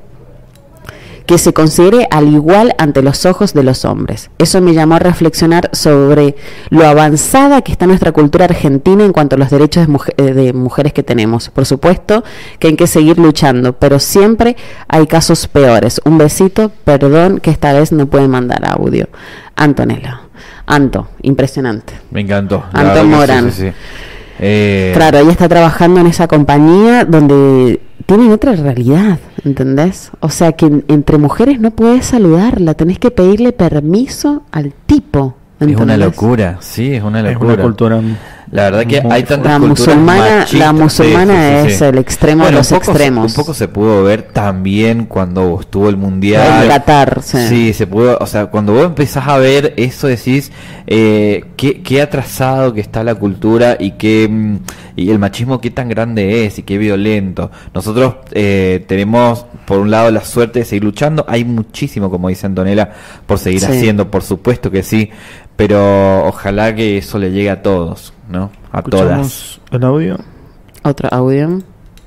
que se considere al igual ante los ojos de los hombres. Eso me llamó a reflexionar sobre lo avanzada que está nuestra cultura argentina en cuanto a los derechos de, mujer, de mujeres que tenemos. Por supuesto que hay que seguir luchando, pero siempre hay casos peores. Un besito, perdón que esta vez no puede mandar audio. Antonella, Anto, impresionante. Me encantó. la Anto verdad que Morán. sí, sí, sí. Eh, Claro, ella está trabajando en esa compañía donde tienen otra realidad, ¿entendés? O sea que en- entre mujeres no puedes saludarla, tenés que pedirle permiso al tipo. Es una ¿entendés? locura, sí, es una Es locura. una cultura. La verdad que muy hay tantas La culturas musulmana- machistas. la musulmana Sí, sí, sí, es sí. el extremo de Bueno, los un poco se- extremos. Un poco se pudo ver también cuando estuvo el mundial. En Qatar, sí. Sí, se pudo, o sea, cuando vos empezás a ver eso decís eh, qué, qué atrasado que está la cultura y qué mm, y el machismo qué tan grande es y qué violento. Nosotros eh, tenemos por un lado la suerte de seguir luchando, hay muchísimo, como dice Antonella, por seguir Sí. haciendo, por supuesto que sí, pero ojalá que eso le llegue a todos, ¿no? A todas. ¿Escuchamos el audio? Otro audio.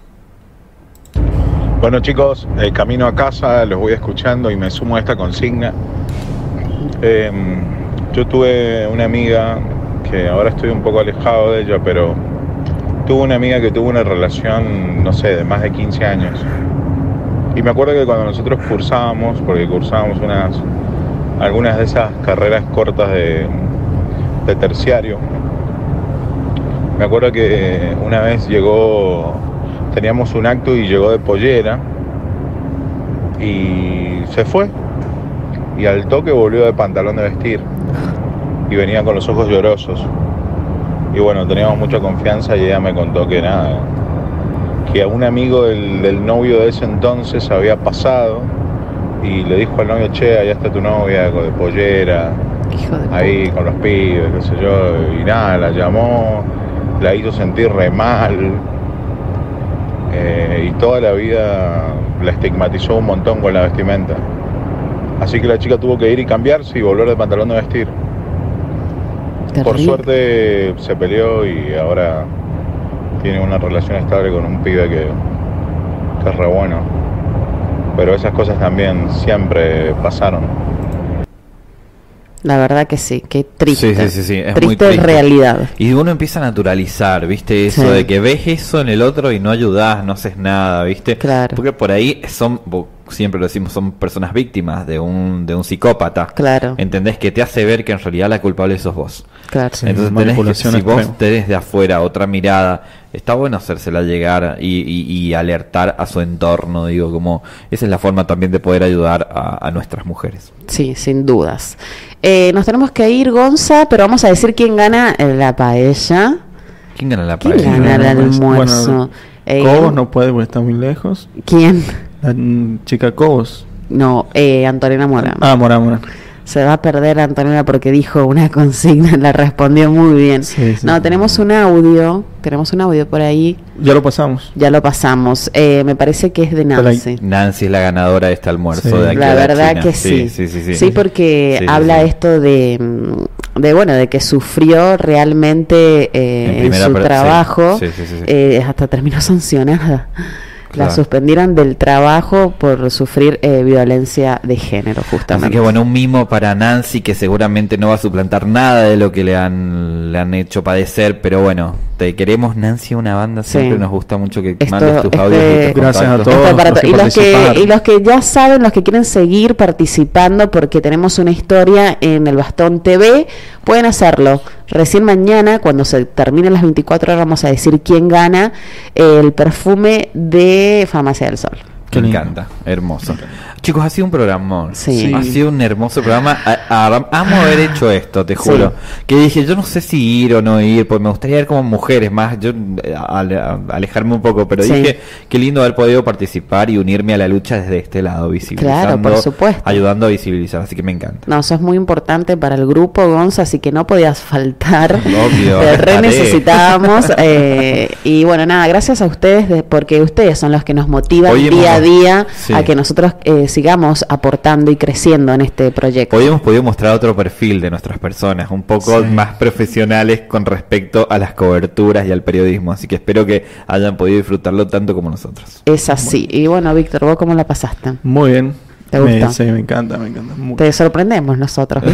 Bueno chicos, el camino a casa los voy escuchando y me sumo a esta consigna. Eh, yo tuve una amiga que ahora estoy un poco alejado de ella, pero tuve una amiga que tuvo una relación, no sé, de más de quince años. Y me acuerdo que cuando nosotros cursábamos, porque cursábamos unas, algunas de esas carreras cortas de, de terciario, me acuerdo que una vez llegó, teníamos un acto y llegó de pollera y se fue. Y al toque volvió de pantalón de vestir y venía con los ojos llorosos. Y bueno, teníamos mucha confianza y ella me contó que nada, que a un amigo del, del novio de ese entonces había pasado y le dijo al novio: che, allá está tu novia de pollera, ahí con los pibes, qué sé yo. Y nada, la llamó, la hizo sentir re mal, eh, y toda la vida la estigmatizó un montón con la vestimenta. Así que la chica tuvo que ir y cambiarse y volver de pantalón de vestir. Por Terrible. suerte se peleó y ahora tiene una relación estable con un pibe que, que es re bueno. Pero esas cosas también siempre pasaron. La verdad que sí, qué triste. Sí, sí, sí, sí, es triste, muy triste realidad. Y uno empieza a naturalizar, ¿viste? Eso Sí. de que ves eso en el otro y no ayudás, no haces nada, ¿viste? Claro. Porque por ahí son, bo- siempre lo decimos, son personas víctimas de un de un psicópata. Claro. ¿Entendés? Que te hace ver que en realidad la culpable sos vos. Claro. Sí, Entonces tenés que, manipulación si vos extrema. tenés de afuera otra mirada, está bueno hacérsela llegar y, y, y alertar a su entorno, digo, como esa es la forma también de poder ayudar a, a nuestras mujeres. Sí, sin dudas. Eh, nos tenemos que ir, Gonza, pero vamos a decir quién gana eh, la paella. ¿Quién gana la ¿Quién paella? gana el Bueno, almuerzo? Eh, Cobos no puede porque está muy lejos. ¿Quién? La mm, chica Cobos. No, eh, Antonina Morán. Ah, Morán, Morán. Se va a perder Antonina porque dijo una consigna, la respondió muy bien. Sí, sí. No, tenemos un audio, tenemos un audio por ahí, Ya lo pasamos. ya lo pasamos. Eh, me parece que es de Nancy. Nancy es la ganadora de este almuerzo Sí. de aquí La a verdad China. que sí. Sí, sí, sí. Sí, porque Sí, sí, habla sí. esto de, mm, de, bueno, de que sufrió realmente eh, En en, primera su per- sí. trabajo, Sí, sí, sí, sí. eh, hasta terminó sancionada. La Claro. suspendieron del trabajo por sufrir eh, violencia de género, Así justamente. que bueno, un mimo para Nancy que seguramente no va a suplantar nada de lo que le han, le han hecho padecer, pero bueno, te queremos Nancy, una banda, siempre Sí. nos gusta mucho que Esto- mandes tus este- audios. y tus Gracias a contactos. todos. Esto para los to- que y, los que, participaron. y los que ya saben, los que quieren seguir participando porque tenemos una historia en el Bastón T V, pueden hacerlo. Recién mañana, cuando se terminen las veinticuatro horas, vamos a decir quién gana el perfume de Farmacia del Sol. Qué Me lindo. encanta, hermoso. Chicos, ha sido un programa. Sí. Ha sido un hermoso programa. A- a- amo haber hecho esto, te juro. Que dije, yo no sé si ir o no ir, porque me gustaría ir como mujeres más, yo eh, ale- a- alejarme un poco, pero Sí. dije, qué lindo haber podido participar y unirme a la lucha desde este lado, visibilizando, Claro, por supuesto. ayudando a visibilizar, así que me encanta. No, eso es muy importante para el grupo, Gonza, así que no podías faltar. Obvio, Te re estaré. necesitábamos. eh, y bueno, nada, gracias a ustedes, de- porque ustedes son los que nos motivan Hoy hemos- día a día sí. a que nosotros eh, sigamos aportando y creciendo en este proyecto. Hoy hemos podido mostrar otro perfil de nuestras personas, un poco Sí. más profesionales con respecto a las coberturas y al periodismo, así que espero que hayan podido disfrutarlo tanto como nosotros. Es así. Y bueno, Víctor, ¿vos cómo la pasaste? Muy bien. ¿Te Me- gusta? sí, me encanta, me encanta. Muy- Te sorprendemos nosotros.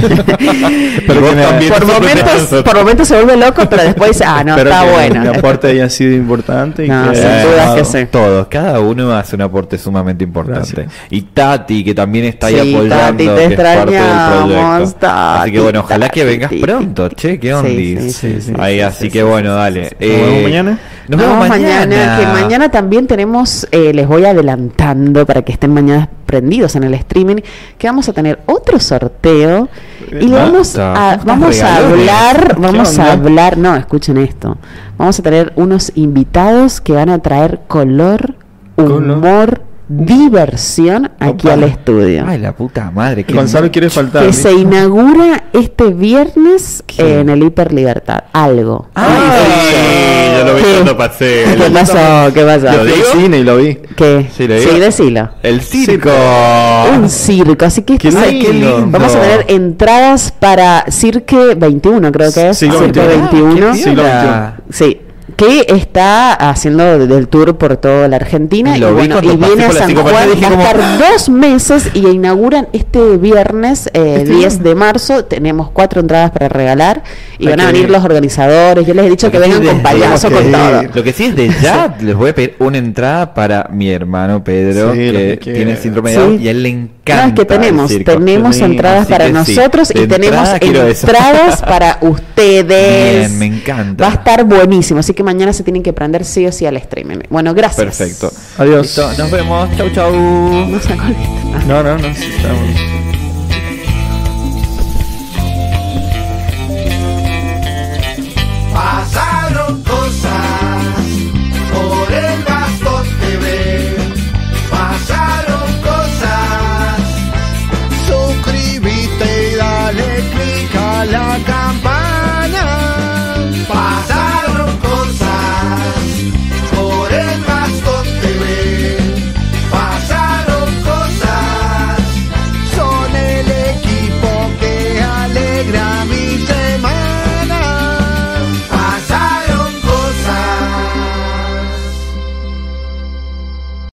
Espero que me- por, momentos, por momentos se vuelve loco, pero después dice, ah, no, espero está que bueno. mi aporte haya sido importante. Y No, que sin haya duda sumado. que sí. Todos, cada uno hace un aporte sumamente importante. Gracias. Y Tati, que también está ahí Sí, apoyando, Tati, te que es parte del extrañamos, proyecto. Tati, Así que bueno, ojalá que Tati, vengas Titi. pronto, che, qué Sí, ondis. sí, sí, sí, Ahí, sí, así sí, que sí, bueno, sí, dale. sí, ¿Nos vemos mañana? Nos vemos mañana. Que mañana también tenemos, eh, les voy adelantando para que estén mañana prendidos en el streaming, que vamos a tener otro sorteo y le vamos Basta, a, ¿cuántos vamos a regalones? hablar, ¿Qué vamos a onda? hablar, no, escuchen esto, vamos a tener unos invitados que van a traer color, Color. humor, diversión aquí Opa. al estudio. Ay, la puta madre. qué Gonzalo quiere faltar. Que ¿sí? se inaugura este viernes en el Hiper Libertad. Algo. Ay, yo lo vi ¿Qué? cuando pasé. ¿Qué pasó? ¿Qué pasó? Yo fui al digo? cine y lo vi. ¿Qué? Sí, lo digo. Sí, decilo. El circo. Un circo, así que Qué esto- lindo. Qué lindo. vamos a tener entradas para Cirque veintiuno, creo que es. Siglo Cirque veintiuno. veintiuno. Ah, qué Siglo piola. Sí. Que está haciendo del tour por toda la Argentina y, Lo vi bueno, cuando y pasé viene a por la San psicopatía, Juan, dije va a como- estar dos meses y inauguran este viernes eh, ¿Este diez de marzo. Tenemos cuatro entradas para regalar y Hay van a que venir ir. los organizadores. Yo les he dicho Lo que que vengan sí con de- payaso, tenemos con que todo. ir. Lo que sí es de ya, les voy a pedir una entrada para mi hermano Pedro, Sí, lo que que tiene quiera. síndrome de Sí. Down y a él le encanta. No, es que el tenemos, circo. tenemos Sí, entradas así para que sí. nosotros De y tenemos entrada quiero eso. entradas para ustedes. Bien, me encanta. Va a estar buenísimo, así que mañana se tienen que prender sí o sí al streaming. Bueno, gracias. Perfecto. Adiós. Listo, nos vemos. Chau, chau. No se acuerden. No, no, no. Sí, estamos.